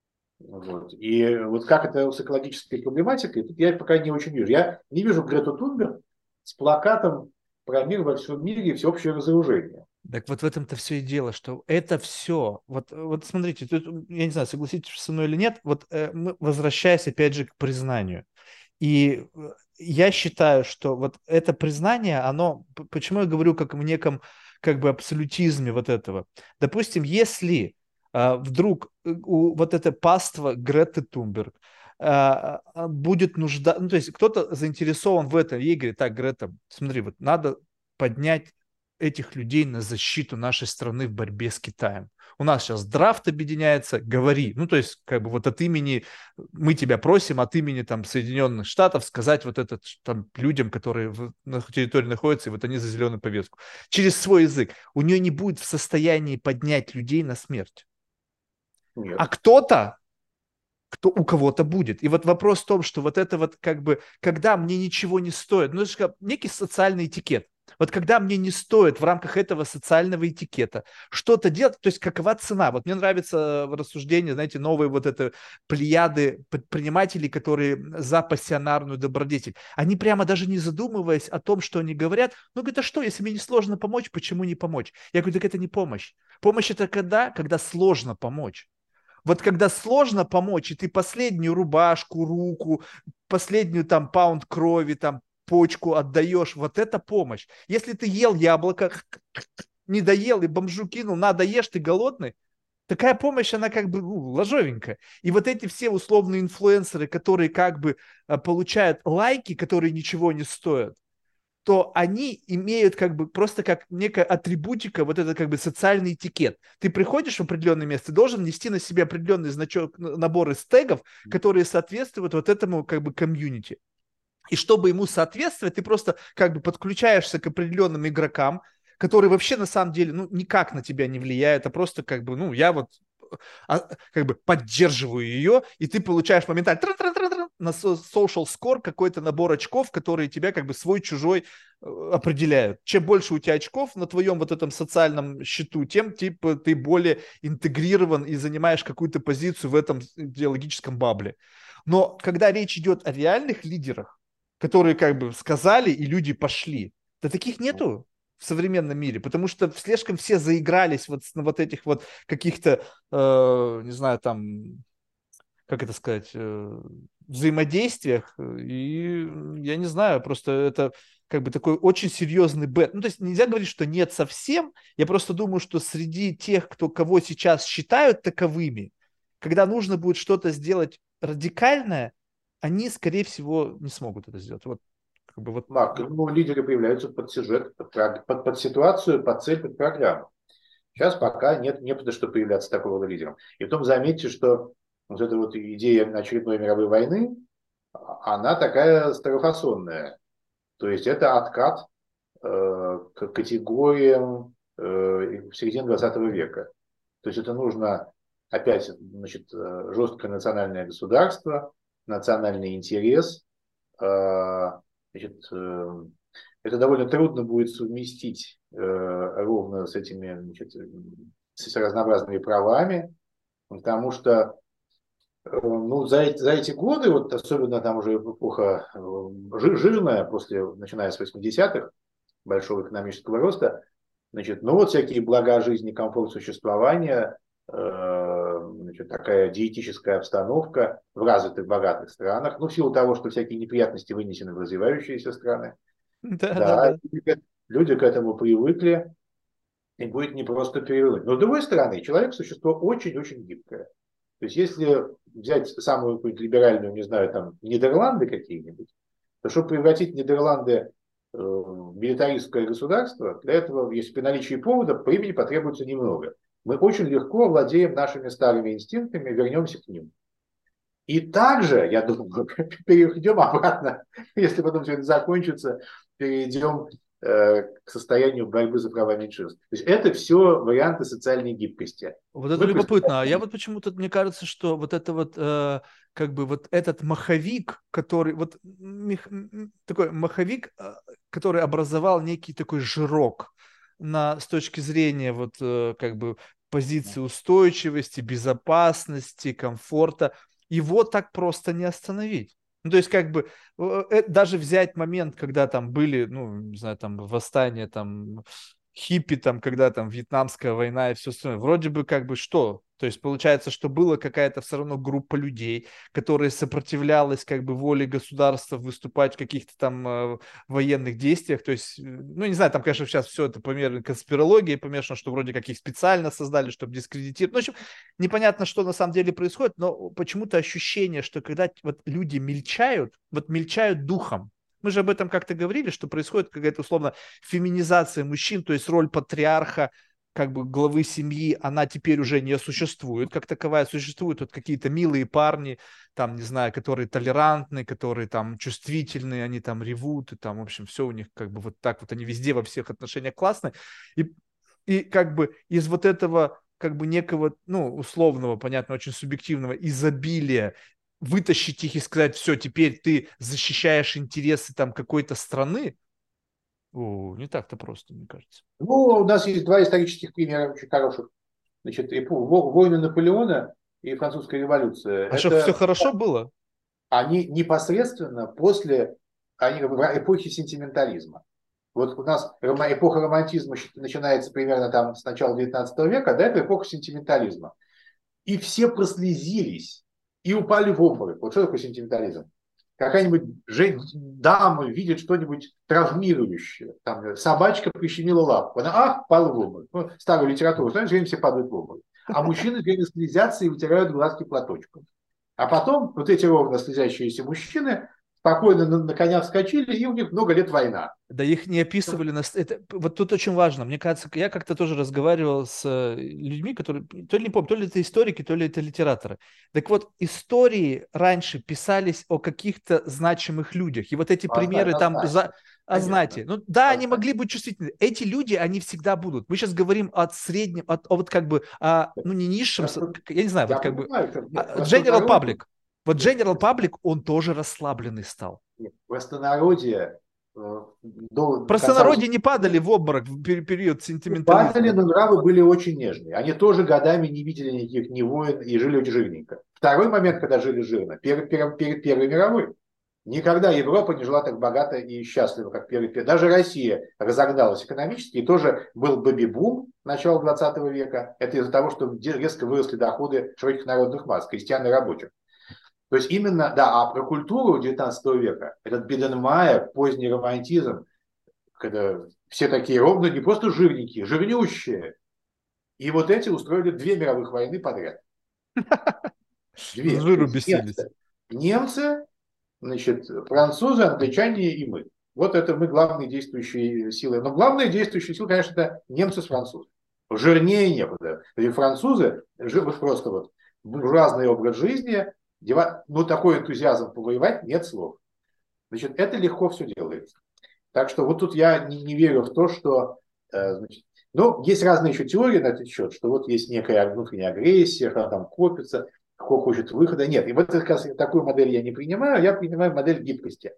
Вот. И вот как это с экологической проблематикой, тут я пока не очень вижу. Я не вижу Грету Тунберг с плакатом про мир во всем мире и всеобщее разоружение. Так вот в этом-то все и дело, что это все, вот, вот смотрите, тут, я не знаю, согласитесь со мной или нет, вот э, мы, возвращаясь опять же к признанию. И э, я считаю, что вот это признание, оно, п- почему я говорю как в неком как бы абсолютизме вот этого. Допустим, если а, вдруг э, у вот это паства Греты Тунберг а, а, будет нужда, ну то есть кто-то заинтересован в этом, ей говорит, так, Грета, смотри, вот надо поднять этих людей на защиту нашей страны в борьбе с Китаем. У нас сейчас драфт объединяется, говори. Ну, то есть, как бы вот от имени, мы тебя просим от имени там Соединенных Штатов сказать вот это там людям, которые в, на территории находятся, и вот они за зеленую повестку. Через свой язык. У нее не будет в состоянии поднять людей на смерть. Нет. А кто-то, кто у кого-то будет. И вот вопрос в том, что вот это вот как бы, когда мне ничего не стоит, ну, это же как некий социальный этикет. Вот когда мне не стоит в рамках этого социального этикета что-то делать, то есть какова цена? Вот мне нравится рассуждение, знаете, новые вот это плеяды предпринимателей, которые за пассионарную добродетель. Они прямо даже не задумываясь о том, что они говорят, ну, говорят, а что, если мне не сложно помочь, почему не помочь? Я говорю, так это не помощь. Помощь это когда? Когда сложно помочь. Вот когда сложно помочь, и ты последнюю рубашку, руку, последнюю там паунд крови, там почку отдаешь, вот это помощь. Если ты ел яблоко, не доел и бомжу кинул, надо ешь, ты голодный, такая помощь, она как бы ну, ложовенькая. И вот эти все условные инфлюенсеры, которые как бы получают лайки, которые ничего не стоят, то они имеют как бы просто как некая атрибутика, вот это как бы социальный этикет. Ты приходишь в определенное место, ты должен нести на себе определенный значок, набор из тегов, которые соответствуют вот этому как бы комьюнити. И чтобы ему соответствовать, ты просто как бы подключаешься к определенным игрокам, которые вообще на самом деле ну, никак на тебя не влияют, а просто как бы, ну, я вот а, как бы поддерживаю ее, и ты получаешь моментально на social score какой-то набор очков, которые тебя как бы свой-чужой определяют. Чем больше у тебя очков на твоем вот этом социальном счету, тем типа ты более интегрирован и занимаешь какую-то позицию в этом идеологическом бабле. Но когда речь идет о реальных лидерах, которые как бы сказали, и люди пошли, да таких нету в современном мире, потому что слишком все заигрались вот на вот этих вот каких-то, э, не знаю, там, как это сказать, э, взаимодействиях, и я не знаю, просто это как бы такой очень серьезный бет. Ну, то есть нельзя говорить, что нет совсем, я просто думаю, что среди тех, кто, кого сейчас считают таковыми, когда нужно будет что-то сделать радикальное, они, скорее всего, не смогут это сделать. Вот, как бы вот. Марк, ну, лидеры появляются под сюжет, под, под, под ситуацию, под цель, под программу. Сейчас пока нет, не потому что появляться такого рода лидером. И потом заметьте, что вот эта вот идея очередной мировой войны, она такая старофасонная. То есть это откат э, к категориям э, середины двадцатого века. То есть это нужно опять значит, жесткое национальное государство, национальный интерес. Э, значит, э, это довольно трудно будет совместить э, ровно с этими значит, с разнообразными правами, потому что ну, за, эти, за эти годы, вот особенно там уже эпоха жирная, после, начиная с восьмидесятых, большого экономического роста, значит, ну вот всякие блага жизни, комфорт существования, э, значит, такая диетическая обстановка в развитых, богатых странах, ну, в силу того, что всякие неприятности вынесены в развивающиеся страны. Да, да, Да, да. люди, люди к этому привыкли, и будет непросто перевернуть. Но с другой стороны, человек существо очень-очень гибкое. То есть, если взять самую какую-нибудь либеральную, не знаю, там, Нидерланды какие-нибудь, то чтобы превратить Нидерланды э, в милитаристское государство, для этого, если при наличии повода, времени потребуется немного. Мы очень легко владеем нашими старыми инстинктами, вернемся к ним. И также, я думаю, перейдем обратно, если потом все это закончится, перейдем э, к состоянию борьбы за права меньшинств. То есть это все варианты социальной гибкости. Вот это Мы любопытно. А я вот почему-то, мне кажется, что вот это вот, э, как бы вот этот маховик, который, вот мех, такой маховик, э, который образовал некий такой жирок на, с точки зрения вот, э, как бы позиции устойчивости, безопасности, комфорта, его так просто не остановить. Ну, то есть, как бы, э, э, даже взять момент, когда там были, ну, не знаю, там, восстания, там, хиппи, там, когда там Вьетнамская война и все остальное. Вроде бы как бы что? То есть получается, что была какая-то все равно группа людей, которая сопротивлялась как бы воле государства выступать в каких-то там э, военных действиях. То есть, ну не знаю, там, конечно, сейчас все это помешано конспирологией, помешано, что вроде как их специально создали, чтобы дискредитировать. Ну, в общем, непонятно, что на самом деле происходит, но почему-то ощущение, что когда вот люди мельчают, вот мельчают духом, Мы же об этом как-то говорили, что происходит какая-то условно феминизация мужчин, то есть роль патриарха, как бы главы семьи, она теперь уже не существует как таковая. Существуют вот какие-то милые парни, там, не знаю, которые толерантны, которые там чувствительные, они там ревут, и там, в общем, все у них как бы вот так вот, они везде во всех отношениях классные. И, и как бы из вот этого как бы некого, ну, условного, понятно, очень субъективного изобилия вытащить их и сказать, все, теперь ты защищаешь интересы там какой-то страны, о, не так-то просто, мне кажется. Ну, у нас есть два исторических примера очень хороших. Значит, эпо- во- войны Наполеона и французская революция. А что, все Это хорошо было? они непосредственно после они в эпохи сентиментализма. Вот у нас рома- эпоха романтизма щ- начинается примерно там с начала девятнадцатого века, да, это эпоха сентиментализма. И все прослезились и упали в обморок. Вот что такое сентиментализм? Какая-нибудь жен... дама видит что-нибудь травмирующее. Там собачка прищемила лапку. Она, ах, пала в обморок. Ну, старую литературу, знаешь, время все падают в обморок. А мужчины все время слезятся и вытирают глазки платочком. А потом вот эти ровно слезящиеся мужчины спокойно на, на коня вскочили, и у них много лет война. Да их не описывали. На... Это... Вот тут очень важно. Мне кажется, я как-то тоже разговаривал с э, людьми, которые, то ли не помню, то ли это историки, то ли это литераторы. Так вот, истории раньше писались о каких-то значимых людях. И вот эти А знать, примеры а там знать, за... А конечно. знаете, ну да, А они знать. могли быть чувствительны. Эти люди, они всегда будут. Мы сейчас говорим от среднем, от, о вот как бы, о, ну не низшем, со- Просто я не знаю, вот я как бы, понимаю, что нет, а, General простонародье, Public. Вот нет, General простонародье, Public, он тоже расслабленный стал. нет, простонародье э, до, до конца Простонародье русского не падали в обморок в пер- период падали, сентиментализма. но нравы были очень нежные. Они тоже годами не видели никаких ни войн и жили очень жирненько. Второй момент, когда жили жирно, перед, перед, перед Первой мировой. Никогда Европа не жила так богато и счастливо, как перед Первой. Даже Россия разогналась экономически, и тоже был бэби-бум начала двадцатого века. Это из-за того, что резко выросли доходы широких народных масс, крестьян и рабочих. То есть именно, да, а про культуру девятнадцатого века, этот Биденмайер, поздний романтизм, когда все такие ровно, не просто жирненькие, жирнющие. И вот эти устроили две мировых войны подряд. С Две. То жиру есть бесились. немцы, немцы, значит, французы, англичане и мы. Вот это мы главные действующие силы. Но главные действующие силы, конечно, это немцы с французами. Жирнее некуда. И французы, вот просто вот разный образ жизни, ну такой энтузиазм повоевать, нет слов. Значит, это легко все делается. Так что вот тут я не, не верю в то, что... Э, значит, ну, есть разные еще теории на этот счет, что вот есть некая внутренняя агрессия, она там копится, кто хочет выхода. Нет, и вот как раз такую модель я не принимаю, я принимаю модель гибкости.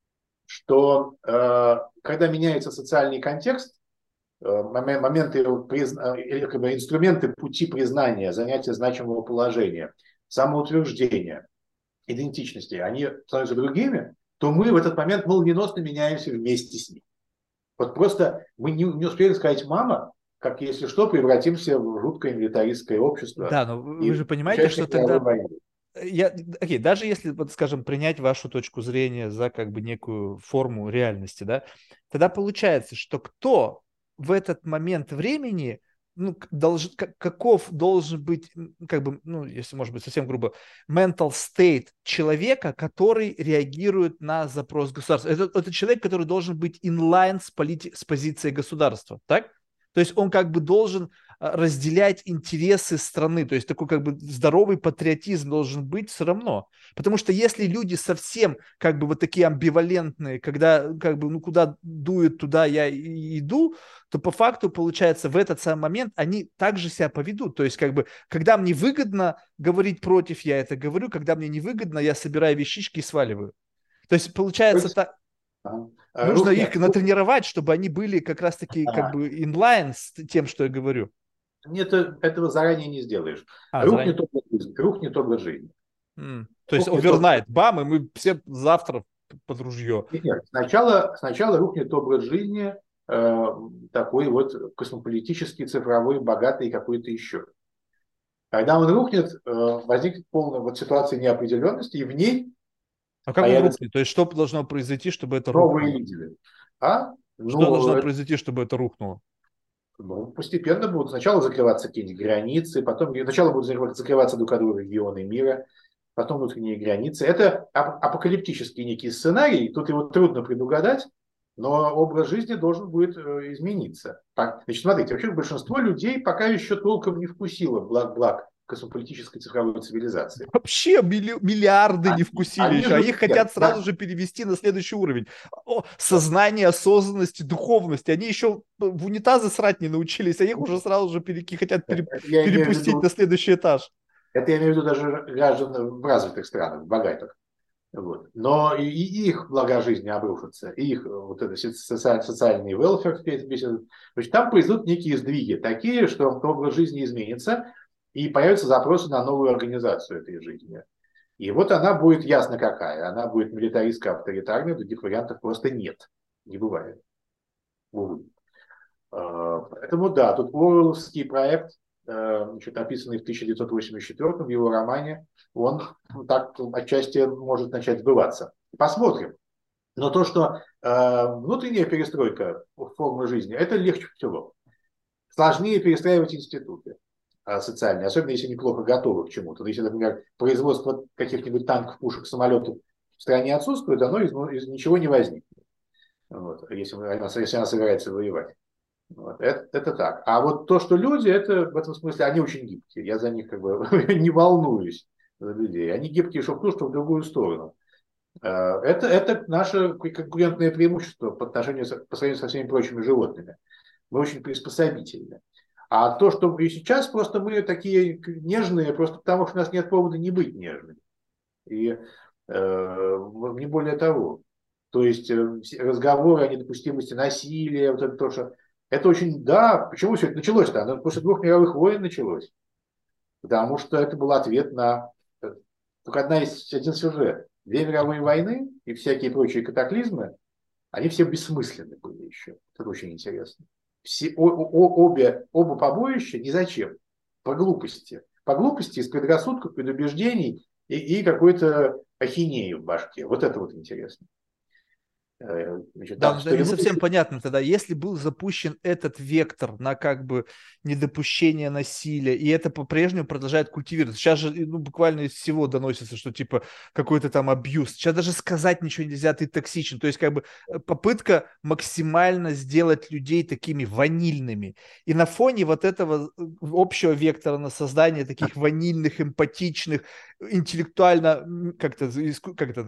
Что э, когда меняется социальный контекст, э, моменты, призна... или как бы инструменты пути признания, занятия значимого положения, самоутверждения, идентичности, они становятся другими, то мы в этот момент молниеносно меняемся вместе с ним. Вот просто мы не, не успели сказать «мама», как если что, превратимся в жуткое милитаристское общество Да, но вы и же понимаете, что участник мировой тогда, войны. я, окей, даже если, вот, скажем, принять вашу точку зрения за как бы некую форму реальности, да, тогда получается, что кто в этот момент времени, ну, к- долж, как- каков должен быть, м, как бы, ну, если, может быть, совсем грубо, mental state человека, который реагирует на запрос государства. Это, это человек, который должен быть inline с, полити, с позицией государства, так? То есть он как бы должен а, разделять интересы страны. То есть такой как бы здоровый патриотизм должен быть все равно. Потому что если люди совсем как бы вот такие амбивалентные, когда как бы ну куда дует, туда я и иду, то по факту получается в этот самый момент они также себя поведут. То есть как бы когда мне выгодно говорить против, я это говорю, когда мне невыгодно, я собираю вещички и сваливаю. То есть То получается есть, так, ага, нужно их рухнет, рухнет, натренировать, чтобы они были как раз-таки как ага, бы inline с тем, что я говорю. нет, этого заранее не сделаешь. А, Рухнет заранее. образ жизни. Рухнет образ жизни. М. То есть Рухнет образ... овернайт, бам, и мы все завтра под ружье. Нет, нет. Сначала, сначала рухнет образ жизни э, такой вот космополитический, цифровой, богатый и какой-то еще. Когда он рухнет, э, возникнет полная вот ситуация неопределенности, и в ней А как он появятся рухнет? То есть что должно произойти, чтобы это новые рухнуло? лидеры. А? Что Ну, должно это, произойти, чтобы это рухнуло? ну, постепенно будут сначала закрываться какие-нибудь границы, потом сначала будут закрываться друг от друга регионы мира, потом внутренние границы. Это апокалиптический некий сценарий, тут его трудно предугадать, но образ жизни должен будет измениться. Значит, смотрите, вообще большинство людей пока еще толком не вкусило благ-благ космополитической цифровой цивилизации. Вообще миллиарды не Они, вкусили они еще, а же, их хотят нет, сразу да, же перевести на следующий уровень. О, да. сознание, осознанности, духовности. Они еще в унитазы срать не научились, а их уже сразу же переки, хотят пере, Это я имею в перепустить на виду, следующий этаж. это я имею в виду даже граждан в развитых странах, в богатых. Вот. Но и, и их блага жизни обрушатся, и их вот это социальный, социальный welfare, значит, там произойдут некие сдвиги, такие, что образ жизни изменится, и появятся запросы на новую организацию этой жизни. И вот она будет ясно какая. Она будет милитаристско-авторитарной, других вариантов просто нет. Не бывает. Увы. Поэтому да, тут Оруэлловский проект, значит, описанный в тысяча девятьсот восемьдесят четвёртом в его романе, он так отчасти может начать сбываться. Посмотрим. Но то, что э, внутренняя перестройка формы жизни, это легче всего. Сложнее перестраивать институты социальные, особенно если они плохо готовы к чему-то. Если, например, производство каких-нибудь танков, пушек, самолетов в стране отсутствует, оно из, из ничего не возникнет. Вот, если, если она собирается воевать. Вот, это, это так. А вот то, что люди, это в этом смысле, они очень гибкие. Я за них как бы не волнуюсь, за людей. Они гибкие, что в ту, что в другую сторону. Это, это наше конкурентное преимущество по отношению по сравнению со всеми прочими животными. Мы очень приспособительны. А то, что и сейчас просто мы такие нежные, просто потому что у нас нет повода не быть нежными. И э, не более того. То есть э, разговоры о недопустимости насилия, вот это то, что это очень, да, почему все это началось-то? Оно после двух мировых войн началось. Потому что это был ответ на только одна из, один сюжет. Две мировые войны и всякие прочие катаклизмы, они все бессмысленны были еще. Это очень интересно. Все, о, о, обе, оба побоища ни зачем. По глупости. По глупости, из предрассудков, предубеждений и, и какой-то ахинеи в башке. Вот это вот интересно. Значит, Да, там но это не старину... совсем понятно тогда. Если был запущен этот вектор на как бы недопущение насилия, и это по-прежнему продолжает культивироваться. Сейчас же ну, буквально из всего доносится, что типа какой-то там абьюз. Сейчас даже сказать ничего нельзя, ты токсичен. То есть как бы попытка максимально сделать людей такими ванильными. И на фоне вот этого общего вектора на создание таких ванильных, эмпатичных, интеллектуально, как-то, как это,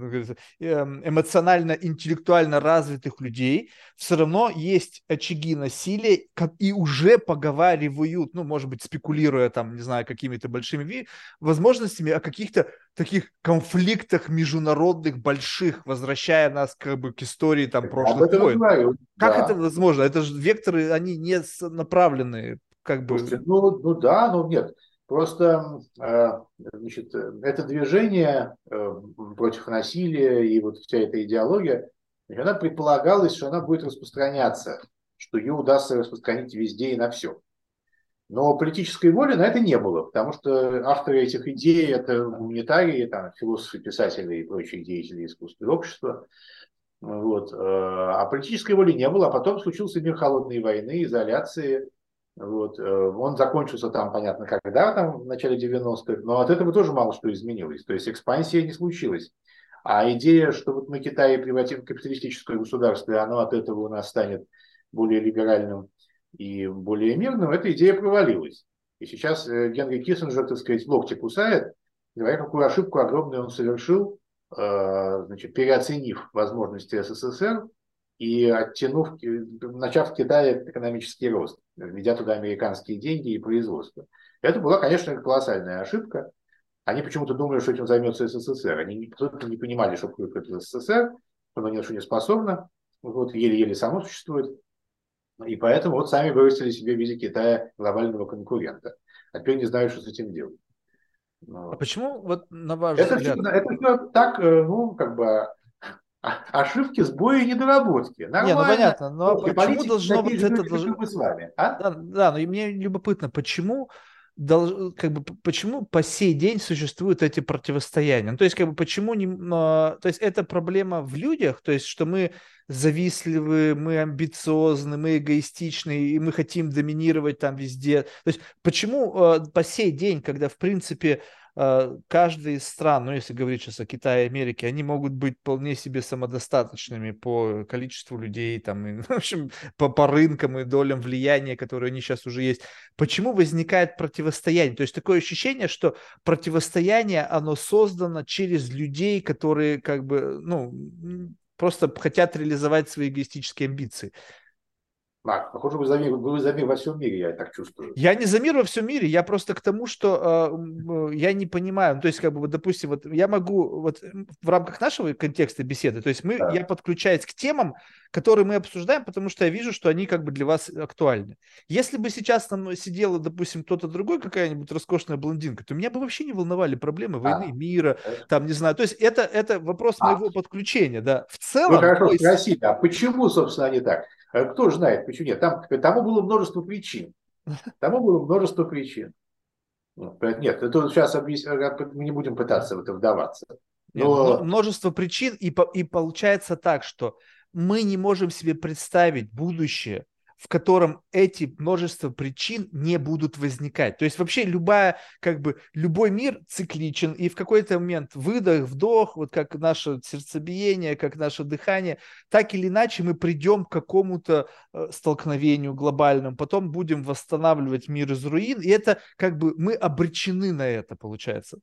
эмоционально-интеллектуально развитых людей, все равно есть очаги насилия, как и уже поговаривают, ну, может быть, спекулируя там, не знаю, какими-то большими возможностями, о каких-то таких конфликтах международных больших, возвращая нас как бы к истории там Об прошлых этом и войн. говорю, Как это да. возможно? Это же векторы, они не направлены, как бы. Слушайте, ну, ну да, ну нет. Просто э, значит, это движение э, против насилия и вот вся эта идеология, значит, она предполагалась, что она будет распространяться, что ее удастся распространить везде и на все. Но политической воли на это не было, потому что авторы этих идей – это гуманитарии, там, философы, писатели и прочие деятели искусства и общества. Вот. А политической воли не было, а потом случился мир холодной войны, изоляции. Вот. Он закончился там, понятно, когда, там, в начале девяностых, но от этого тоже мало что изменилось. То есть экспансия не случилась. А идея, что вот мы Китай превратим в капиталистическое государство, и оно от этого у нас станет более либеральным и более мирным, эта идея провалилась. И сейчас Генри Киссинджер, так сказать, локти кусает, говоря, какую ошибку огромную он совершил, значит, переоценив возможности СССР и оттянув, начав в Китае экономический рост, введя туда американские деньги и производство. Это была, конечно, колоссальная ошибка. Они почему-то думали, что этим займется СССР. Они абсолютно не понимали, что такое СССР, что оно ни на что не способно, вот, еле-еле само существует. И поэтому вот сами вырастили себе в виде Китая глобального конкурента. А теперь не знают, что с этим делать. А Вот. почему, вот на ваш Это все, взгляд, это все так, ну, как бы ошибки, сбои и недоработки. не, ну Нормально. понятно, но Слушайте, почему политики должно такие вот же это люди, как и должно. мы с вами. А? Да, да, но и мне любопытно, почему, долж- как бы, п- почему по сей день существуют эти противостояния? Ну, то есть, как бы, почему не, а, то есть, это проблема в людях, то есть, что мы завистливы, мы амбициозны, мы эгоистичны, и мы хотим доминировать там везде. То есть, почему а, по сей день, когда, в принципе, э, каждая из стран, ну, если говорить сейчас о Китае и Америке, они могут быть вполне себе самодостаточными по количеству людей, там, и, в общем, по, по рынкам и долям влияния, которые у них сейчас уже есть. Почему возникает противостояние? То есть такое ощущение, что противостояние, оно создано через людей, которые как бы, ну, просто хотят реализовать свои эгоистические амбиции. Марк, похоже, вы за мир, вы за мир во всем мире, я так чувствую. Я не за мир во всем мире, я просто к тому, что э, я не понимаю. Ну, то есть, как бы, вот, допустим, вот я могу вот в рамках нашего контекста беседы, то есть мы, я Да. подключаюсь к темам, которые мы обсуждаем, потому что я вижу, что они как бы для вас актуальны. Если бы сейчас там сидела, допустим, кто-то другой, какая-нибудь роскошная блондинка, то меня бы вообще не волновали проблемы войны, А, мира, э, там, не знаю. То есть это, это вопрос а, моего подключения, да. В вы целом, хорошо мой спросили, а почему, собственно, они так? Э, Кто же знает, почему нет? Там, тому было множество причин. Тому было множество причин. Ну, нет, это сейчас объяс- мы не будем пытаться в это вдаваться. Нет, мно- Но множество причин, и, по- и получается так, что мы не можем себе представить будущее, в котором эти множество причин не будут возникать. То есть вообще любая, как бы, любой мир цикличен, и в какой-то момент выдох, вдох, вот как наше сердцебиение, как наше дыхание, так или иначе мы придем к какому-то э, столкновению глобальному, потом будем восстанавливать мир из руин, и это как бы мы обречены на это, получается.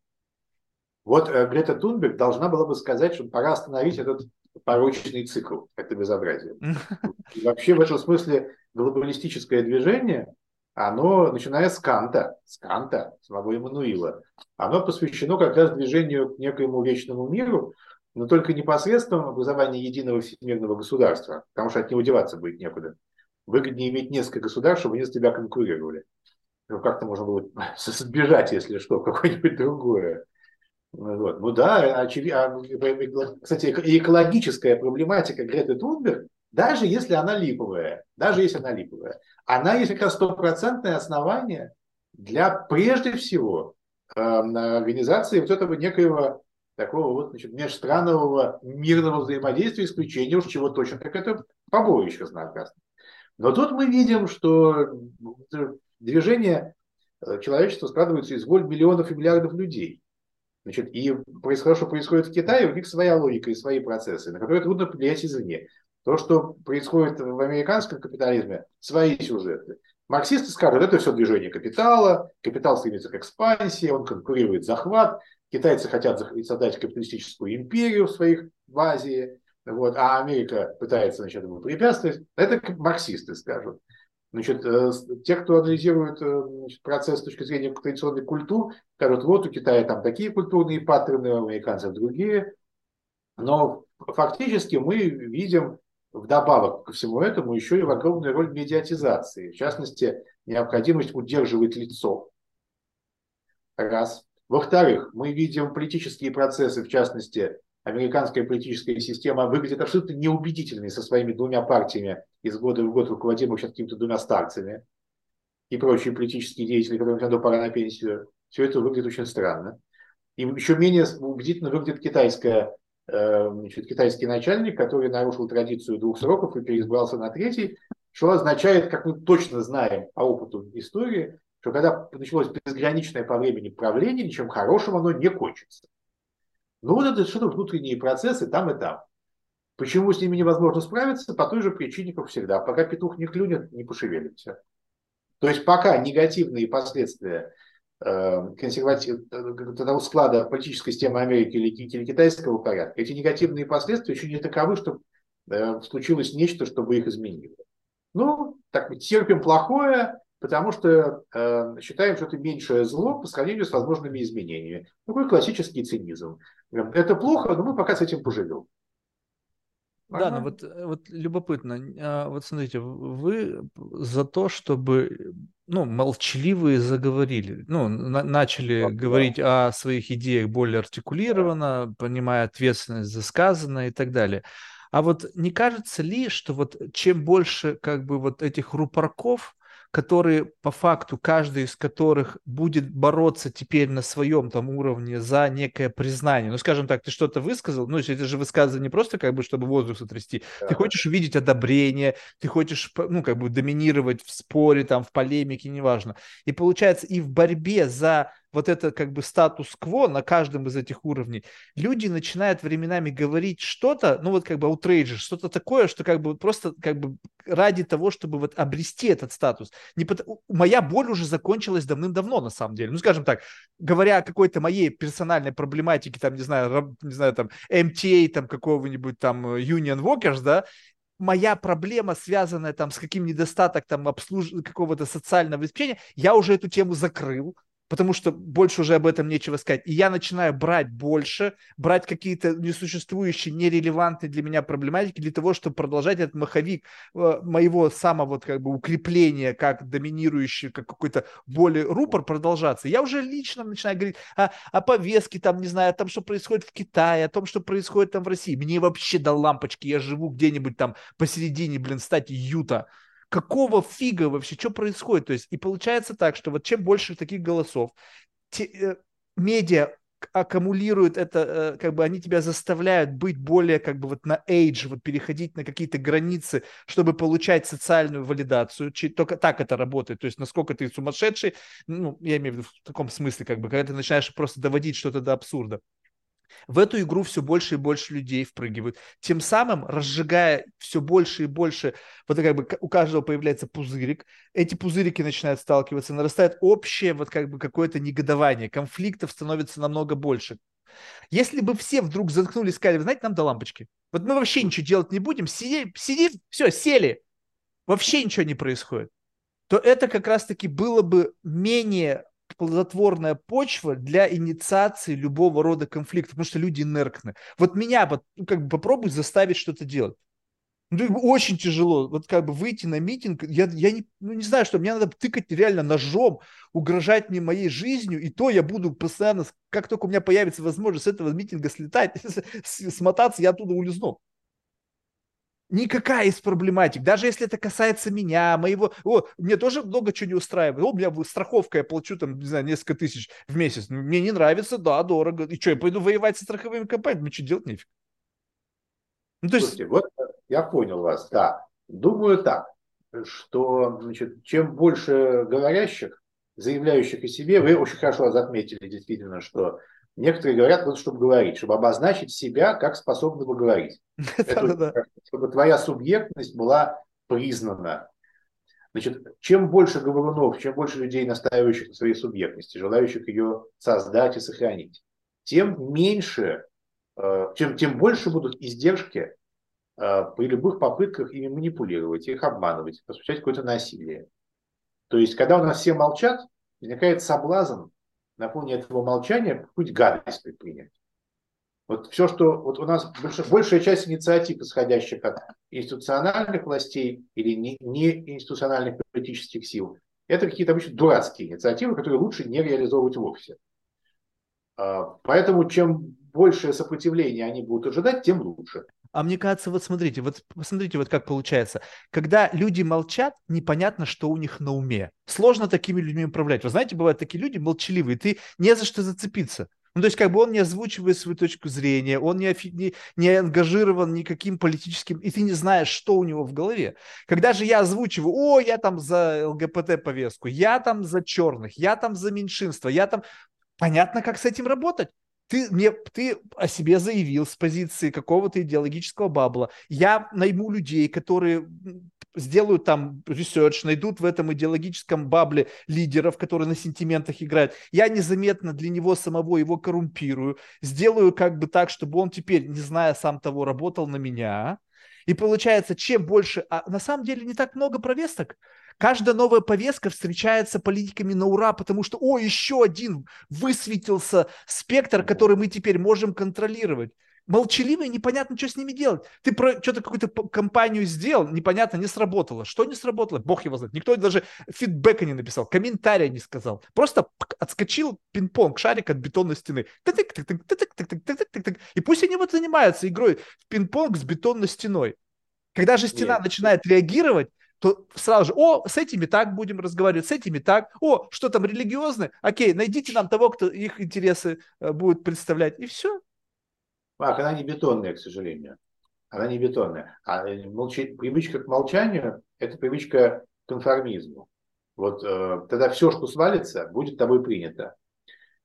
вот э, Грета Тунберг должна была бы сказать, что пора остановить этот порочный цикл, это безобразие. И вообще в этом смысле глобалистическое движение, оно, начиная с Канта, с Канта, самого Эммануила, оно посвящено как раз движению к некоему вечному миру, но только не посредством образования единого всемирного государства, потому что от него деваться будет некуда. Выгоднее иметь несколько государств, чтобы они с тебя конкурировали. Ну, как-то можно было сбежать, если что, какое-нибудь другое. Вот. Ну да, очевидно. Кстати, и экологическая проблематика Греты Тунберг, даже если она липовая, даже если она липовая, она есть как раз стопроцентное основание для, прежде всего, э, организации вот этого некоего такого вот, значит, межстранового мирного взаимодействия, исключения уж чего точно, как это побоище знаково. Но тут мы видим, что движение человечества складывается из воль миллионов и миллиардов людей. Значит, и происходит, что происходит в Китае, у них своя логика и свои процессы, на которые трудно влиять извне. То, что происходит в американском капитализме, свои сюжеты. Марксисты скажут, это все движение капитала, капитал стремится к экспансии, он конкурирует захват, китайцы хотят создать капиталистическую империю в своих в Азии, вот, а Америка пытается, значит, ему препятствовать. Это марксисты скажут. Значит, те, кто анализирует, значит, процесс с точки зрения традиционных культур, скажут, вот у Китая там такие культурные паттерны, у американцев другие. Но фактически мы видим вдобавок ко всему этому еще и огромную роль медиатизации. В частности, необходимость удерживать лицо. Раз. Во-вторых, мы видим политические процессы, в частности, американская политическая система выглядит абсолютно неубедительной со своими двумя партиями из года в год, руководимых сейчас какими-то двумя старцами и прочие политические деятели, которым давно пора на пенсию. Все это выглядит очень странно. И еще менее убедительно выглядит китайская, э, значит, китайский начальник, который нарушил традицию двух сроков и переизбрался на третий, что означает, как мы точно знаем по опыту истории, что когда началось безграничное по времени правление, ничем хорошим оно не кончится. Но вот это что-то внутренние процессы там и там. Почему с ними невозможно справиться? По той же причине, как всегда. Пока петух не клюнет, не пошевелимся. То есть пока негативные последствия э, консерватив... того склада политической системы Америки или, или китайского порядка, эти негативные последствия еще не таковы, что э, случилось нечто, чтобы их изменило. Ну, так терпим плохое, потому что э, считаем, что это меньшее зло по сравнению с возможными изменениями. Такой классический цинизм. Это плохо, но мы пока с этим поживем. Да, ну Нормально. вот, э, вот любопытно. А, Вот смотрите, в- вы за то, чтобы, ну, молчаливые заговорили, ну, на- начали Да, говорить о своих идеях более да. артикулированно, понимая ответственность за сказанное и так далее. А вот не кажется ли, что вот чем больше как бы вот этих рупорков, которые по факту, каждый из которых будет бороться теперь на своем там уровне за некое признание. Ну, скажем так, ты что-то высказал, ну, это же высказывание не просто как бы, чтобы воздух сотрясти. Ты Да. хочешь увидеть одобрение, ты хочешь, ну, как бы доминировать в споре, там, в полемике, неважно. И получается, и в борьбе за вот это как бы статус-кво на каждом из этих уровней, люди начинают временами говорить что-то, ну вот как бы outrageous, что-то такое, что как бы просто как бы ради того, чтобы вот обрести этот статус. Не под... Моя боль уже закончилась давным-давно, на самом деле. Ну, скажем так, говоря о какой-то моей персональной проблематике, там, не знаю, раб- не знаю, там, эм ти эй, там, какого-нибудь там Union Workers, да, моя проблема, связанная там с каким недостатком там обслуж... какого-то социального обеспечения, я уже эту тему закрыл, потому что больше уже об этом нечего сказать. И я начинаю брать больше, брать какие-то несуществующие, нерелевантные для меня проблематики для того, чтобы продолжать этот маховик э, моего самого вот как бы укрепления как доминирующий, как какой-то более рупор продолжаться. Я уже лично начинаю говорить о, о повестке, там, не знаю, о том, что происходит в Китае, о том, что происходит там в России. Мне вообще до лампочки, я живу где-нибудь там посередине, блин, стати Юта. Какого фига вообще, что происходит? То есть, и получается так, что вот чем больше таких голосов, те, э, медиа аккумулируют это, э, как бы они тебя заставляют быть более как бы вот на age, вот переходить на какие-то границы, чтобы получать социальную валидацию. Чи- Только так это работает. То есть насколько ты сумасшедший, ну, я имею в виду в таком смысле, как бы, когда ты начинаешь просто доводить что-то до абсурда. В эту игру все больше и больше людей впрыгивают, тем самым разжигая все больше и больше, вот как бы у каждого появляется пузырик, эти пузырики начинают сталкиваться, нарастает общее вот как бы какое-то негодование, конфликтов становится намного больше. Если бы все вдруг заткнулись и сказали, вы знаете, нам до лампочки, вот мы вообще ничего делать не будем, сидим, сидим, все, сели, вообще ничего не происходит, то это как раз-таки было бы менее плодотворная почва для инициации любого рода конфликта, потому что люди инертны. Вот меня вот, ну, как бы попробуй заставить что-то делать. Ну, очень тяжело. Вот как бы выйти на митинг, я, я не, ну, не знаю, что мне надо тыкать реально ножом, угрожать мне моей жизнью, и то я буду постоянно, как только у меня появится возможность с этого митинга слетать, смотаться, я оттуда улизну. Никакая из проблематик, даже если это касается меня, моего, о, мне тоже много чего не устраивает, о, у меня страховка, я плачу там, не знаю, несколько тысяч в месяц, мне не нравится, да, дорого, и что, я пойду воевать со страховыми компаниями, мне что делать нефиг. Ну, то есть, Слушайте, вот я понял вас, да. Думаю так, что значит, чем больше говорящих, заявляющих о себе, вы очень хорошо отметили действительно, что некоторые говорят вот чтобы говорить, чтобы обозначить себя как способного говорить. Это очень да-да-да. хорошо, чтобы твоя субъектность была признана. Значит, чем больше говорунов, чем больше людей, настаивающих на своей субъектности, желающих ее создать и сохранить, тем меньше, э, чем, тем больше будут издержки э, при любых попытках ими манипулировать, их обманывать, осуществлять какое-то насилие. То есть, когда у нас все молчат, возникает соблазн на фоне этого молчания какую-нибудь гадость предпринять. Вот все, что вот у нас больш, большая часть инициатив, исходящих от институциональных властей или не, не институциональных политических сил, это какие-то обычно дурацкие инициативы, которые лучше не реализовывать вовсе. Поэтому чем большее сопротивление они будут ожидать, тем лучше. А мне кажется, вот смотрите, вот посмотрите, вот как получается. Когда люди молчат, непонятно, что у них на уме. Сложно такими людьми управлять. Вы знаете, бывают такие люди молчаливые, ты не за что зацепиться. Ну, то есть, как бы он не озвучивает свою точку зрения, он не, не, не ангажирован никаким политическим, и ты не знаешь, что у него в голове. Когда же я озвучиваю, о, я там за ЛГБТ-повестку, я там за черных, я там за меньшинство, я там... Понятно, как с этим работать. Ты, мне, ты о себе заявил с позиции какого-то идеологического бабла. Я найму людей, которые сделают там ресерч, найдут в этом идеологическом бабле лидеров, которые на сентиментах играют. Я незаметно для него самого его коррумпирую, сделаю как бы так, чтобы он теперь, не зная сам того, работал на меня. И получается, чем больше... А на самом деле не так много повесток. Каждая новая повестка встречается политиками на ура, потому что, о, еще один высветился спектр, который мы теперь можем контролировать. Молчаливые, непонятно, что с ними делать. Ты про что-то какую-то компанию сделал, непонятно, не сработало. Что не сработало? Бог его знает. Никто даже фидбэка не написал, комментария не сказал. Просто отскочил пинг-понг, шарик от бетонной стены. И пусть они вот занимаются игрой в пинг-понг с бетонной стеной. Когда же стена Нет. начинает реагировать, то сразу же, о, с этими так будем разговаривать, с этими так, о, что там религиозные, окей, найдите нам того, кто их интересы э, будет представлять, и все. Ах, она не бетонная, к сожалению. Она не бетонная. А молчи... привычка к молчанию – это привычка к конформизму. Вот э, тогда все, что свалится, будет тобой принято.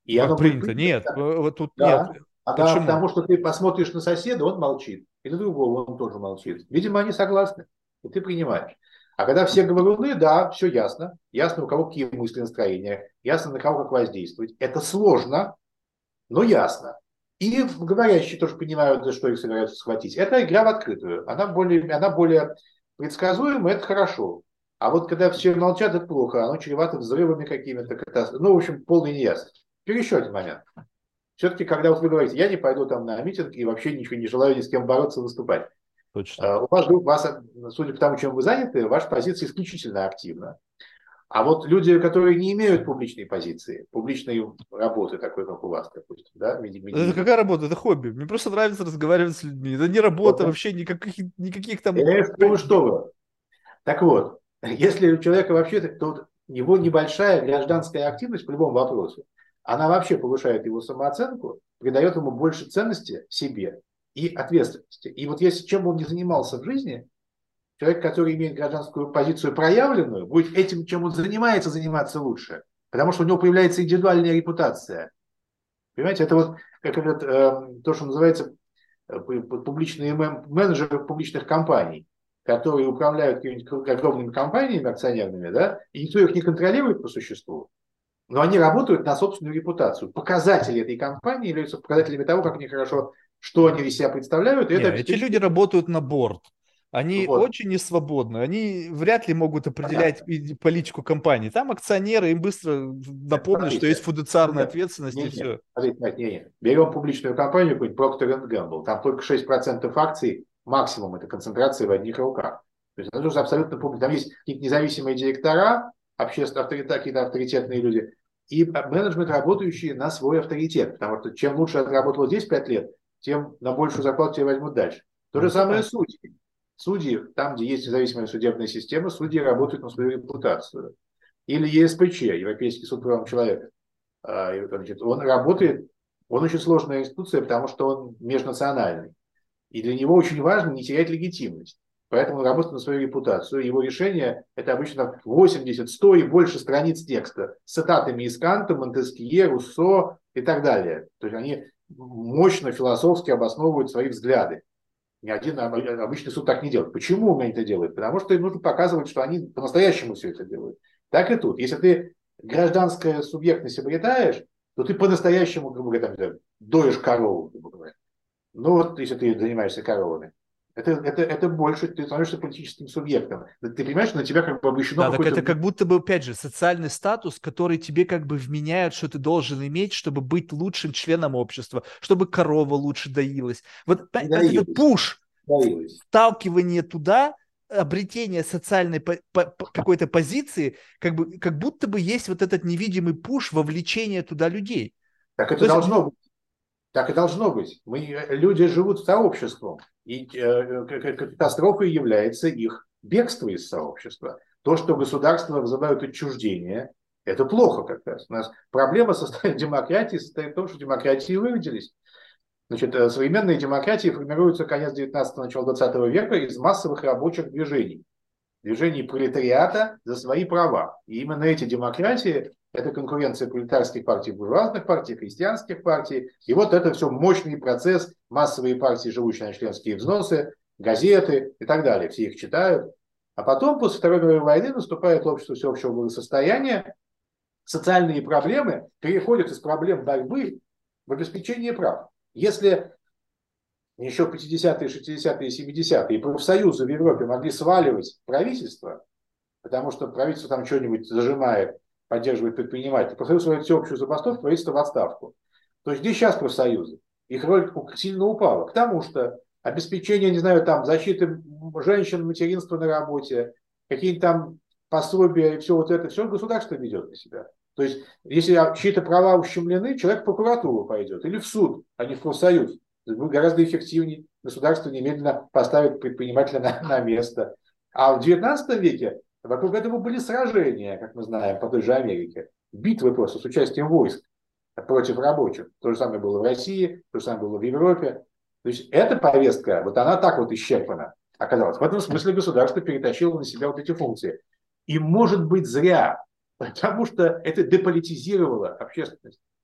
И Как оно будет принято? принято. Нет, вот тут нет. Да. А да, Почему? потому что ты посмотришь на соседа, он молчит. И на другого он тоже молчит. Видимо, они согласны. И ты принимаешь. А когда все говоруны, да, все ясно. Ясно, у кого какие мысли, настроения. Ясно, на кого как воздействовать. Это сложно, но ясно. И говорящие тоже понимают, за что их собираются схватить. Это игра в открытую. Она более, она более предсказуема, это хорошо. А вот когда все молчат, это плохо. Оно чревато взрывами какими-то. Ну, в общем, полный неясность. Теперь еще один момент. Все-таки, когда вот вы говорите, я не пойду там на митинг и вообще ничего не желаю ни с кем бороться, выступать. Точно. У вас, у вас, судя по тому, чем вы заняты, ваша позиция исключительно активна. А вот люди, которые не имеют публичной позиции, публичной работы, такой, как у вас, допустим, да, Это медийной. какая работа? Это хобби. Мне просто нравится разговаривать с людьми. Это не Вот, работа да? вообще, никаких, никаких там... Э, что вы, что вы. Так вот, если у человека вообще, то вот его небольшая гражданская активность по любому вопросу, она вообще повышает его самооценку, придает ему больше ценности себе и ответственности. И вот если чем бы он ни занимался в жизни, человек, который имеет гражданскую позицию проявленную, будет этим, чем он занимается, заниматься лучше. Потому что у него появляется индивидуальная репутация. Понимаете, это вот как этот, э, то, что называется э, публичные менеджеры публичных компаний, которые управляют какими-нибудь огромными компаниями акционерными, да, и никто их не контролирует по существу, но они работают на собственную репутацию. Показатели этой компании являются показателями того, как они хорошо, что они из себя представляют, и Не, это эти люди обеспечивает. работают на борт. Они Вот, очень несвободны. Они вряд ли могут определять понятно. и политику компании. Там акционеры, им быстро Нет, напомнят, что есть смотрите. фудуциарная Нет, ответственность и нет, нет. все. Смотрите, нет, нет, нет. Берем публичную компанию, какую-нибудь Procter энд Gamble. Там только шесть процентов акций, максимум это концентрация в одних руках. То есть это тоже абсолютно публично. Там есть какие-то независимые директора, общественные авторитеты, какие-то авторитетные люди, и менеджмент, работающий на свой авторитет. Потому что чем лучше отработал здесь пять лет, тем на большую зарплату тебя возьмут дальше. То Ну, же это самое да. судьи. Судьи, там, где есть независимая судебная система, судьи работают на свою репутацию. Или Е С П Ч, Европейский суд прав человека. А, значит, он работает, он очень сложная институция, потому что он межнациональный. И для него очень важно не терять легитимность. Поэтому он работает на свою репутацию. Его решение – это обычно восемьдесят, сто и больше страниц текста с цитатами из Канта, Монтескье, Руссо и так далее. То есть они мощно философски обосновывают свои взгляды. Ни один обычный суд так не делает. Почему они это делают? Потому что им нужно показывать, что они по-настоящему все это делают. Так и тут. Если ты гражданская субъектность обретаешь, то ты по-настоящему, грубо говоря, там, доешь корову, грубо говоря. Ну вот, если ты занимаешься коровами. Это, это, это больше, ты становишься политическим субъектом. Ты понимаешь, что на тебя как бы обращено Да, так какое-то... это как будто бы, опять же, социальный статус, который тебе как бы вменяют, что ты должен иметь, чтобы быть лучшим членом общества, чтобы корова лучше доилась. Вот, Не вот этот доилось. пуш, Доилось. сталкивание туда, обретение социальной по, по, по, какой-то позиции, как, бы, как будто бы есть вот этот невидимый пуш вовлечения туда людей. Так То это есть, должно быть. Так и должно быть. Мы, люди живут сообществом, и э, катастрофой является их бегство из сообщества. То, что государства вызывают отчуждение, это плохо как раз. У нас проблема состоит демократии состоит в том, что демократии выродились. Значит, современные демократии формируются конец девятнадцатого, начало двадцатого века из массовых рабочих движений. Движений пролетариата за свои права. И именно эти демократии, это конкуренция пролетарских партий, буржуазных партий, крестьянских партий. И вот это все мощный процесс, массовые партии, живущие на членские взносы, газеты и так далее. Все их читают. А потом, после Второй мировой войны, наступает общество всеобщего благосостояния. Социальные проблемы переходят из проблем борьбы в обеспечение прав. Если еще в пятидесятые, шестидесятые, семидесятые профсоюзы в Европе могли сваливать правительство, потому что правительство там что-нибудь зажимает, поддерживает предпринимателей, профсоюз сводит всеобщую забастовку, правительство в отставку. То есть где сейчас профсоюзы? Их роль сильно упала, потому что обеспечение, не знаю, там, защиты женщин, материнства на работе, какие-то там пособия и все вот это, все государство ведет на себя. То есть, если чьи-то права ущемлены, человек в прокуратуру пойдет или в суд, а не в профсоюз. Будет гораздо эффективнее. Государство немедленно поставит предпринимателя на, на место. А в девятнадцатом веке вокруг этого были сражения, как мы знаем, по той же Америке. Битвы просто с участием войск против рабочих. То же самое было в России, то же самое было в Европе. То есть эта повестка, вот она так вот исчерпана оказалась. В этом смысле государство перетащило на себя вот эти функции. И может быть зря, потому что это деполитизировало общественность.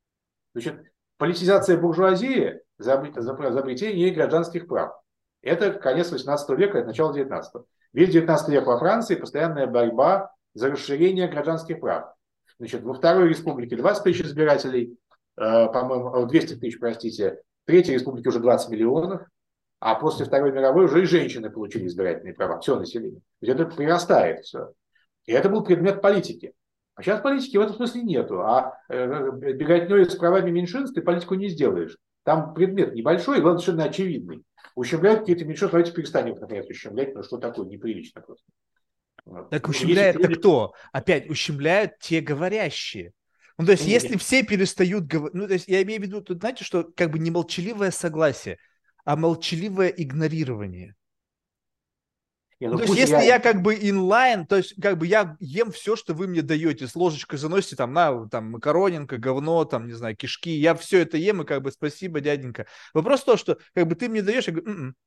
Значит, политизация буржуазии за изобретение гражданских прав. Это конец восемнадцатого века, это начало девятнадцатого. Весь девятнадцатый век во Франции постоянная борьба за расширение гражданских прав. Значит, во Второй Республике двадцать тысяч избирателей, э, по-моему, двести тысяч, простите, в Третьей Республике уже двадцать миллионов, а после Второй мировой уже и женщины получили избирательные права, все население. То есть это прирастает все. И это был предмет политики. А сейчас политики в этом смысле нету. А э, беготней с правами меньшинств ты политику не сделаешь. Там предмет небольшой, и главное, совершенно очевидный. Ущемляют какие-то меньшинства, давайте перестанем, наконец, ущемлять, потому что такое неприлично просто. Так Ну, ущемляет-то люди... кто? Опять ущемляют те говорящие. Ну, то есть, Нет, если нет. все перестают говорить... Ну, то есть, я имею в виду, тут, знаете, что как бы не молчаливое согласие, а молчаливое игнорирование. Нет, Ну, ну то есть, пусть если я реально. как бы инлайн, то есть, как бы я ем все, что вы мне даете, с ложечкой заносите там на там макаронинка, говно, там, не знаю, кишки, я все это ем, и как бы спасибо, дяденька. Вопрос в том, что как бы ты мне даешь, я говорю, м-м.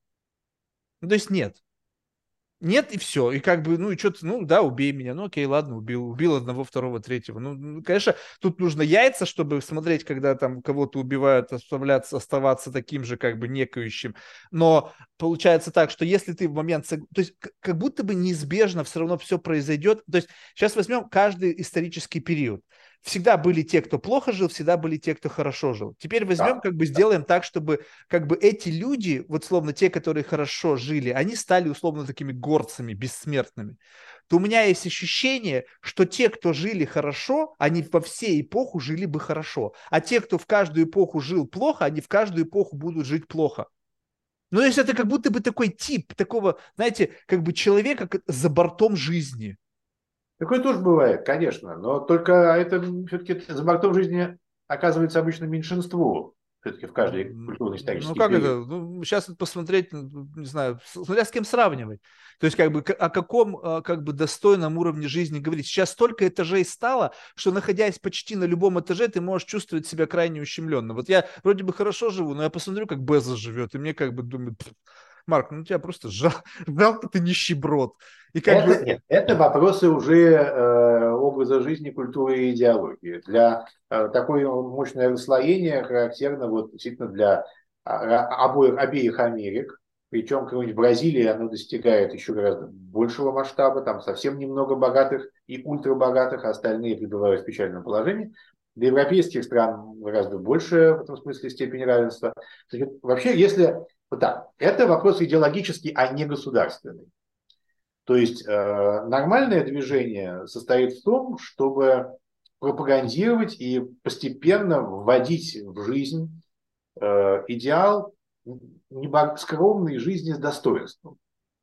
Ну, то есть, нет. Нет, и все. И как бы, ну, и что-то, ну, да, убей меня. Ну, окей, ладно, убил. Убил одного, второго, третьего. Ну, ну, конечно, тут нужно яйца, чтобы смотреть, когда там кого-то убивают, оставляться, оставаться таким же, как бы, некающим. Но получается так, что если ты в момент... сог- То есть, к- как будто бы неизбежно все равно все произойдет. То есть, сейчас возьмем каждый исторический период. Всегда были те, кто плохо жил, всегда были те, кто хорошо жил. Теперь возьмем, Да. как бы сделаем так, чтобы как бы эти люди, вот словно те, которые хорошо жили, они стали условно такими горцами, бессмертными. То у меня есть ощущение, что те, кто жили хорошо, они во все эпоху жили бы хорошо. А те, кто в каждую эпоху жил плохо, они в каждую эпоху будут жить плохо. Ну, то есть это как будто бы такой тип такого, знаете, как бы человека как за бортом жизни. Такое тоже бывает, конечно, но только это все-таки за бортом жизни оказывается обычно меньшинство, все-таки в каждый Ну, культурно-исторический как период. это? Ну, сейчас посмотреть, ну, не знаю, смотря с кем сравнивать. То есть, как бы, к- о каком, а, как бы, достойном уровне жизни говорить. Сейчас столько этажей стало, что, находясь почти на любом этаже, ты можешь чувствовать себя крайне ущемленно. Вот я вроде бы хорошо живу, но я посмотрю, как Безос живет, и мне как бы думаю, «Пф, Марк, ну тебя просто жал, жалко, ты нищеброд. И как бы, Это, нет, это вопросы уже э, образа жизни, культуры и идеологии. Для э, такое мощное расслоение характерно вот, действительно для а, обоих, обеих Америк. Причем какой-нибудь Бразилии оно достигает еще гораздо большего масштаба. Там совсем немного богатых и ультрабогатых, а остальные пребывают в печальном положении. Для европейских стран гораздо больше в этом смысле степень равенства. Значит, вообще, если... Вот так, это вопрос идеологический, а не государственный. То есть э, нормальное движение состоит в том, чтобы пропагандировать и постепенно вводить в жизнь э, идеал небо- скромной жизни с достоинством.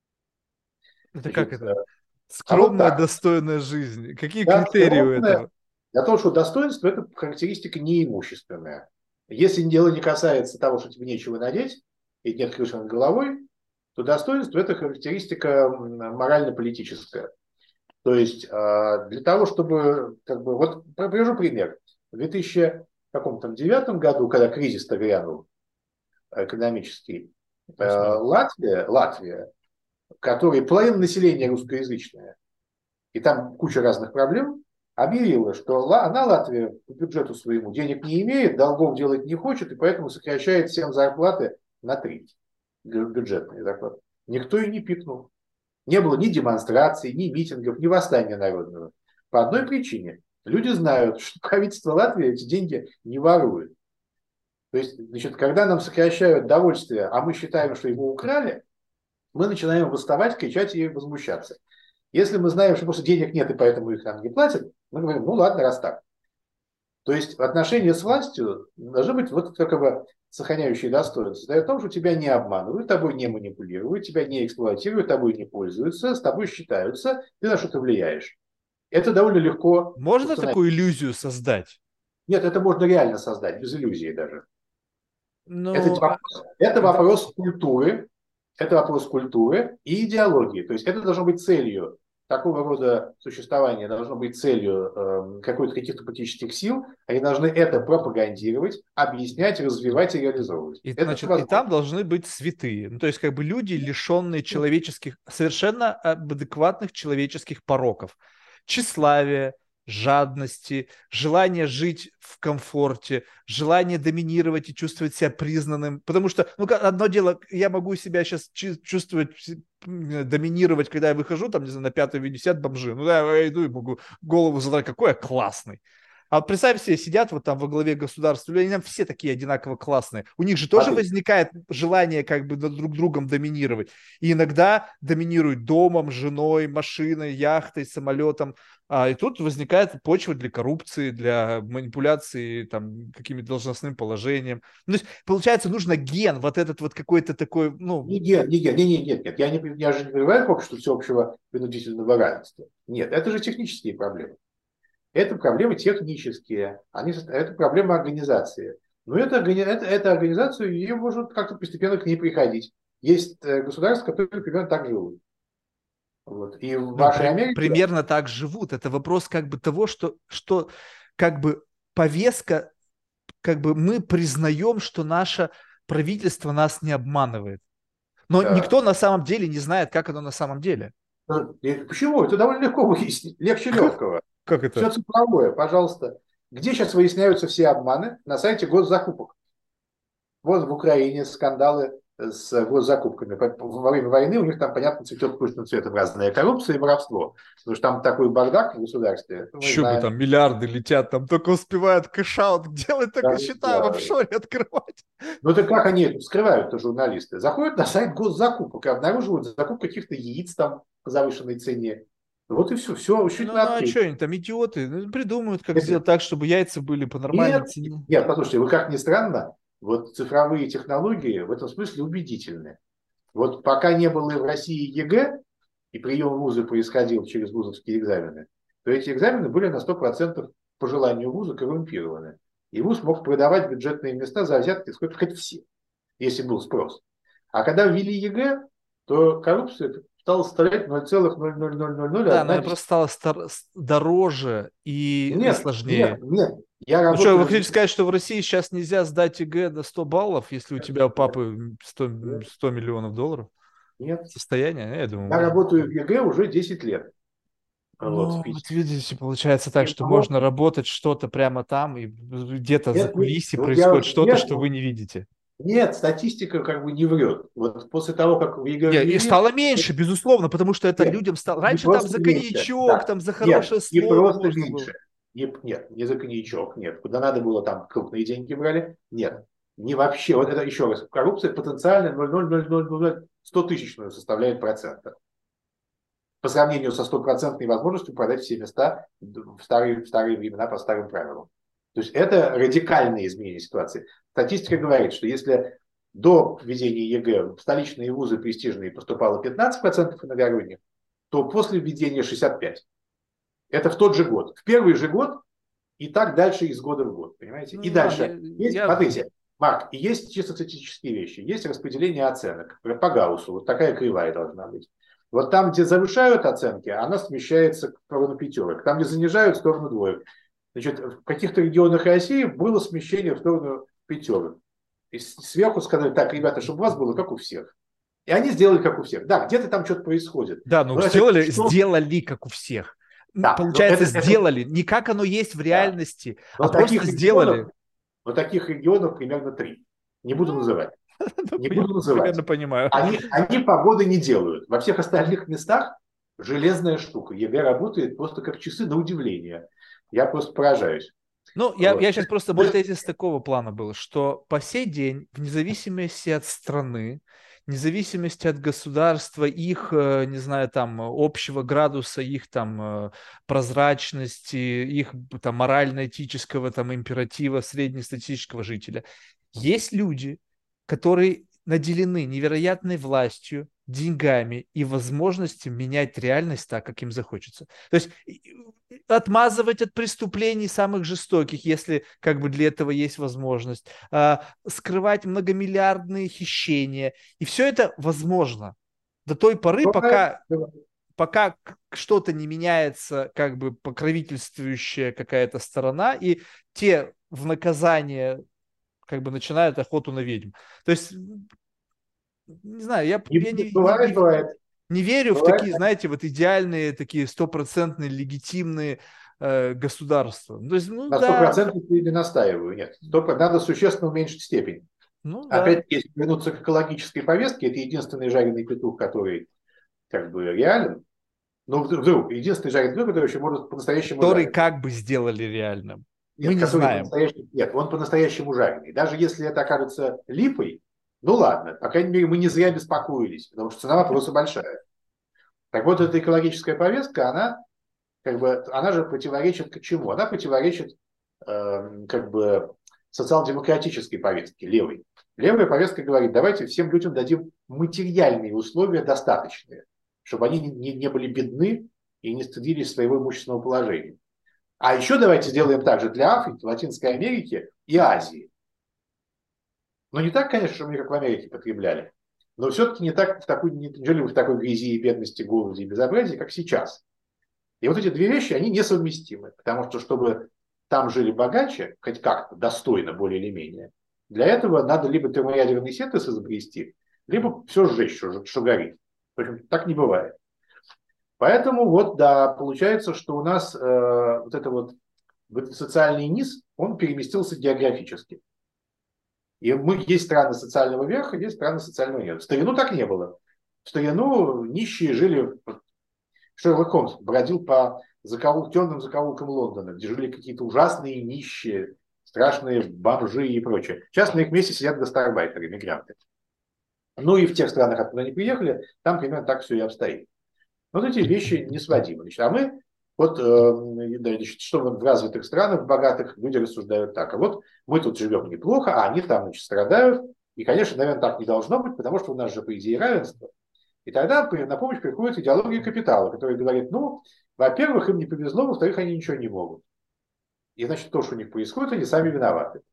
это как Значит, э, это? а вот Скромная, так. достойная жизнь. Какие Да, критерии у скромная. этого? Для того, что достоинство – это характеристика неимущественная. Если дело не касается того, что тебе нечего надеть, и нет крыши над головой, то достоинство – это характеристика морально-политическая. То есть э, для того, чтобы, как бы, вот привожу пример. В две тысячи девятом году, когда кризис-то грянул экономический, э, Восьмом. Латвия, Латвия, которая половина населения русскоязычная, и там куча разных проблем, объявила, что она, Латвия, по бюджету своему денег не имеет, долгов делать не хочет, и поэтому сокращает всем зарплаты на треть, бюджетные зарплаты. Никто и не пикнул. Не было ни демонстраций, ни митингов, ни восстания народного. По одной причине. Люди знают, что правительство Латвии эти деньги не ворует. То есть, значит, когда нам сокращают довольствие, а мы считаем, что его украли, мы начинаем восставать, кричать и возмущаться. Если мы знаем, что просто денег нет и поэтому их нам не платят, мы говорим, ну ладно, раз так. То есть отношения с властью должны быть вот как бы сохраняющие достоинство. Это о том, что тебя не обманывают, тобой не манипулируют, тебя не эксплуатируют, тобой не пользуются, с тобой считаются, ты на что-то влияешь. Это довольно легко Можно установить. такую иллюзию создать? Нет, это можно реально создать, без иллюзии даже. Это Ну, а, вопрос, это да, вопрос культуры, это вопрос культуры и идеологии. То есть это должно быть целью такого рода существования, должно быть целью э, какой-то каких-то политических сил. Они должны это пропагандировать, объяснять, развивать и реализовывать. и, Это значит, и там возможно. должны быть святые. Ну, то есть, как бы люди, лишенные человеческих, совершенно адекватных человеческих пороков. Тщеславие, жадности, желание жить в комфорте, желание доминировать и чувствовать себя признанным. Потому что, ну, одно дело, я могу себя сейчас чувствовать, доминировать, когда я выхожу, там, не знаю, на пятую авеню сидят бомжи. Ну, да, я иду и могу голову задрать, какой я классный. А представь себе, сидят вот там во главе государства, они там все такие одинаково классные. У них же тоже возникает желание как бы над друг другом доминировать. И иногда доминируют домом, женой, машиной, яхтой, самолетом. А, и тут возникает почва для коррупции, для манипуляции там, каким-то должностным положением. Ну, то есть, получается, нужно ген, вот этот вот какой-то такой, ну... Не ген, не ген, не, не, нет, нет. Я, не, я же не понимаю пока что всеобщего принудительного равенства. Нет, это же технические проблемы. Это проблемы технические, они, это проблема организации. Но это, это, эта организация, ее может как-то постепенно к ней приходить. Есть государства, которые примерно так живут. Вот. И в ну, вашей при, Америке... Примерно так живут. Это вопрос как бы того, что, что как бы повестка, как бы мы признаем, что наше правительство нас не обманывает. Но Да. никто на самом деле не знает, как оно на самом деле. Почему? Это довольно легко выяснить. Легче легкого. Как это? Все цифровое, пожалуйста. Где сейчас выясняются все обманы? На сайте госзакупок. Вот в Украине скандалы с госзакупками. Во время войны у них там, понятно, цветет пышным цветом разная коррупция и воровство. Потому что там такой бардак в государстве. Еще бы там миллиарды летят, там только успевают кэш-аут делать, так да, и счета да. в офшоре открывать. Ну так как они это скрывают-то, журналисты? Заходят на сайт госзакупок и обнаруживают закупку каких-то яиц там по завышенной цене. Вот и все. Все очень Ну, ну а что они там, идиоты? Ну, придумают, как Нет, сделать так, чтобы яйца были по нормальной нет, цене. нет, послушайте, вы как ни странно, вот цифровые технологии в этом смысле убедительны. Вот пока не было в России ЕГЭ, и прием в вузы происходил через вузовские экзамены, то эти экзамены были на сто процентов по желанию вуза коррумпированы. И вуз мог продавать бюджетные места за взятки сколько хоть все, если был спрос. А когда ввели ЕГЭ, то коррупция стала составлять ноль целых ноль ноль ноль ноль ноль Да, но она один. просто стала стар- с- дороже и, и Нет, нет, сложнее. нет. Я Ну что, вы работаю... хотите сказать, что в России сейчас нельзя сдать ЕГЭ на сто баллов, если у тебя у папы сто, Нет, сто миллионов долларов? нет. Состояние? Я думаю, Я можно. работаю в ЕГЭ уже десять лет. Вот, в Ну, вот Питере. видите, получается так, И что вот, можно работать что-то прямо там, и где-то за нет, нет, кулисье вот я, происходит что-то, нет, что вы не видите. нет, статистика как бы не врет. Вот после того, как в ЕГЭ Не, и ввели, стало меньше, безусловно, потому что это нет, людям стало... не Раньше там просто за меньше, коньячок, да, там за нет, хорошее не слово просто можно было. меньше. Не, нет, не за коньячок, нет. Куда надо было, там крупные деньги брали, нет. Не вообще, вот это еще раз, коррупция потенциально ноль целых ноль ноль ноль ноль сто тысячную составляет процента. По сравнению со стопроцентной возможностью продать все места в старые, в старые времена по старым правилам. То есть это радикальное изменение ситуации. Статистика говорит, что если до введения ЕГЭ в столичные вузы престижные поступало пятнадцать процентов иногородних, то после введения шестьдесят пять процентов. Это в тот же год. В первый же год и так дальше из года в год. Понимаете? Ну, И не знаю, дальше. я, Есть, я... смотрите, Марк, и есть чисто статистические вещи. Есть распределение оценок по Гауссу. Вот такая кривая должна быть. Вот там, где завышают оценки, она смещается в сторону пятерок. Там, где занижают, в сторону двоек. Значит, в каких-то регионах России было смещение в сторону пятерок. И сверху сказали, так, ребята, чтобы у вас было как у всех. И они сделали как у всех. Да, где-то там что-то происходит. Да, ну Но это сделали, что? сделали как у всех. Да, но Получается, это, это, сделали. Не как оно есть в да. реальности, Но а просто таких сделали. регионов, но таких регионов примерно три. Не буду Ну, называть. Не я буду называть. примерно понимаю. Они, они погоды не делают. Во всех остальных местах железная штука. ЕГЭ работает просто как часы на удивление. Я просто поражаюсь. Ну, я, Вот. я сейчас просто, мой тезис такого плана был, что по сей день, вне зависимости от страны, вне зависимости от государства, их, э, не знаю, там, общего градуса, их там э, прозрачности, их там морально-этического там императива среднестатистического жителя, есть люди, которые наделены невероятной властью, деньгами и возможностью менять реальность так, как им захочется. То есть отмазывать от преступлений самых жестоких, если как бы для этого есть возможность, а, скрывать многомиллиардные хищения. И все это возможно до той поры, пока, пока что-то не меняется, как бы покровительствующая какая-то сторона, и те в наказание как бы начинают охоту на ведьм. То есть, не знаю, я, Не, я не, не, бывает, не, бывает. не верю в Бывает. такие, знаете, вот идеальные, такие стопроцентные, легитимные э, государства. То есть, ну На сто да, процентов не настаиваю, нет. Только надо существенно уменьшить степень. ну да. Опять, если вернуться к экологической повестке, это единственный жареный петух, который как бы реален. Ну, вдруг, единственный жареный петух, который еще может по-настоящему Который жареный. как бы сделали реальным. Мы Нет, не который знаем. по-настоящему, нет, он по-настоящему жареный. Даже если это окажется липой, ну ладно, по крайней мере, мы не зря беспокоились, потому что цена вопроса большая. Так вот, эта экологическая повестка, она как бы, она же противоречит к чему? Она противоречит э, как бы социал-демократической повестке, левой. Левая повестка говорит, давайте всем людям дадим материальные условия достаточные, чтобы они не, не были бедны и не стыдились своего имущественного положения. А еще давайте сделаем так же для Африки, Латинской Америки и Азии. Но не так, конечно, чтобы они как в Америке потребляли, но все-таки не так, в такой, не жили в такой грязи и бедности, голоде и безобразии, как сейчас. И вот эти две вещи, они несовместимы, потому что, чтобы там жили богаче, хоть как-то, достойно, более или менее, для этого надо либо термоядерный синтез изобрести, либо все сжечь, что, что горит. В общем, так не бывает. Поэтому вот, да, получается, что у нас э, вот это вот, вот этот социальный низ, он переместился географически. И мы, есть страны социального верха, есть страны социального низа. В старину так не было. В старину нищие жили. Шерлок Холмс бродил по закоул, темным закоулкам Лондона, где жили какие-то ужасные нищие, страшные бомжи и прочее. Сейчас на их месте сидят гастарбайтеры, мигранты. Ну и в тех странах, откуда они приехали, там примерно так все и обстоит. Вот эти вещи не сводимы. А мы, вот, э, значит, что в развитых странах, в богатых, люди рассуждают так. А вот мы тут живем неплохо, а они там, значит, страдают. И, конечно, наверное, так не должно быть, потому что у нас же, по идее, равенство. И тогда на помощь приходит идеология капитала, которая говорит, ну, во-первых, им не повезло, во-вторых, они ничего не могут. И, значит, то, что у них происходит, они сами виноваты.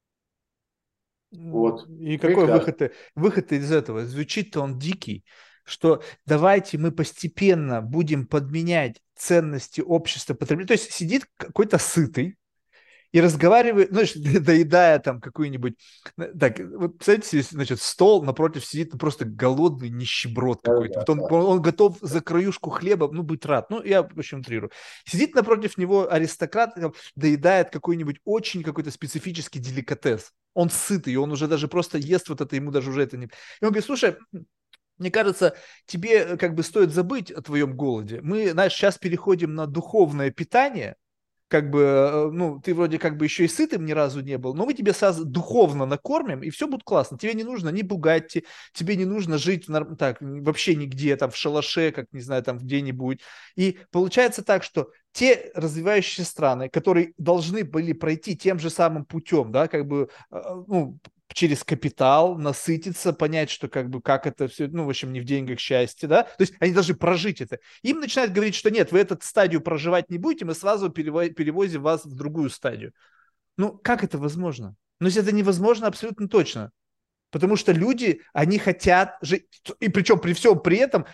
Вот. И какой Прекрасно. выход, выход из этого? Звучит-то он дикий, что давайте мы постепенно будем подменять ценности общества потребления. То есть сидит какой-то сытый, и разговаривает, ну, доедая там какую-нибудь... Так, вот представляете, значит, стол напротив сидит ну, просто голодный нищеброд Да, какой-то. да, Вот он, да. он готов за краюшку хлеба, ну, быть рад. Ну, я, в общем, утрирую. Сидит напротив него аристократ, доедает какой-нибудь очень какой-то специфический деликатес. Он сытый, он уже даже просто ест вот это, ему даже уже это не... И он говорит, слушай, мне кажется, тебе как бы стоит забыть о твоем голоде. Мы, знаешь, сейчас переходим на духовное питание, как бы, ну, ты вроде как бы еще и сытым ни разу не был, но мы тебе сразу духовно накормим, и все будет классно. Тебе не нужно ни Бугатти, тебе не нужно жить в, так, вообще нигде, там, в шалаше, как, не знаю, там, где-нибудь. И получается так, что те развивающиеся страны, которые должны были пройти тем же самым путем, да, как бы, ну, через капитал, насытиться, понять, что как бы как это все, ну, в общем, не в деньгах счастье, да, то есть они должны прожить это. Им начинают говорить, что нет, вы эту стадию проживать не будете, мы сразу перевозим вас в другую стадию. Ну, как это возможно? Ну, если это невозможно, абсолютно точно. Потому что люди, они хотят жить, и причем при всем при этом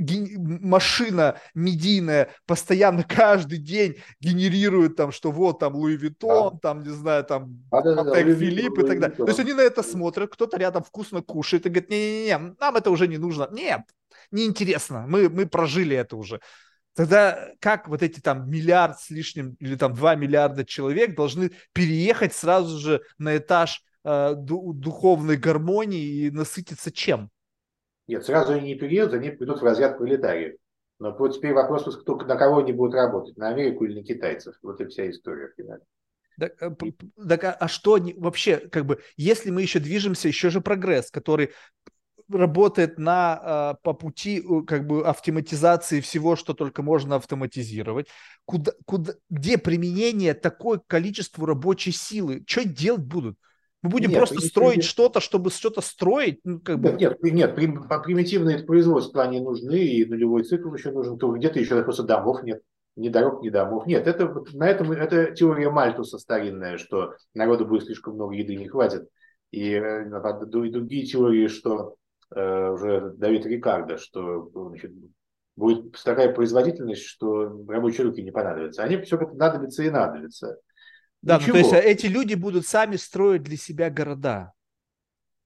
машина медийная постоянно каждый день генерирует там, что вот там Луи Да. Виттон, там, не знаю, там А, да, да, да, Патек Луи Виттон, Филипп и Луи так далее. То есть Виттон. они на это смотрят, кто-то рядом вкусно кушает и говорит, не-не-не, нам это уже не нужно. Нет, неинтересно, мы, мы прожили это уже. Тогда как вот эти там миллиард с лишним или там два миллиарда человек должны переехать сразу же на этаж э, духовной гармонии и насытиться чем? Нет, сразу они не переедут, они придут в разряд пролетариев. Но вот теперь вопрос, кто, на кого они будут работать, на Америку или на китайцев. Вот и вся история. Так, так, а, а что они вообще, как бы, если мы еще движемся, еще же прогресс, который работает на, по пути как бы автоматизации всего, что только можно автоматизировать. Куда, куда, где применение такое количество рабочей силы? Что делать будут? Мы будем Нет, просто строить примитивные, что-то, чтобы что-то строить? Ну, как бы... нет, нет, нет, прим- по- примитивные производства они нужны, и нулевой цикл еще нужен. То где-то еще просто домов нет, ни дорог, ни домов. Нет, это, на этом, это теория Мальтуса старинная, что народу будет слишком много еды, не хватит. И, э, и другие теории, что э, уже Давид Рикардо, что значит, будет такая производительность, что рабочие руки не понадобятся. Они все как надобятся и надобятся. Да, ну то есть а Ничего. эти люди будут сами строить для себя города.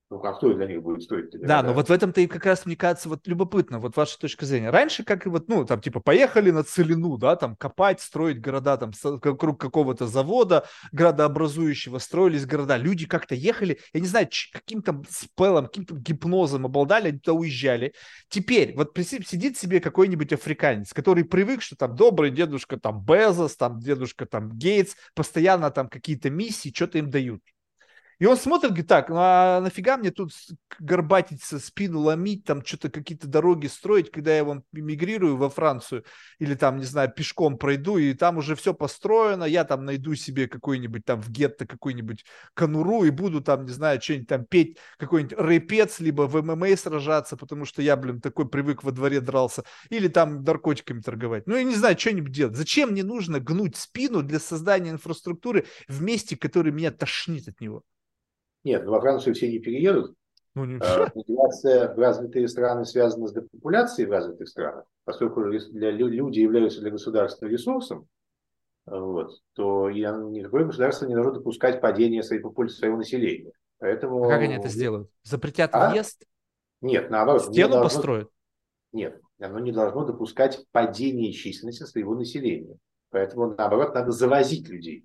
Ну, а кто для них будет стоить Да, но города? вот в этом-то и как раз, мне кажется, вот любопытно, вот ваша точка зрения. Раньше, как и вот, ну, там, типа, поехали на целину, да, там, копать, строить города, там, с- вокруг какого-то завода градообразующего, строились города. Люди как-то ехали, я не знаю, ч- каким-то спелом, каким-то гипнозом обладали, они туда уезжали. Теперь, вот представь, сидит себе какой-нибудь африканец, который привык, что там добрый дедушка, там, Безос, там, дедушка, там, Гейтс, постоянно там какие-то миссии, что-то им дают. И он смотрит, говорит, так, ну а нафига мне тут горбатиться, спину ломить, там что-то какие-то дороги строить, когда я вон эмигрирую во Францию или там, не знаю, пешком пройду, и там уже все построено, я там найду себе какой-нибудь там в гетто какой-нибудь конуру и буду там, не знаю, что-нибудь там петь, какой-нибудь рэпец, либо в эм эм а сражаться, потому что я, блин, такой привык во дворе дрался, или там наркотиками торговать. Ну, я не знаю, что-нибудь делать. Зачем мне нужно гнуть спину для создания инфраструктуры в месте, который меня тошнит от него? Нет, ну во Францию все не переедут. Ну, не... Э, Миграция в развитые страны связана с депопуляцией в развитых странах, поскольку для, лю- люди являются для государства ресурсом, э, вот, то и оно- никакое государство не должно допускать падения своей популяции, своего населения. А как они это Поэтому, сделают? Запретят а? въезд? Нет, наоборот, не Стену должно, построят? нет, оно не должно допускать падения численности своего населения. Поэтому, наоборот, надо завозить людей.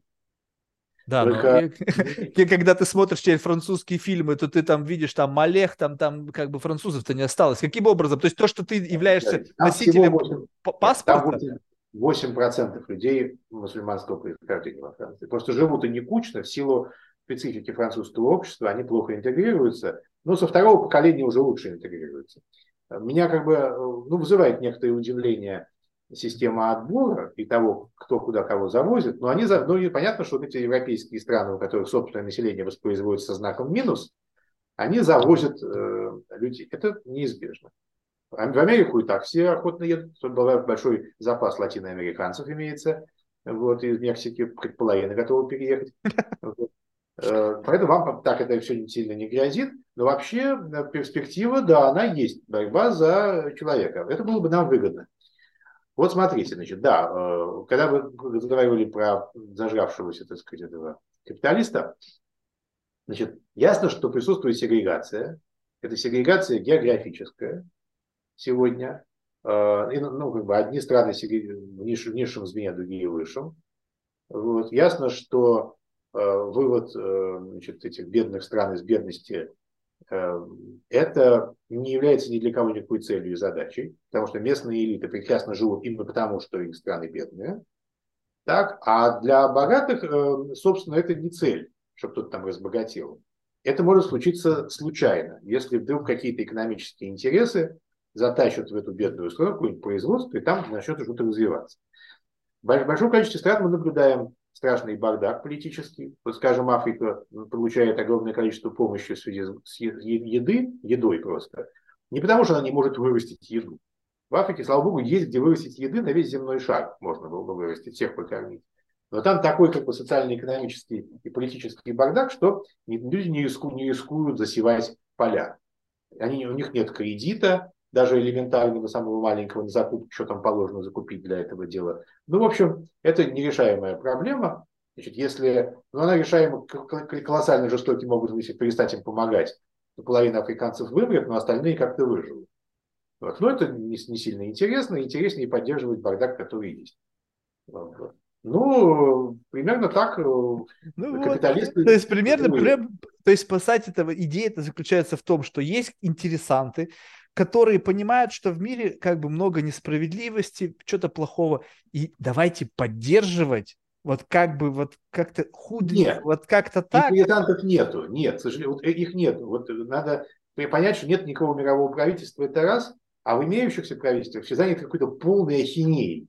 Да, но Только и- и когда ты смотришь теперь французские фильмы, то ты там видишь там Малех, там, там как бы французов-то не осталось. Каким образом? То есть то, что ты являешься там всего носителем восемь, п- нет, там паспорта, восемь восемь процентов людей мусульманского происхождения во Франции. Просто живут они кучно в силу специфики французского общества, они плохо интегрируются, но со второго поколения уже лучше интегрируются. Меня как бы ну, вызывает некоторое удивление система отбора и того, кто куда кого завозит, но они, за- ну, и понятно, что вот эти европейские страны, у которых собственное население воспроизводится со знаком минус, они завозят э, людей. Это неизбежно. В Америку и так все охотно едут. Тут большой запас латиноамериканцев имеется. Вот, из Мексики половина готова переехать. Вот. Э, Поэтому вам так это все сильно не грозит. Но вообще э, перспектива, да, она есть. Борьба за человека. Это было бы нам выгодно. Вот смотрите, значит, да, э, когда вы разговаривали про зажравшегося, так сказать, этого капиталиста, значит, ясно, что присутствует сегрегация. Это сегрегация географическая сегодня. Э, и, ну, как бы одни страны в низшем, низшем звене, другие в высшем. Вот. Ясно, что э, вывод э, значит, этих бедных стран из бедности э, это не является ни для кого никакой целью и задачей, потому что местные элиты прекрасно живут именно потому, что их страны бедные. Так? А для богатых, э, собственно, это не цель, чтобы кто-то там разбогател. Это может случиться случайно, если вдруг какие-то экономические интересы затащат в эту бедную страну какое-нибудь производство, и там начнет что-то развиваться. В большом количестве стран мы наблюдаем страшный бардак политический. Вот, скажем, Африка получает огромное количество помощи в связи с еды, едой просто. Не потому, что она не может вырастить еду. В Африке, слава богу, есть где вырастить еды на весь земной шар. Можно было бы вырастить, всех покормить. Но там такой как бы социально-экономический и политический бардак, что люди не рискуют, не рискуют засевать поля. Они, у них нет кредита, даже элементарного, самого маленького, на закупку, что там положено закупить для этого дела. Ну, в общем, это нерешаемая проблема. Значит, если ну, она решаема колоссально жестоким образом, если перестать им помогать, то половина африканцев вымрет, но остальные как-то выживут. Вот. Но это не, не сильно интересно. Интереснее поддерживать бардак, который есть. Вот. Ну, примерно так ну вот, то капиталисты есть примерно, живые. прям- то есть спасать этого идея это заключается в том, что есть интересанты, которые понимают, что в мире как бы много несправедливости, что-то плохого, и давайте поддерживать, вот как бы вот как-то худенько, Нет, вот как-то так. интересантов нету, нет, к сожалению, вот их нету. Вот надо понять, что нет никакого мирового правительства, это раз, а в имеющихся правительствах все заняты какой-то полной ахинеей.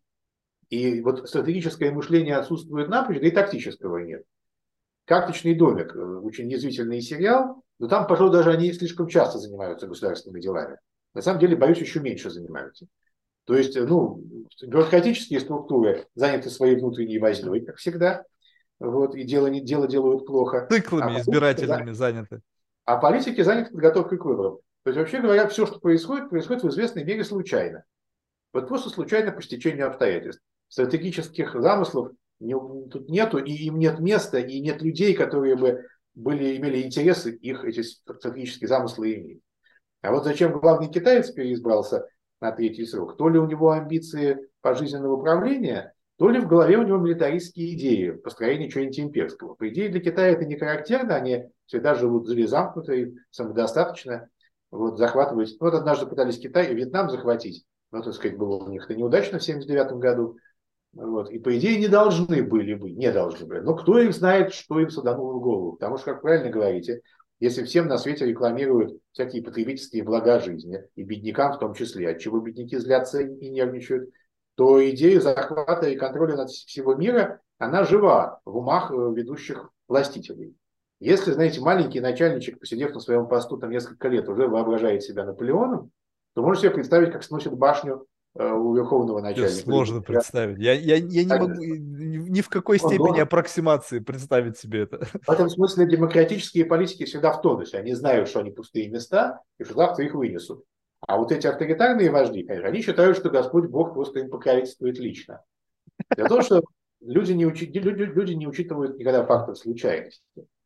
И вот стратегическое мышление отсутствует напрочь, да и тактического нет. «Карточный домик» – очень язвительный сериал, но там, пожалуй, даже они слишком часто занимаются государственными делами. На самом деле, боюсь, еще меньше занимаются. То есть, ну, бюрократические структуры заняты своей внутренней возней, как всегда, вот, и дело, не, дело делают плохо. А Циклами политика, избирательными заняты. а политики заняты подготовкой к выборам. То есть, вообще говоря, все, что происходит, происходит в известной мере случайно. Вот просто случайно по стечению обстоятельств. Стратегических замыслов не, тут нету, и им нет места, и нет людей, которые бы были, имели интересы их эти стратегические замыслы иметь. А вот зачем главный китаец переизбрался на третий срок? То ли у него амбиции пожизненного управления, то ли в голове у него милитаристские идеи построения чего-нибудь имперского. По идее, для Китая это не характерно, они всегда живут замкнуто, самодостаточно, вот, захватывают. Вот однажды пытались Китай и Вьетнам захватить, но, так сказать, было у них это неудачно в семьдесят девятом году. Вот. И, по идее, не должны были бы, не должны были. Но кто их знает, что им садануло в голову. Потому что, как правильно говорите, если всем на свете рекламируют всякие потребительские блага жизни, и беднякам в том числе, от чего бедняки злятся и нервничают, то идея захвата и контроля над всего мира, она жива в умах ведущих властителей. Если, знаете, маленький начальничек, посидев на своем посту там несколько лет, уже воображает себя Наполеоном, то можете себе представить, как сносит башню у верховного начальника. Сложно представить. Я, я, я не могу ни в какой степени аппроксимации представить себе это. В этом смысле демократические политики всегда в тонусе. Они знают, что они пустые места, и что завтра их вынесут. А вот эти авторитарные вожди, конечно, они считают, что Господь Бог просто им покровительствует лично. Для того, что люди не, учи, люди, люди не учитывают никогда фактор случайности.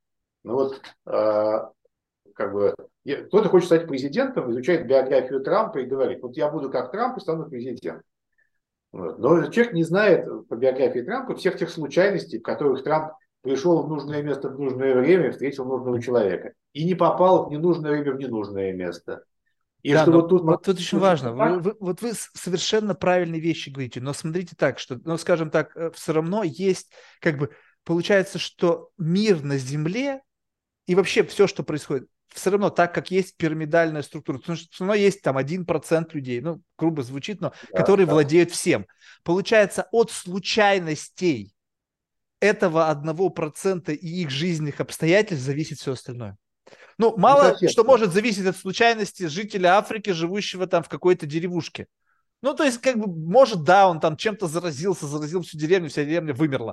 Ну вот, э, как бы, кто-то хочет стать президентом, изучает биографию Трампа и говорит, вот я буду как Трамп и стану президентом. Вот. Но человек не знает по биографии Трампа всех тех случайностей, в которых Трамп пришел в нужное место в нужное время, встретил нужного человека. И не попал в ненужное время в ненужное место. И да, что вот тут... Вот тут очень важно. Вы, вы, вот вы совершенно правильные вещи говорите, но смотрите так, что, ну, скажем так, все равно есть, как бы, получается, что мир на Земле и вообще все, что происходит, все равно так, как есть пирамидальная структура, потому что все равно есть там один процент людей, ну, грубо звучит, но да, которые да. владеют всем. Получается, от случайностей этого одного процента и их жизненных обстоятельств зависит все остальное. Ну, мало совсем, что да. может зависеть от случайности жителя Африки, живущего там в какой-то деревушке. Ну, то есть, как бы, может, да, он там чем-то заразился, заразил всю деревню, вся деревня вымерла.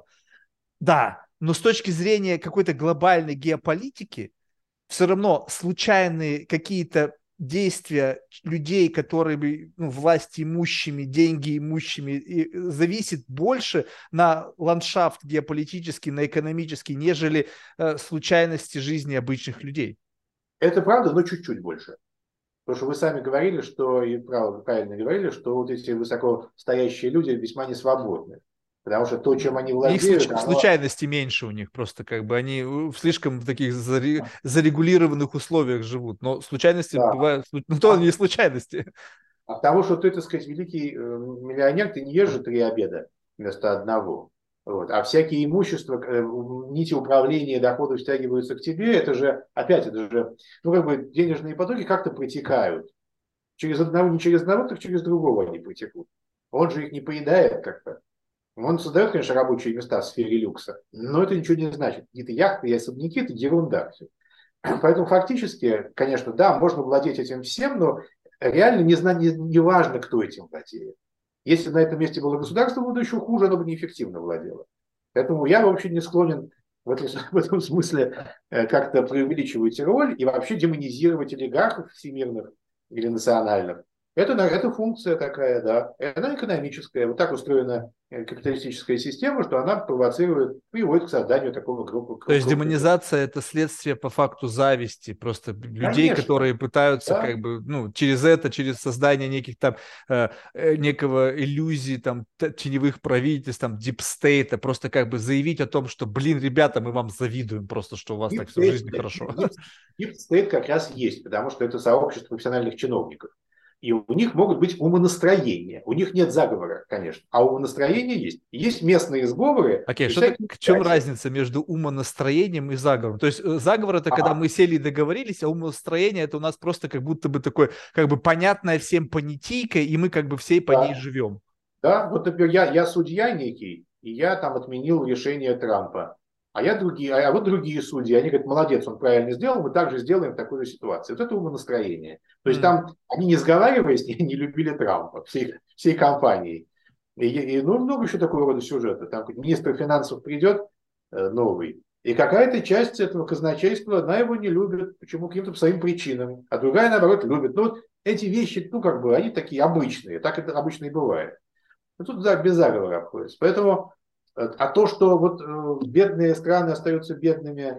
Да, но с точки зрения какой-то глобальной геополитики, все равно случайные какие-то действия людей, которые, ну, власть имущими, деньги имущими, и зависит больше на ландшафт геополитический, на экономический, нежели э, случайности жизни обычных людей. Это правда, но чуть-чуть больше. Потому что вы сами говорили, что, и правильно говорили, что вот эти высокостоящие люди весьма несвободны. Потому что то, чем они владеют... Их случ... оно... случайности меньше у них, просто как бы они в слишком в таких заре... зарегулированных условиях живут. Но случайности да. бывают... Ну, то а... не случайности. От того, что ты, так сказать, великий миллионер, ты не ешь же три обеда вместо одного. Вот. А всякие имущества, нити управления доходов стягиваются к тебе, это же, опять, это же, ну, как бы денежные потоки как-то протекают. Через одного, не через одного, так через другого они протекут. Он же их не поедает как-то. Он создает, конечно, рабочие места в сфере люкса, но это ничего не значит. Какие-то яхты и особняки – это ерунда. Все. Поэтому фактически, конечно, да, можно владеть этим всем, но реально не, не, не важно, кто этим владеет. Если на этом месте было государство, было еще хуже, оно бы неэффективно владело. Поэтому я вообще не склонен в этом, в этом смысле как-то преувеличивать роль и вообще демонизировать олигархов всемирных или национальных. Это, это функция такая, да. Она экономическая. Вот так устроена капиталистическая система, что она провоцирует, приводит к созданию такого группы. То есть демонизация – это следствие по факту зависти просто людей, конечно, которые пытаются да. как бы, ну, через это, через создание неких там, э, некого иллюзии, там, теневых правительств, там, дипстейта, просто как бы заявить о том, что, блин, ребята, мы вам завидуем просто, что у вас deep так все в жизни да, хорошо. Дипстейт как раз есть, потому что это сообщество профессиональных чиновников. И у них могут быть умонастроения. У них нет заговора, конечно, а умонастроения есть. Есть местные сговоры. Окей, okay, в чем разница между умонастроением и заговором? То есть заговор – это а-а. когда мы сели и договорились, а умонастроение – это у нас просто как будто бы такое, как бы понятная всем понятийка, и мы как бы все по да. ней живем. Да, вот, например, я, я судья некий, и я там отменил решение Трампа. А, я другие, а вот другие судьи, они говорят, молодец, он правильно сделал, мы также сделаем в такой же ситуации. Вот это умонастроение. То есть mm. там они, не сговариваясь, не, не любили Трампа всей, всей компанией. И, и ну, много еще такого рода сюжета. Там министр финансов придет э, новый, и какая-то часть этого казначейства, она его не любит, почему каким-то по своим причинам, а другая, наоборот, любит. Ну вот эти вещи, ну как бы, они такие обычные, так это обычно и бывает. Но тут да, без заговора обходится. Поэтому... А то, что вот бедные страны остаются бедными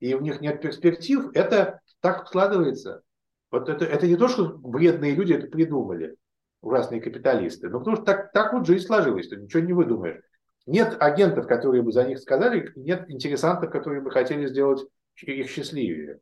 и у них нет перспектив, это так складывается. Вот это, это не то, что вредные люди это придумали, ужасные капиталисты, но потому что так, так вот жизнь сложилась, ты ничего не выдумаешь. Нет агентов, которые бы за них сказали, нет интересантов, которые бы хотели сделать их счастливее.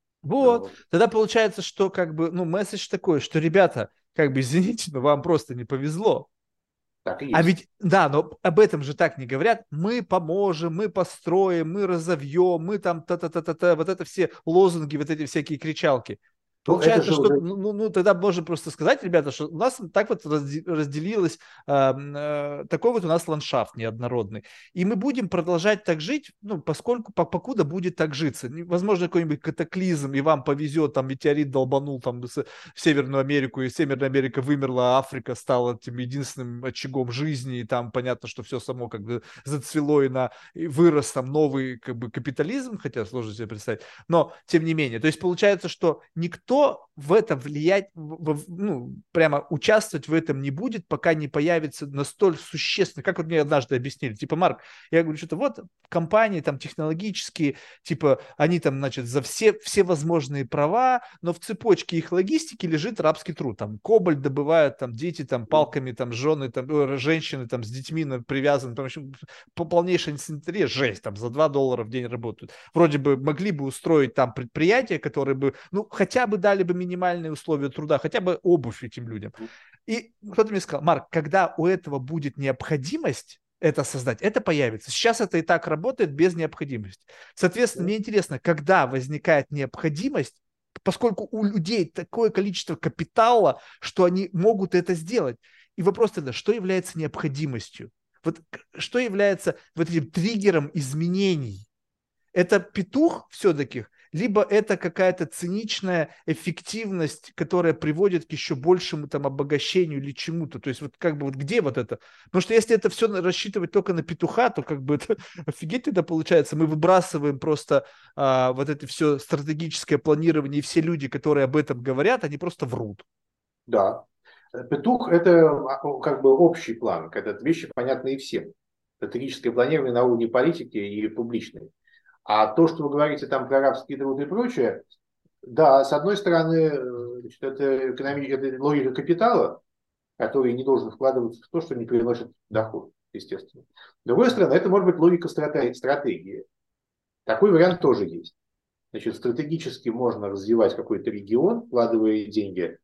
Вот. Вот. Тогда получается, что как бы, ну, месседж такой, что, ребята, как бы, извините, но вам просто не повезло. Так и А есть. ведь, да, но об этом же так не говорят. Мы поможем, мы построим, мы разовьем, мы там та-та-та-та-та, вот это все лозунги, вот эти всякие кричалки. Ну, это Получается, же что уже ну, ну, ну, тогда можно просто сказать, ребята, что у нас так вот разделилось, э, э, такой вот у нас ландшафт неоднородный. И мы будем продолжать так жить, ну, поскольку, покуда будет так житься. Возможно, какой-нибудь катаклизм, и вам повезет, там метеорит долбанул там, в Северную Америку, и Северная Америка вымерла, а Африка стала тем единственным очагом жизни, и там понятно, что все само как бы зацвело, и, на, и вырос там новый как бы капитализм, хотя сложно себе представить, но тем не менее. То есть получается, что никто в это влиять, в, в, ну, прямо участвовать в этом не будет, пока не появится настолько существенно, как вот мне однажды объяснили, типа, Марк, я говорю, что-то вот компании там технологические, типа, они там, значит, за все, все возможные права, но в цепочке их логистики лежит рабский труд, там, кобальт добывают, там, дети, там, палками, там, жены, там, женщины, там, с детьми привязаны, там, в общем, полнейшая санитария, жесть, там, за два доллара в день работают. Вроде бы могли бы устроить там предприятия, которые бы, ну, хотя бы дали бы минимальные условия труда, хотя бы обувь этим людям. И кто-то мне сказал, Марк, когда у этого будет необходимость это создать, это появится. Сейчас это и так работает без необходимости. Соответственно, мне интересно, когда возникает необходимость, поскольку у людей такое количество капитала, что они могут это сделать. И вопрос тогда, что является необходимостью? Вот что является вот этим триггером изменений? Это петух все-таки, либо это какая-то циничная эффективность, которая приводит к еще большему там обогащению или чему-то. То есть вот как бы вот где вот это? Потому что если это все рассчитывать только на петуха, то как бы это офигеть тогда получается. Мы выбрасываем просто а, вот это все стратегическое планирование, и все люди, которые об этом говорят, они просто врут. Да. Петух – это как бы общий план, когда вещи понятны всем. Стратегическое планирование на уровне политики и публичной. А то, что вы говорите там про арабский труд и прочее, да, с одной стороны, значит, это, экономи... это логика капитала, который не должен вкладываться в то, что не приносит доход, естественно. С другой стороны, это может быть логика стратегии. Такой вариант тоже есть. Значит, стратегически можно развивать какой-то регион, вкладывая деньги э,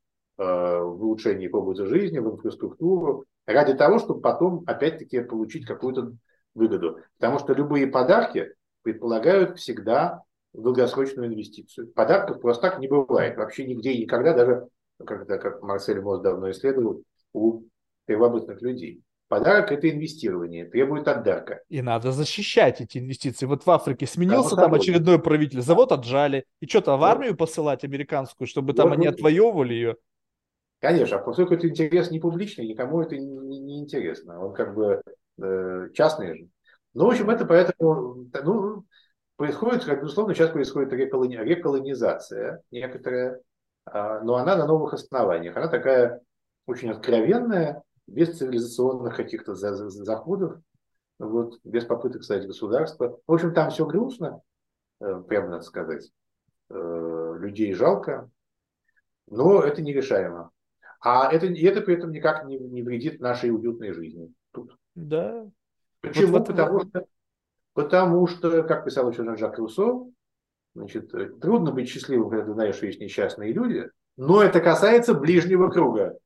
в улучшение образа жизни, в инфраструктуру, ради того, чтобы потом, опять-таки, получить какую-то выгоду. Потому что любые подарки предполагают всегда долгосрочную инвестицию. Подарков просто так не бывает. Вообще нигде и никогда, даже, как, как Марсель Мосс давно исследовал, у первобытных людей. Подарок – это инвестирование, требует отдака. И надо защищать эти инвестиции. Вот в Африке Само сменился там собой. очередной правитель, завод отжали. И что-то в Вот, армию посылать американскую, чтобы там вот, они вот. отвоевывали ее. Конечно, поскольку это интерес не публичный, никому это не, не, не интересно. Он как бы э, частный же. Ну, в общем, это поэтому ну, происходит, как безусловно, сейчас происходит реколони, реколонизация некоторая, а, но она на новых основаниях. Она такая очень откровенная, без цивилизационных каких-то за, за, заходов, вот, без попыток стать государства. В общем, там все грустно, э, прямо надо сказать. Э, людей жалко, но это нерешаемо. А это, и это при этом никак не, не вредит нашей уютной жизни тут. Да. Вот, Почему? вот, Потому что, потому что, как писал еще Жан-Жак Руссо, значит, трудно быть счастливым, когда ты знаешь, что есть несчастные люди, но это касается ближнего круга.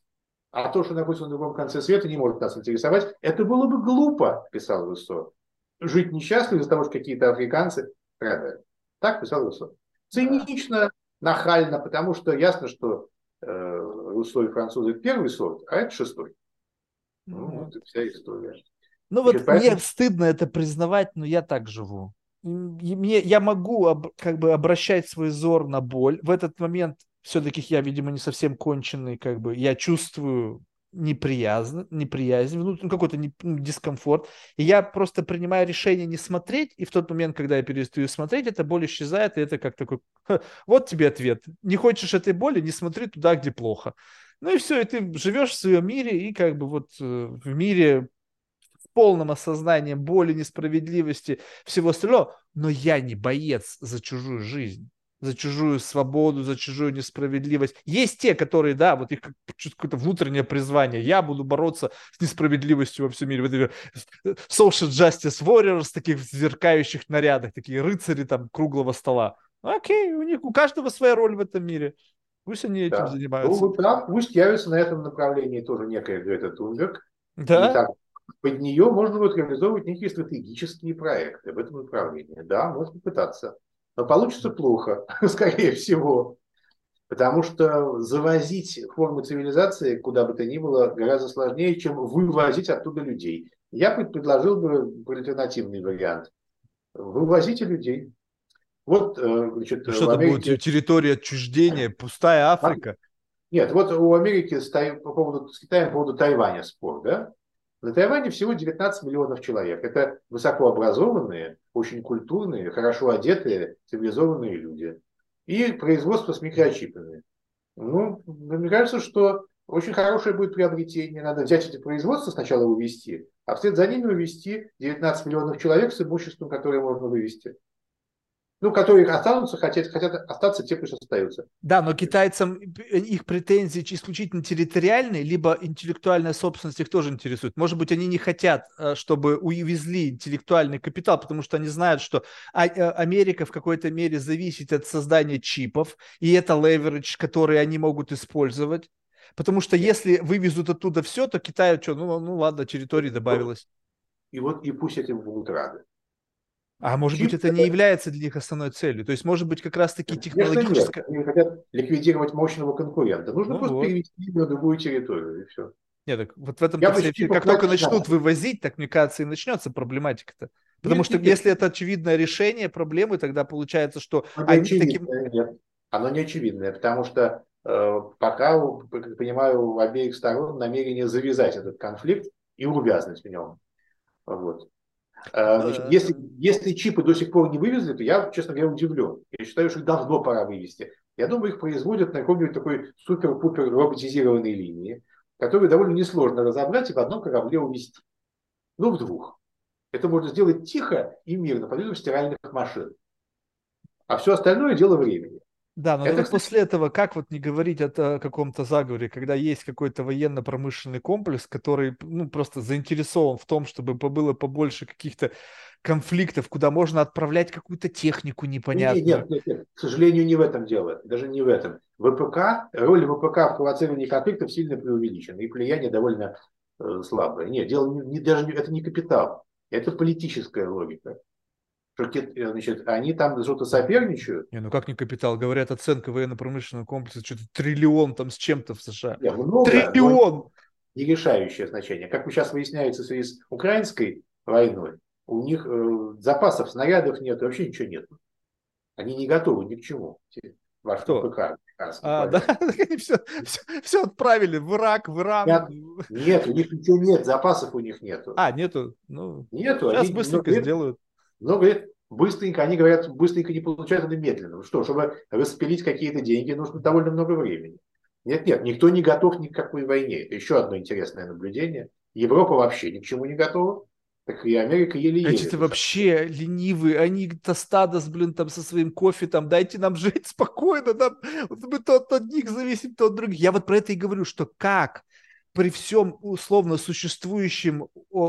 А то, что находится на другом конце света, не может нас интересовать. Это было бы глупо, писал Руссо. Жить несчастным из-за того, что какие-то африканцы страдают. Так писал Руссо. да. Цинично, нахально, потому что ясно, что э, Руссо и французы это первый сорт, а это шестой. Ну, Ну, вот и вся история. ну Значит, вот мне поэтому, стыдно это признавать, но я так живу. И мне, я могу об- как бы обращать свой взор на боль. В этот момент все-таки я, видимо, не совсем конченый, как бы я чувствую неприязнь, неприязнь, внутренний какой-то не- ну, дискомфорт. И я просто принимаю решение не смотреть, и в тот момент, когда я перестаю смотреть, эта боль исчезает, и это как такой, «Ха, вот тебе ответ. Не хочешь этой боли, не смотри туда, где плохо. Ну и все, и ты живешь в своем мире, и как бы вот э, в мире полным осознанием боли, несправедливости, всего остального. но я не боец за чужую жизнь, за чужую свободу, за чужую несправедливость. Есть те, которые, да, вот их какое-то внутреннее призвание. Я буду бороться с несправедливостью во всем мире. Вот эти social justice warriors, таких в сверкающих нарядах, такие рыцари там круглого стола. Окей, у них у каждого своя роль в этом мире. Пусть они этим Да. Ну, занимаются. вы правы, пусть явится на этом направлении тоже некая Грета Тунберг, и Да? так под нее можно будет реализовывать некие стратегические проекты в этом направлении. Да, можно пытаться. Но получится плохо, скорее всего. Потому что завозить формы цивилизации куда бы то ни было гораздо сложнее, чем вывозить оттуда людей. Я бы предложил бы альтернативный вариант. Вывозите людей. Вот, э, значит, Ну в что-то будет Америке... территория отчуждения, пустая Африка. Нет, вот у Америки с, Тай... по поводу... с Китаем по поводу Тайваня спор, да? На Тайване всего девятнадцать миллионов человек. Это высокообразованные, очень культурные, хорошо одетые, цивилизованные люди. И производство с микрочипами. Ну, мне кажется, что очень хорошее будет приобретение. Надо взять эти производства, сначала увезти, а вслед за ними увезти девятнадцать миллионов человек с имуществом, которое можно вывести. Ну, которые останутся, хотят, хотят остаться те, пусть остаются. Да, но китайцам их претензии исключительно территориальные, либо интеллектуальная собственность их тоже интересует. Может быть, они не хотят, чтобы увезли интеллектуальный капитал, потому что они знают, что Америка в какой-то мере зависит от создания чипов, и это leverage, который они могут использовать. Потому что Нет. если вывезут оттуда все, то Китай, что, ну, ну ладно, территории добавилось. И вот и пусть этим будут рады. А может быть, Чип, это не является для них основной целью. То есть, может быть, как раз-таки конечно, нет. технологическая... Они хотят ликвидировать мощного конкурента. Нужно Ну просто вот. перевести его на другую территорию, и все. Нет, так вот в этом-то Я бы вся... чипов Как только начинал. начнут вывозить, так, мне кажется, и начнется проблематика-то. Потому Нет, что нет, нет. если это очевидное решение проблемы, тогда получается, что Оно не они таким... очевидное, нет. Оно не очевидное, потому что э, пока, как я понимаю, у обеих сторон намерение завязать этот конфликт и увязнуть в нем. Вот. Э, значит, э, если, если чипы до сих пор не вывезли, то я, честно говоря, удивлен. Я считаю, что их давно пора вывести. Я думаю, их производят на какой-нибудь такой супер-пупер роботизированной линии, которую довольно несложно разобрать и в одном корабле увезти. Ну, в двух. Это можно сделать тихо и мирно, по методу стиральных машин. А все остальное дело времени. Да, но Это, только кстати, после этого, как вот не говорить о о каком-то заговоре, когда есть какой-то военно-промышленный комплекс, который ну, просто заинтересован в том, чтобы было побольше каких-то конфликтов, куда можно отправлять какую-то технику не, не, непонятную. нет, нет, нет, к сожалению, не в этом дело, даже не в этом. ВПК, роль ВПК в провоцировании конфликтов сильно преувеличена, и влияние довольно э, слабое. Нет, дело не, не- даже не- это не капитал, это политическая логика. Что, ки- значит, они там что-то соперничают. Не, ну как не капитал? Говорят, оценка военно-промышленного комплекса что-то триллион там с чем-то в США. Нет, много, но Триллион! не решающее значение. Как сейчас выясняется в связи с украинской войной, у них э, запасов снарядов нет, вообще ничего нет. Они не готовы ни к чему. Ваш Кто? ВПК американский А, да, поляк. они все, все, все отправили в Ирак, в Иран. Нет, нет, у них ничего нет, запасов у них нету. А, нету. Ну, Нету, сейчас они много быстренько лет, сделают. много лет быстренько, они говорят, быстренько не получают, это медленно. Ну что, чтобы распилить какие-то деньги, нужно довольно много времени. Нет, нет, никто не готов ни к какой войне. Это еще одно интересное наблюдение. Европа вообще ни к чему не готова, так и Америка еле-еле. Эти-то вообще ленивые, они-то стадо, блин, там со своим кофе, там, дайте нам жить спокойно, там, вот мы то от одних зависим, то от других. Я вот про это и говорю, что как при всем условно существующем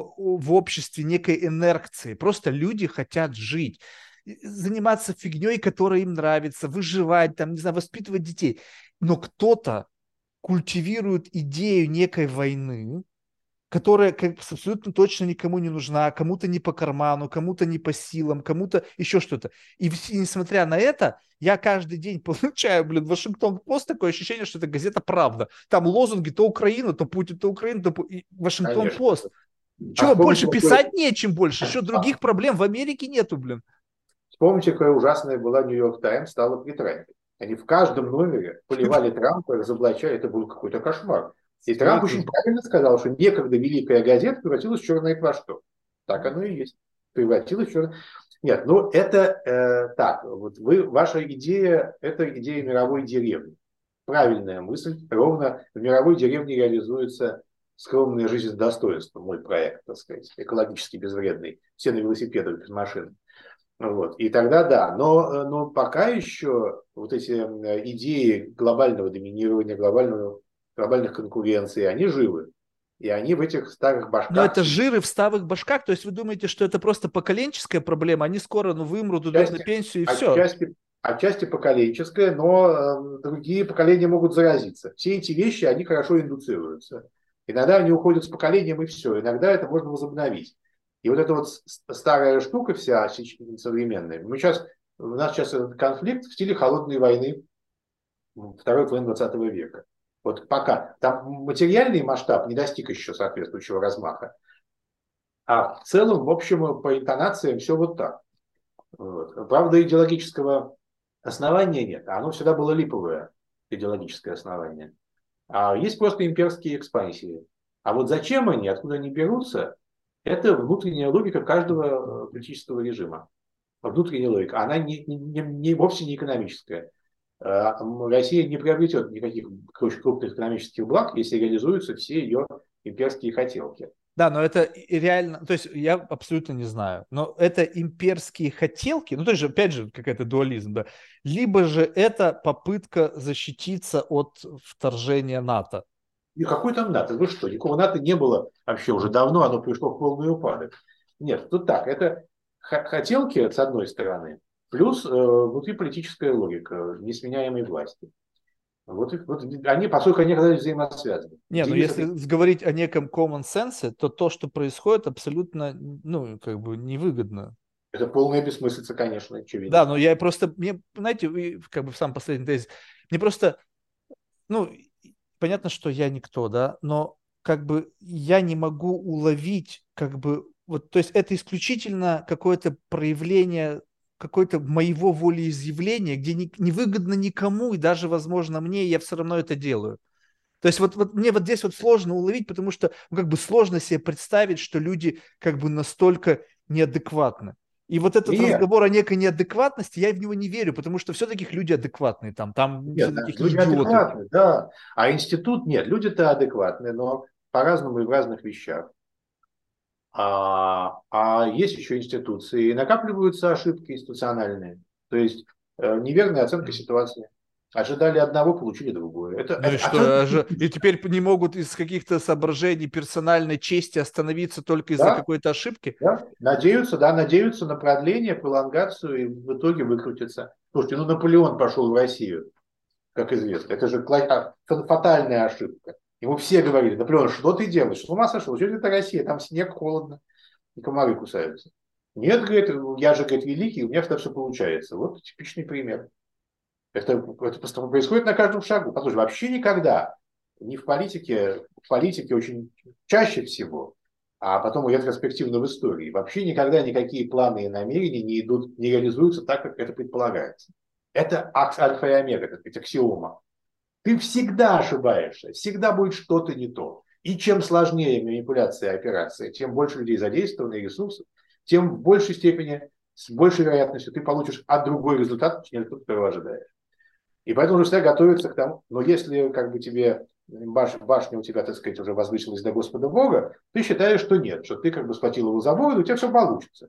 в обществе некой инерции, просто люди хотят жить, заниматься фигней, которая им нравится, выживать, там, не знаю, воспитывать детей. Но кто-то культивирует идею некой войны, которая как, абсолютно точно никому не нужна, кому-то не по карману, кому-то не по силам, кому-то еще что-то. И, и несмотря на это, я каждый день получаю, блин, Вашингтон-Пост, такое ощущение, что это газета «Правда». Там лозунги то Украина, то Путин, то Украина, то Конечно. Вашингтон-Пост. А Чего больше вспомните, какой, писать нечем больше? Что других проблем в Америке нету, блин. вспомните, какая ужасная была Нью-Йорк Таймс, стала при Трампе. Они в каждом номере поливали Трампа, разоблачали. Это был какой-то кошмар. И Трамп Столько. очень правильно сказал, что некогда великая газета превратилась в черное плашто. Так оно и есть. Превратилась в черное. Нет, ну это э, так. Вот вы, ваша идея, это идея мировой деревни. Правильная мысль. Ровно в мировой деревне реализуется скромная жизнь с достоинством. Мой проект, так сказать, экологически безвредный. Все на велосипедах без машин. Вот. И тогда да, но, э, но пока еще вот эти э, идеи глобального доминирования, глобального, глобальных конкуренций, они живы. И они в этих старых Но башках это сидят. жиры в старых башках, то есть вы думаете, что это просто поколенческая проблема, они скоро ну, вымрут, уйдут на Отчасти, пенсию и все. отчасти, отчасти поколенческое, но э, другие поколения могут заразиться. Все эти вещи, они хорошо индуцируются. Иногда они уходят с поколением и все. Иногда это можно возобновить. И вот эта вот старая штука вся современная. Мы сейчас, у нас сейчас этот конфликт в стиле холодной войны второй половины двадцатого века. Вот пока там материальный масштаб не достиг еще соответствующего размаха, а в целом, в общем, по интонациям все вот так. Вот. Правда, идеологического основания нет. Оно всегда было липовое идеологическое основание. А есть просто имперские экспансии. А вот зачем они, откуда они берутся, это внутренняя логика каждого политического режима. Внутренняя логика. Она не, не, не, вовсе не экономическая. Россия не приобретет никаких крупных экономических благ, если реализуются все ее имперские хотелки. Да, но это реально, то есть я абсолютно не знаю, но это имперские хотелки, ну то есть опять же какой-то дуализм, да, либо же это попытка защититься от вторжения НАТО. И какой там НАТО? Вы что, никакого НАТО не было вообще уже давно, оно пришло в полный упадок. Нет, тут так, это хотелки с одной стороны, плюс э, внутриполитическая логика несменяемой власти. Вот, вот они, поскольку они оказались взаимосвязаны. Не, ну Девиз если этой... говорить о неком common sense, то то, что происходит, абсолютно, ну, как бы невыгодно. Это полная бессмыслица, конечно, Да, очевидно. но я просто, мне, знаете, вы, как бы в самом последний тезис, мне просто, ну, понятно, что я никто, да, но как бы я не могу уловить, как бы, вот, то есть это исключительно какое-то проявление какой-то моего волеизъявления, где не, не выгодно никому, и даже, возможно, мне, и я все равно это делаю. То есть вот, вот мне вот здесь вот сложно уловить, потому что ну, как бы сложно себе представить, что люди как бы настолько неадекватны. И вот этот Нет, разговор о некой неадекватности, я в него не верю, потому что все-таки люди адекватные там, там нет, да, все-таки не люди идиоты. адекватны, да. А институт нет, люди-то адекватны, но по-разному и в разных вещах. А, а есть еще институции, и накапливаются ошибки институциональные. То есть э, неверная оценка ситуации. Ожидали одного, получили другое. Это, Ну и это что, абсолютно а же- и типично. теперь не могут из каких-то соображений персональной чести остановиться только из-за Да, какой-то ошибки? да. Надеются, да, надеются на продление, пролонгацию и в итоге выкрутятся. Слушайте, ну Наполеон пошел в Россию, как известно. Это же кла- а, фатальная ошибка. Ему все говорили: Наполеон, что ты делаешь? С ума сошел? Что это Россия? Там снег, холодно. И комары кусаются. Нет, говорит, я же, говорит, великий, у меня всегда все получается. Вот типичный пример. Это, это просто происходит на каждом шагу. Послушай, вообще никогда, не в политике, в политике очень чаще всего, а потом ретроспективно в истории, вообще никогда никакие планы и намерения не идут, не реализуются так, как это предполагается. Это альфа и омега, так сказать, аксиома. Ты всегда ошибаешься, всегда будет что-то не то. И чем сложнее манипуляция и операция, тем больше людей задействовано и ресурсов, тем в большей степени, с большей вероятностью ты получишь от другой результат, чем тот, которого ожидаешь. И поэтому нужно всегда готовиться к тому, но если как бы тебе баш, башня у тебя, так сказать, уже возвысилась до Господа Бога, ты считаешь, что нет, что ты как бы схватил его за бороду, у тебя все получится.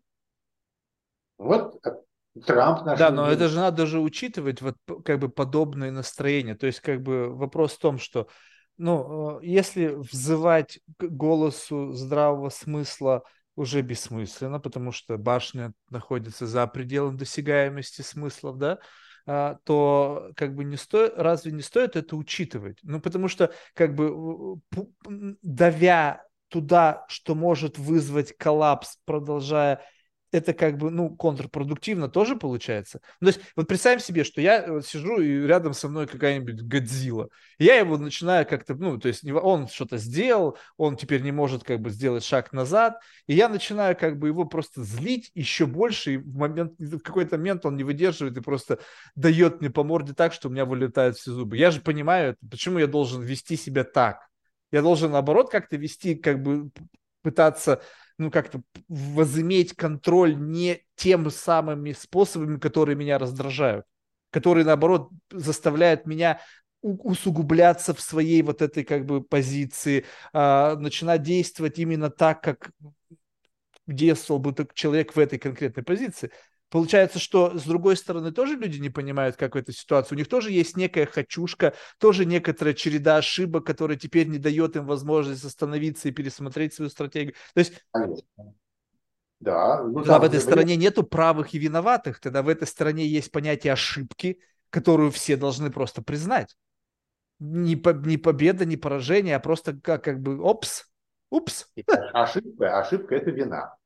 Вот Трамп наш Да, но это любимый. же надо же учитывать вот п- как бы подобные настроения. То есть как бы вопрос в том, что ну, э, если взывать к голосу здравого смысла уже бессмысленно, потому что башня находится за пределом досягаемости смыслов, да, а, то как бы не стоит, разве не стоит это учитывать? Ну, потому что как бы э, пу- м, давя туда, что может вызвать коллапс, продолжая это как бы, ну, контрпродуктивно тоже получается. Ну, то есть, вот представим себе, что я вот сижу, и рядом со мной какая-нибудь Годзилла. И я его начинаю как-то, ну, то есть, он что-то сделал, он теперь не может как бы сделать шаг назад, и я начинаю как бы его просто злить еще больше, и в, момент, в какой-то момент он не выдерживает и просто дает мне по морде так, что у меня вылетают все зубы. Я же понимаю, почему я должен вести себя так. Я должен, наоборот, как-то вести, как бы пытаться ну, как-то возыметь контроль не тем самыми способами, которые меня раздражают, которые, наоборот, заставляют меня усугубляться в своей вот этой как бы позиции, а, начинать действовать именно так, как действовал бы человек в этой конкретной позиции. Получается, что с другой стороны тоже люди не понимают, как в этой ситуации. У них тоже есть некая хочушка, тоже некоторая череда ошибок, которая теперь не дает им возможность остановиться и пересмотреть свою стратегию. То есть Конечно. Да, ну тогда в там, этой понимаешь, стороне нету правых и виноватых, тогда в этой стороне есть понятие ошибки, которую все должны просто признать. Не, по, не победа, не поражение, а просто как, как бы опс, упс. ошибка, ошибка – это вина.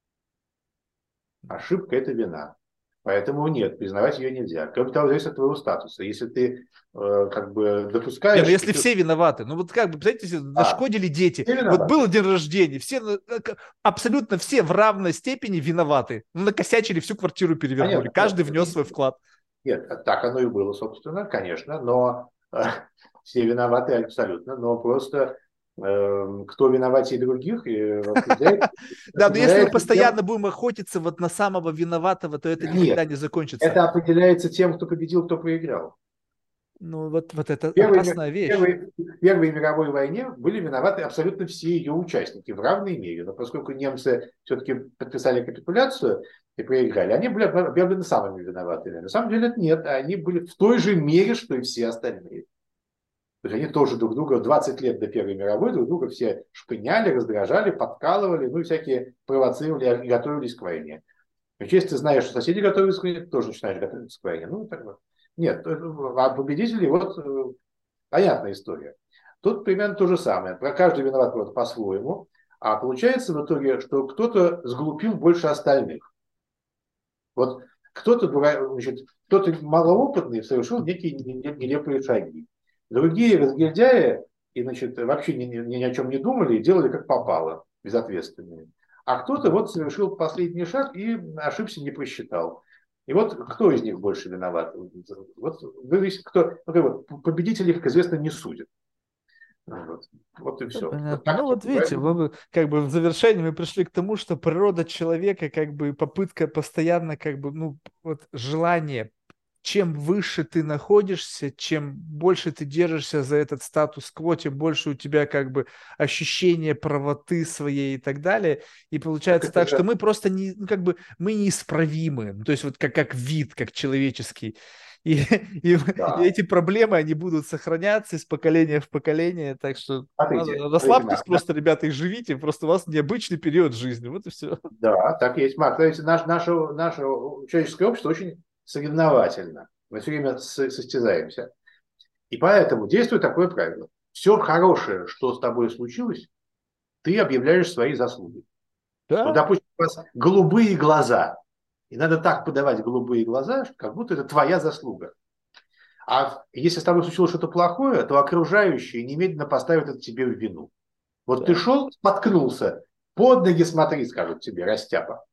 Ошибка – это вина. Поэтому нет, признавать ее нельзя. Кроме того, зависит от твоего статуса. Если ты э, как бы Не, ну допускаешь, что если ты... все виноваты, ну вот как бы, представляете, А, нашкодили дети, все вот виноваты. был день рождения, все, э, абсолютно все в равной степени виноваты. Ну, накосячили, всю квартиру перевернули, Понятно. Нет, каждый внес свой вклад. нет, так оно и было, собственно, конечно, но э, все виноваты абсолютно, но просто э, кто виноватее других, и определяет, Да, но если мы определяется тем... постоянно будем охотиться вот на самого виноватого, то это никогда Нет, не закончится. это определяется тем, кто победил, кто проиграл. Ну, вот, вот это Первой, опасная вещь. первой, в Первой мировой войне были виноваты абсолютно все ее участники в равной мере. Но поскольку немцы все-таки подписали капитуляцию и проиграли, они были объявлены самыми виноватыми. На самом деле нет, они были в той же мере, что и все остальные. То есть они тоже друг друга двадцать лет до Первой мировой друг друга все шпыняли, раздражали, подкалывали, ну и всякие провоцировали и готовились к войне. Но если ты знаешь, что соседи готовятся к войне, ты тоже начинаешь готовиться к войне. Ну, так вот. Нет, а победители, вот понятная история. Тут примерно то же самое. Про каждый виноват вот по-своему. А получается в итоге, что кто-то сглупил больше остальных. Вот кто-то, значит, кто-то малоопытный совершил некие нелепые шаги. Другие разгильдяи и, значит, вообще ни, ни, ни о чем не думали и делали как попало, безответственные. А кто-то вот совершил последний шаг и ошибся, не просчитал. И вот кто из них больше виноват? Вот, кто, ну, победители, как известно, не судят. Вот, вот и Ну, все. Вот понятно. Ну так, вот видите, поэтому... мы как бы в завершении мы пришли к тому, что природа человека, как бы попытка постоянно, как бы, ну, вот желание, чем выше ты находишься, чем больше ты держишься за этот статус-кво, тем больше у тебя как бы ощущение правоты своей и так далее. И Так получается это так, что же... мы просто не, ну, как бы, мы неисправимы. Ну, то есть вот как, как вид, как человеческий. И, и, и Да. эти проблемы, они будут сохраняться из поколения в поколение. Так что Смотрите, надо- смотрите, расслабьтесь Марк, просто, ребята, и живите. Просто у вас необычный период жизни. Вот и все. да, так есть. Марк, то есть наш, наше, наше человеческое общество очень соревновательно. Мы все время с- состязаемся. И поэтому действует такое правило. Все хорошее, что с тобой случилось, ты объявляешь свои заслуги. Вот, Да, допустим, у вас голубые глаза. И надо так подавать голубые глаза, как будто это твоя заслуга. А если с тобой случилось что-то плохое, то окружающие немедленно поставят это тебе в вину. Вот ты да, шел, споткнулся, под ноги смотри, скажут тебе, растяпа.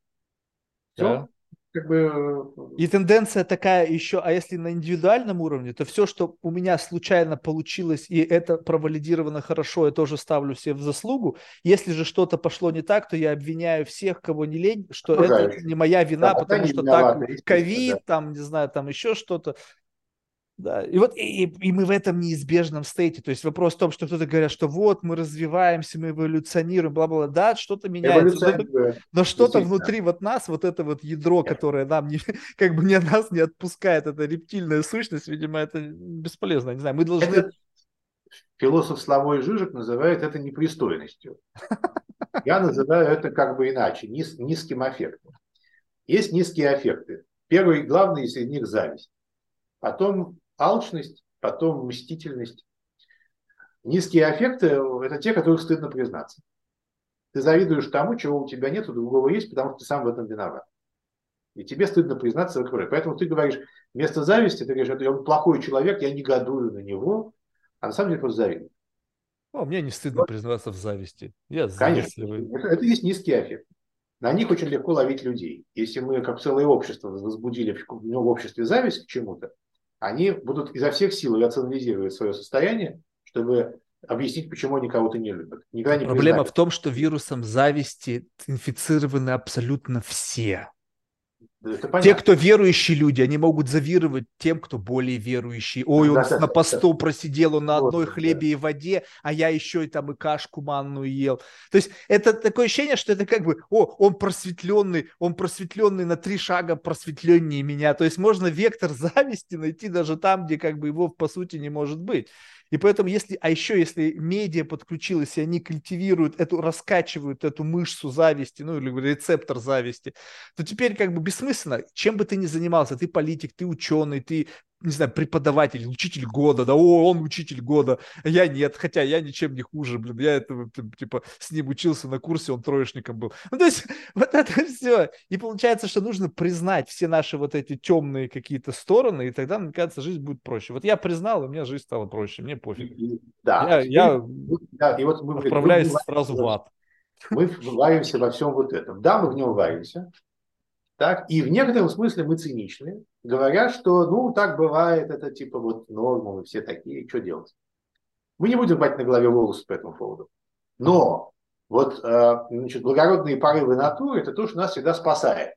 да. Все, как бы, И тенденция такая еще, а если на индивидуальном уровне, то все, что у меня случайно получилось, и это провалидировано хорошо, я тоже ставлю себе в заслугу. Если же что-то пошло не так, то я обвиняю всех, кого не лень, что это окружающие. не моя Да, вина, пока потому не что так виноваты, естественно, да. ковид, там, не знаю, там еще что-то. Да, и вот и, и мы в этом неизбежном стейте. То есть вопрос в том, что кто-то говорят, что вот мы развиваемся, мы эволюционируем, бла-бла-бла. Да, что-то меняется, но, Эволюционируя, но что-то действительно. внутри вот нас, вот это вот ядро, которое нам не, как бы не нас не отпускает, эта рептильная сущность, видимо, это бесполезно. Не знаю, мы должны... Этот философ Славой Жижик называет это непристойностью. Я называю это как бы иначе, низ, низким аффектом. Есть низкие аффекты. Первый, главный из них зависть. Потом алчность, потом мстительность. Низкие аффекты – это те, которых стыдно признаться. Ты завидуешь тому, чего у тебя нет, у другого есть, потому что ты сам в этом виноват. И тебе стыдно признаться в этом. Поэтому ты говоришь, вместо зависти, ты говоришь, это он плохой человек, я негодую на него, а на самом деле просто завидую. О, мне не стыдно Вот, признаться в зависти. Я конечно, завистливый. это, это есть низкий аффект. На них очень легко ловить людей. Если мы, как целое общество, возбудили в в обществе зависть к чему-то, они будут изо всех сил рационализировать свое состояние, чтобы объяснить, почему они кого-то не любят. Никогда не Проблема признают. в том, что вирусом зависти инфицированы абсолютно все. Это Те, понятно. кто верующие люди, они могут завидовать тем, кто более верующий. Ой, он Да, да, на да. посту просидел, он на Вот, одной да. хлебе и воде, а я еще и там и кашку манную ел. То есть это такое ощущение, что это как бы, о, он просветленный, он просветленный на три шага просветленнее меня. То есть можно вектор зависти найти даже там, где как бы его по сути не может быть. И поэтому, если, а еще если медиа подключилась, и они культивируют эту, раскачивают эту мышцу зависти, ну или рецептор зависти, то теперь как бы бессмысленно, чем бы ты ни занимался, ты политик, ты ученый, ты, не знаю, преподаватель, учитель года, да, о, он учитель года, а я нет, хотя я ничем не хуже, блин, я это, типа, с ним учился на курсе, он троечником был. Ну, то есть, вот это все. И получается, что нужно признать все наши вот эти темные какие-то стороны, и тогда, мне кажется, жизнь будет проще. Вот я признал, и у меня жизнь стала проще, мне И- пофиг. и- да, а Я, теперь, я вот, да, и вот мы говорим, мы, отправляюсь мы, сразу в ад. мы варимся во всем вот этом. Да, мы в нем варимся, так, и в некотором смысле мы циничны, говоря, что, ну, так бывает, это типа вот норма, мы все такие, что делать? Мы не будем брать на голове волосы по этому поводу. Но вот э, значит, благородные порывы натуры – это то, что нас всегда спасает.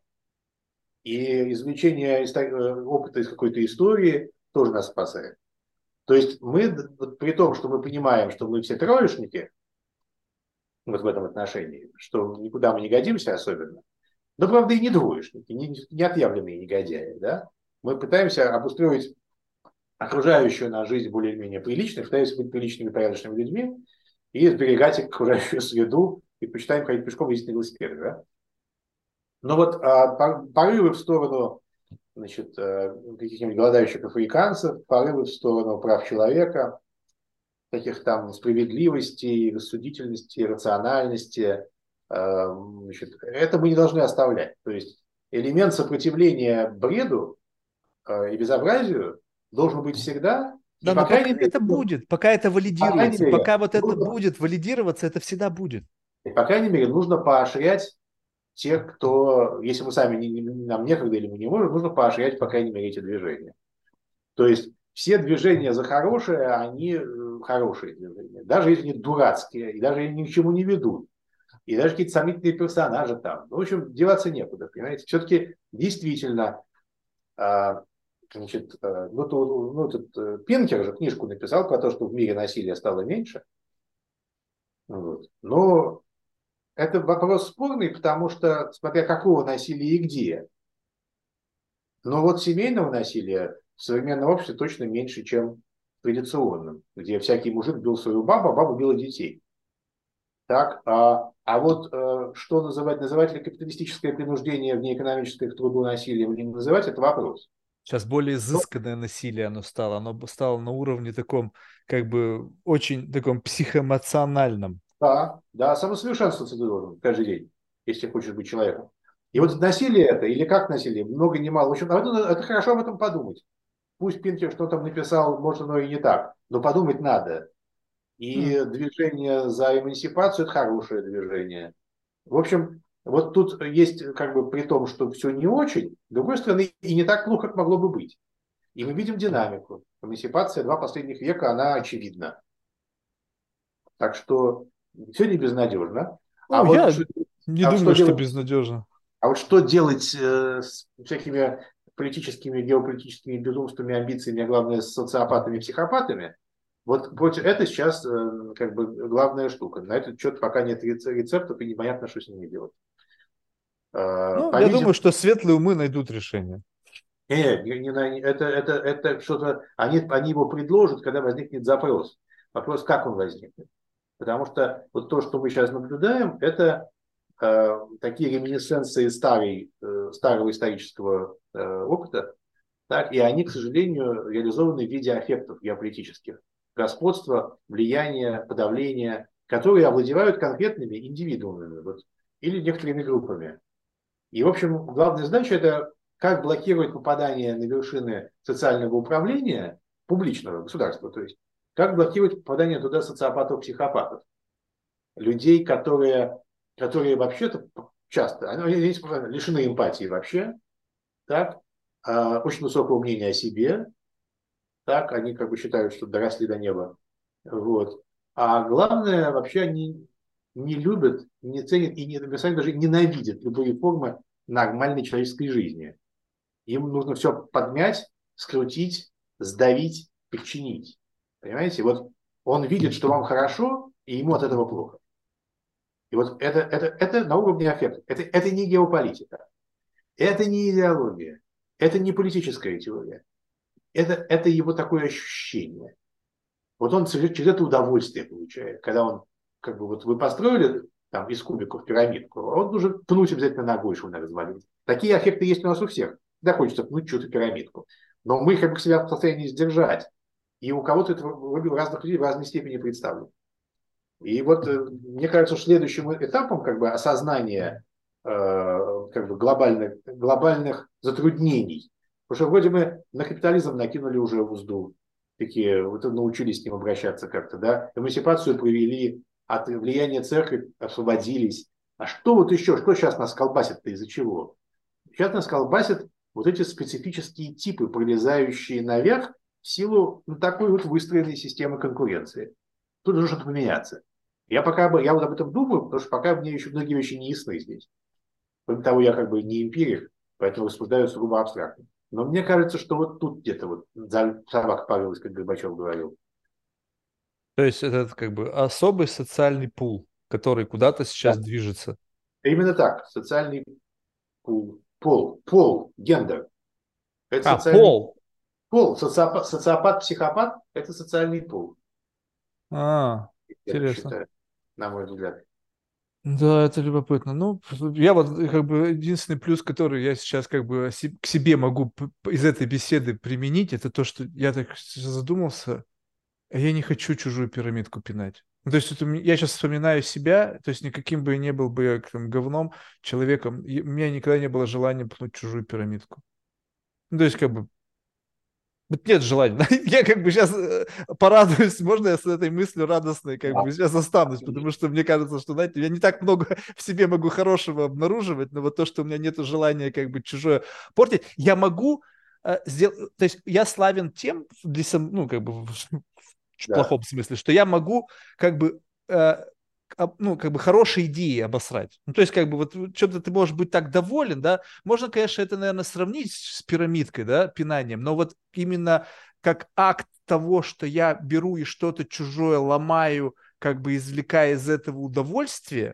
И извлечение опыта из какой-то истории тоже нас спасает. То есть мы, вот при том, что мы понимаем, что мы все троечники, вот в этом отношении, что никуда мы не годимся особенно, но, правда, и не двоечники, не, не отъявленные негодяи, да? Мы пытаемся обустроить окружающую нас жизнь более-менее приличной, пытаемся быть приличными, порядочными людьми и сберегать окружающую среду, и почитаем ходить пешком, ездить на велосипеде, да? Но вот а, порывы в сторону, значит, каких-нибудь голодающих африканцев, порывы в сторону прав человека, таких там справедливости, рассудительности, рациональности, значит, это мы не должны оставлять. То есть элемент сопротивления бреду и безобразию должен быть всегда, и, Да, по но пока крайней мере, это будет, пока это по крайней валидируется, мере, пока вот это нужно, будет валидироваться, это всегда будет. и, по крайней мере, нужно поощрять тех, кто, если мы сами не, не, нам некогда или мы не можем, нужно поощрять, по крайней мере, эти движения. То есть все движения за хорошее, они э, хорошие движения. Даже если они дурацкие, и даже если ни к чему не ведут. И даже какие-то сомнительные персонажи там. Ну, в общем, деваться некуда, понимаете. Все-таки действительно, а, значит, а, ну, то, ну, этот э, Пинкер же книжку написал про то, что в мире насилия стало меньше. Вот. Но это вопрос спорный, потому что, смотря какого насилия и где. Но вот семейного насилия в современном обществе точно меньше, чем в традиционном, где всякий мужик бил свою бабу, а баба била детей. Так, а, а вот э, что называть, называть ли капиталистическое принуждение внеэкономическое к труду насилием или не называть, это вопрос. Сейчас более Ну, изысканное насилие оно стало, оно стало на уровне таком, как бы, очень таком психоэмоциональном. да, да, самосовершенствоваться ты должен каждый день, если хочешь быть человеком. И вот насилие это, или как насилие, много ни мало. В общем, это, это хорошо об этом подумать. Пусть Пинкер что там написал, может, оно и не так, но подумать надо. М. И движение за эмансипацию – это хорошее движение. В общем, вот тут есть, как бы, при том, что все не очень, с другой стороны, и не так плохо, как могло бы быть. И мы видим динамику. Эмансипация два последних века, она очевидна. Так что все не безнадежно. А Ну, вот, я что- не а вот что думаю, что делать, безнадежно. а вот что делать э, с всякими политическими, геополитическими безумствами, амбициями, а главное, с социопатами и психопатами, вот против это сейчас э, как бы главная штука. На этот счет пока нет рецептов и непонятно, что с ними делать. Э, Ну, я думаю, По-видимому, что светлые умы найдут решение. нет, не, не на- это, это, это что-то, они, они его предложат, когда возникнет запрос. Вопрос, как он возникнет. Потому что вот то, что мы сейчас наблюдаем, это э, такие реминесценции старой, э, старого исторического э, опыта, так, и они, к сожалению, реализованы в виде аффектов геополитических. Господство, влияние, подавление, которые овладевают конкретными индивидуумами вот, или некоторыми группами. И, в общем, главная задача – это как блокировать попадание на вершины социального управления, публичного государства, то есть, как блокировать попадание туда социопатов-психопатов, людей, которые, которые вообще-то часто, они лишены эмпатии вообще, так, а, очень высокого мнения о себе, так, они как бы считают, что доросли до неба, вот. А главное, вообще они не любят, не ценят и не, даже ненавидят любые формы нормальной человеческой жизни. Им нужно все подмять, скрутить, сдавить, подчинить. Понимаете? Вот он видит, что вам хорошо, и ему от этого плохо. И вот это, это, это на уровне аффекта. Это, это не геополитика. Это не идеология. Это не политическая теория. Это, это его такое ощущение. Вот он через это удовольствие получает. Когда он, как бы, вот вы построили там из кубиков пирамидку, он должен пнуть обязательно ногой, чтобы она развалилась. Такие аффекты есть у нас у всех. Всегда хочется пнуть чью-то пирамидку. Но мы как бы себя в состоянии сдержать. И у кого-то это в разных людей в разной степени представлено. И вот мне кажется, что следующим этапом как бы осознания э, как бы глобальных, глобальных затруднений. Потому что вроде мы на капитализм накинули уже узду, такие вот научились с ним обращаться как-то, да, эмансипацию провели, от влияния церкви освободились. А что вот еще, что сейчас нас колбасит-то, из-за чего? Сейчас нас колбасят вот эти специфические типы, пролезающие наверх в силу ну, такой вот выстроенной системы конкуренции. Тут должно что-то поменяться. Я пока бы, я вот об этом думаю, потому что пока мне еще многие вещи не ясны здесь. Кроме того, я как бы не эмпирик, поэтому рассуждаю сугубо абстрактно. Но мне кажется, что вот тут где-то вот собака повелась, как Горбачев говорил. То есть это как бы особый социальный пул, который куда-то сейчас Да. движется. Именно так. Социальный пул. Пол. Пол. Гендер. Это А, социальный пол. пол. Социопат, социопат, психопат– это социальный пол. А, Я так интересно. считаю, на мой взгляд. Да, это любопытно. Ну, я вот э, как бы единственный плюс, который я сейчас как бы си- к себе могу п- п- из этой беседы применить, это то, что я так сейчас задумался, а я не хочу чужую пирамидку пинать. Ну, то есть это, м- я сейчас вспоминаю себя, то есть никаким бы я не был бы я там, говном, человеком, и у меня никогда не было желания пнуть чужую пирамидку. Ну, то есть как бы вот нет желания. Я как бы сейчас порадуюсь, можно я с этой мыслью радостной как Да. бы сейчас останусь, потому что мне кажется, что, знаете, я не так много в себе могу хорошего обнаруживать, но вот то, что у меня нет желания как бы чужое портить, я могу э, сделать, то есть я славен тем, для сам- ну, как бы в, в Да. плохом смысле, что я могу как бы э, об- ну, как бы хорошие идеи обосрать. Ну, то есть, как бы, вот что-то ты можешь быть так доволен, да, можно, конечно, это, наверное, сравнить с пирамидкой, да, пинанием, но вот именно как акт того, что я беру и что-то чужое ломаю, как бы извлекая из этого удовольствие,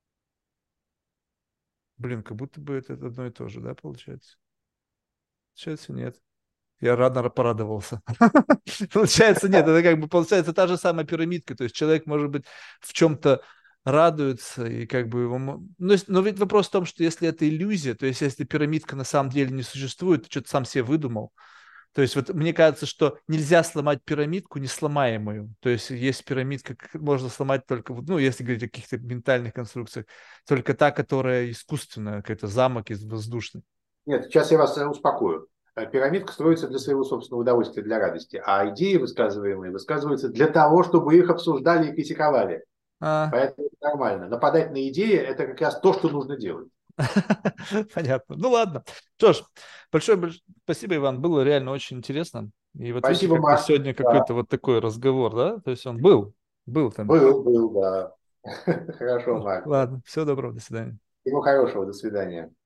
блин, как будто бы это одно и то же, да, получается? Получается, нет. Я рано порадовался. Получается, нет, это как бы получается та же самая пирамидка. То есть человек, может быть, в чем-то радуется, и как бы его... мо- Но, есть- но ведь вопрос в том, что если это иллюзия, то есть если пирамидка на самом деле не существует, ты что-то сам себе выдумал. То есть вот мне кажется, что нельзя сломать пирамидку несломаемую. То есть есть пирамидка, как можно сломать только, вот, ну, если говорить о каких-то ментальных конструкциях, только та, которая искусственная, какой-то замок из воздушный. Нет, сейчас я вас э, успокою. Э, Пирамидка строится для своего собственного удовольствия, для радости, а идеи высказываемые высказываются для того, чтобы их обсуждали и критиковали. А, Поэтому это нормально. Нападать на идеи– это как раз то, что нужно делать. понятно. Ну ладно. Что ж, большое, больш- спасибо, Иван. Было реально очень интересно. И вот видите, Спасибо, какой Марк. сегодня Да, какой-то вот такой разговор, да? То есть он был, был там. был, был, да. Хорошо, Марк. Ладно, всего доброго, до свидания. Всего хорошего, до свидания.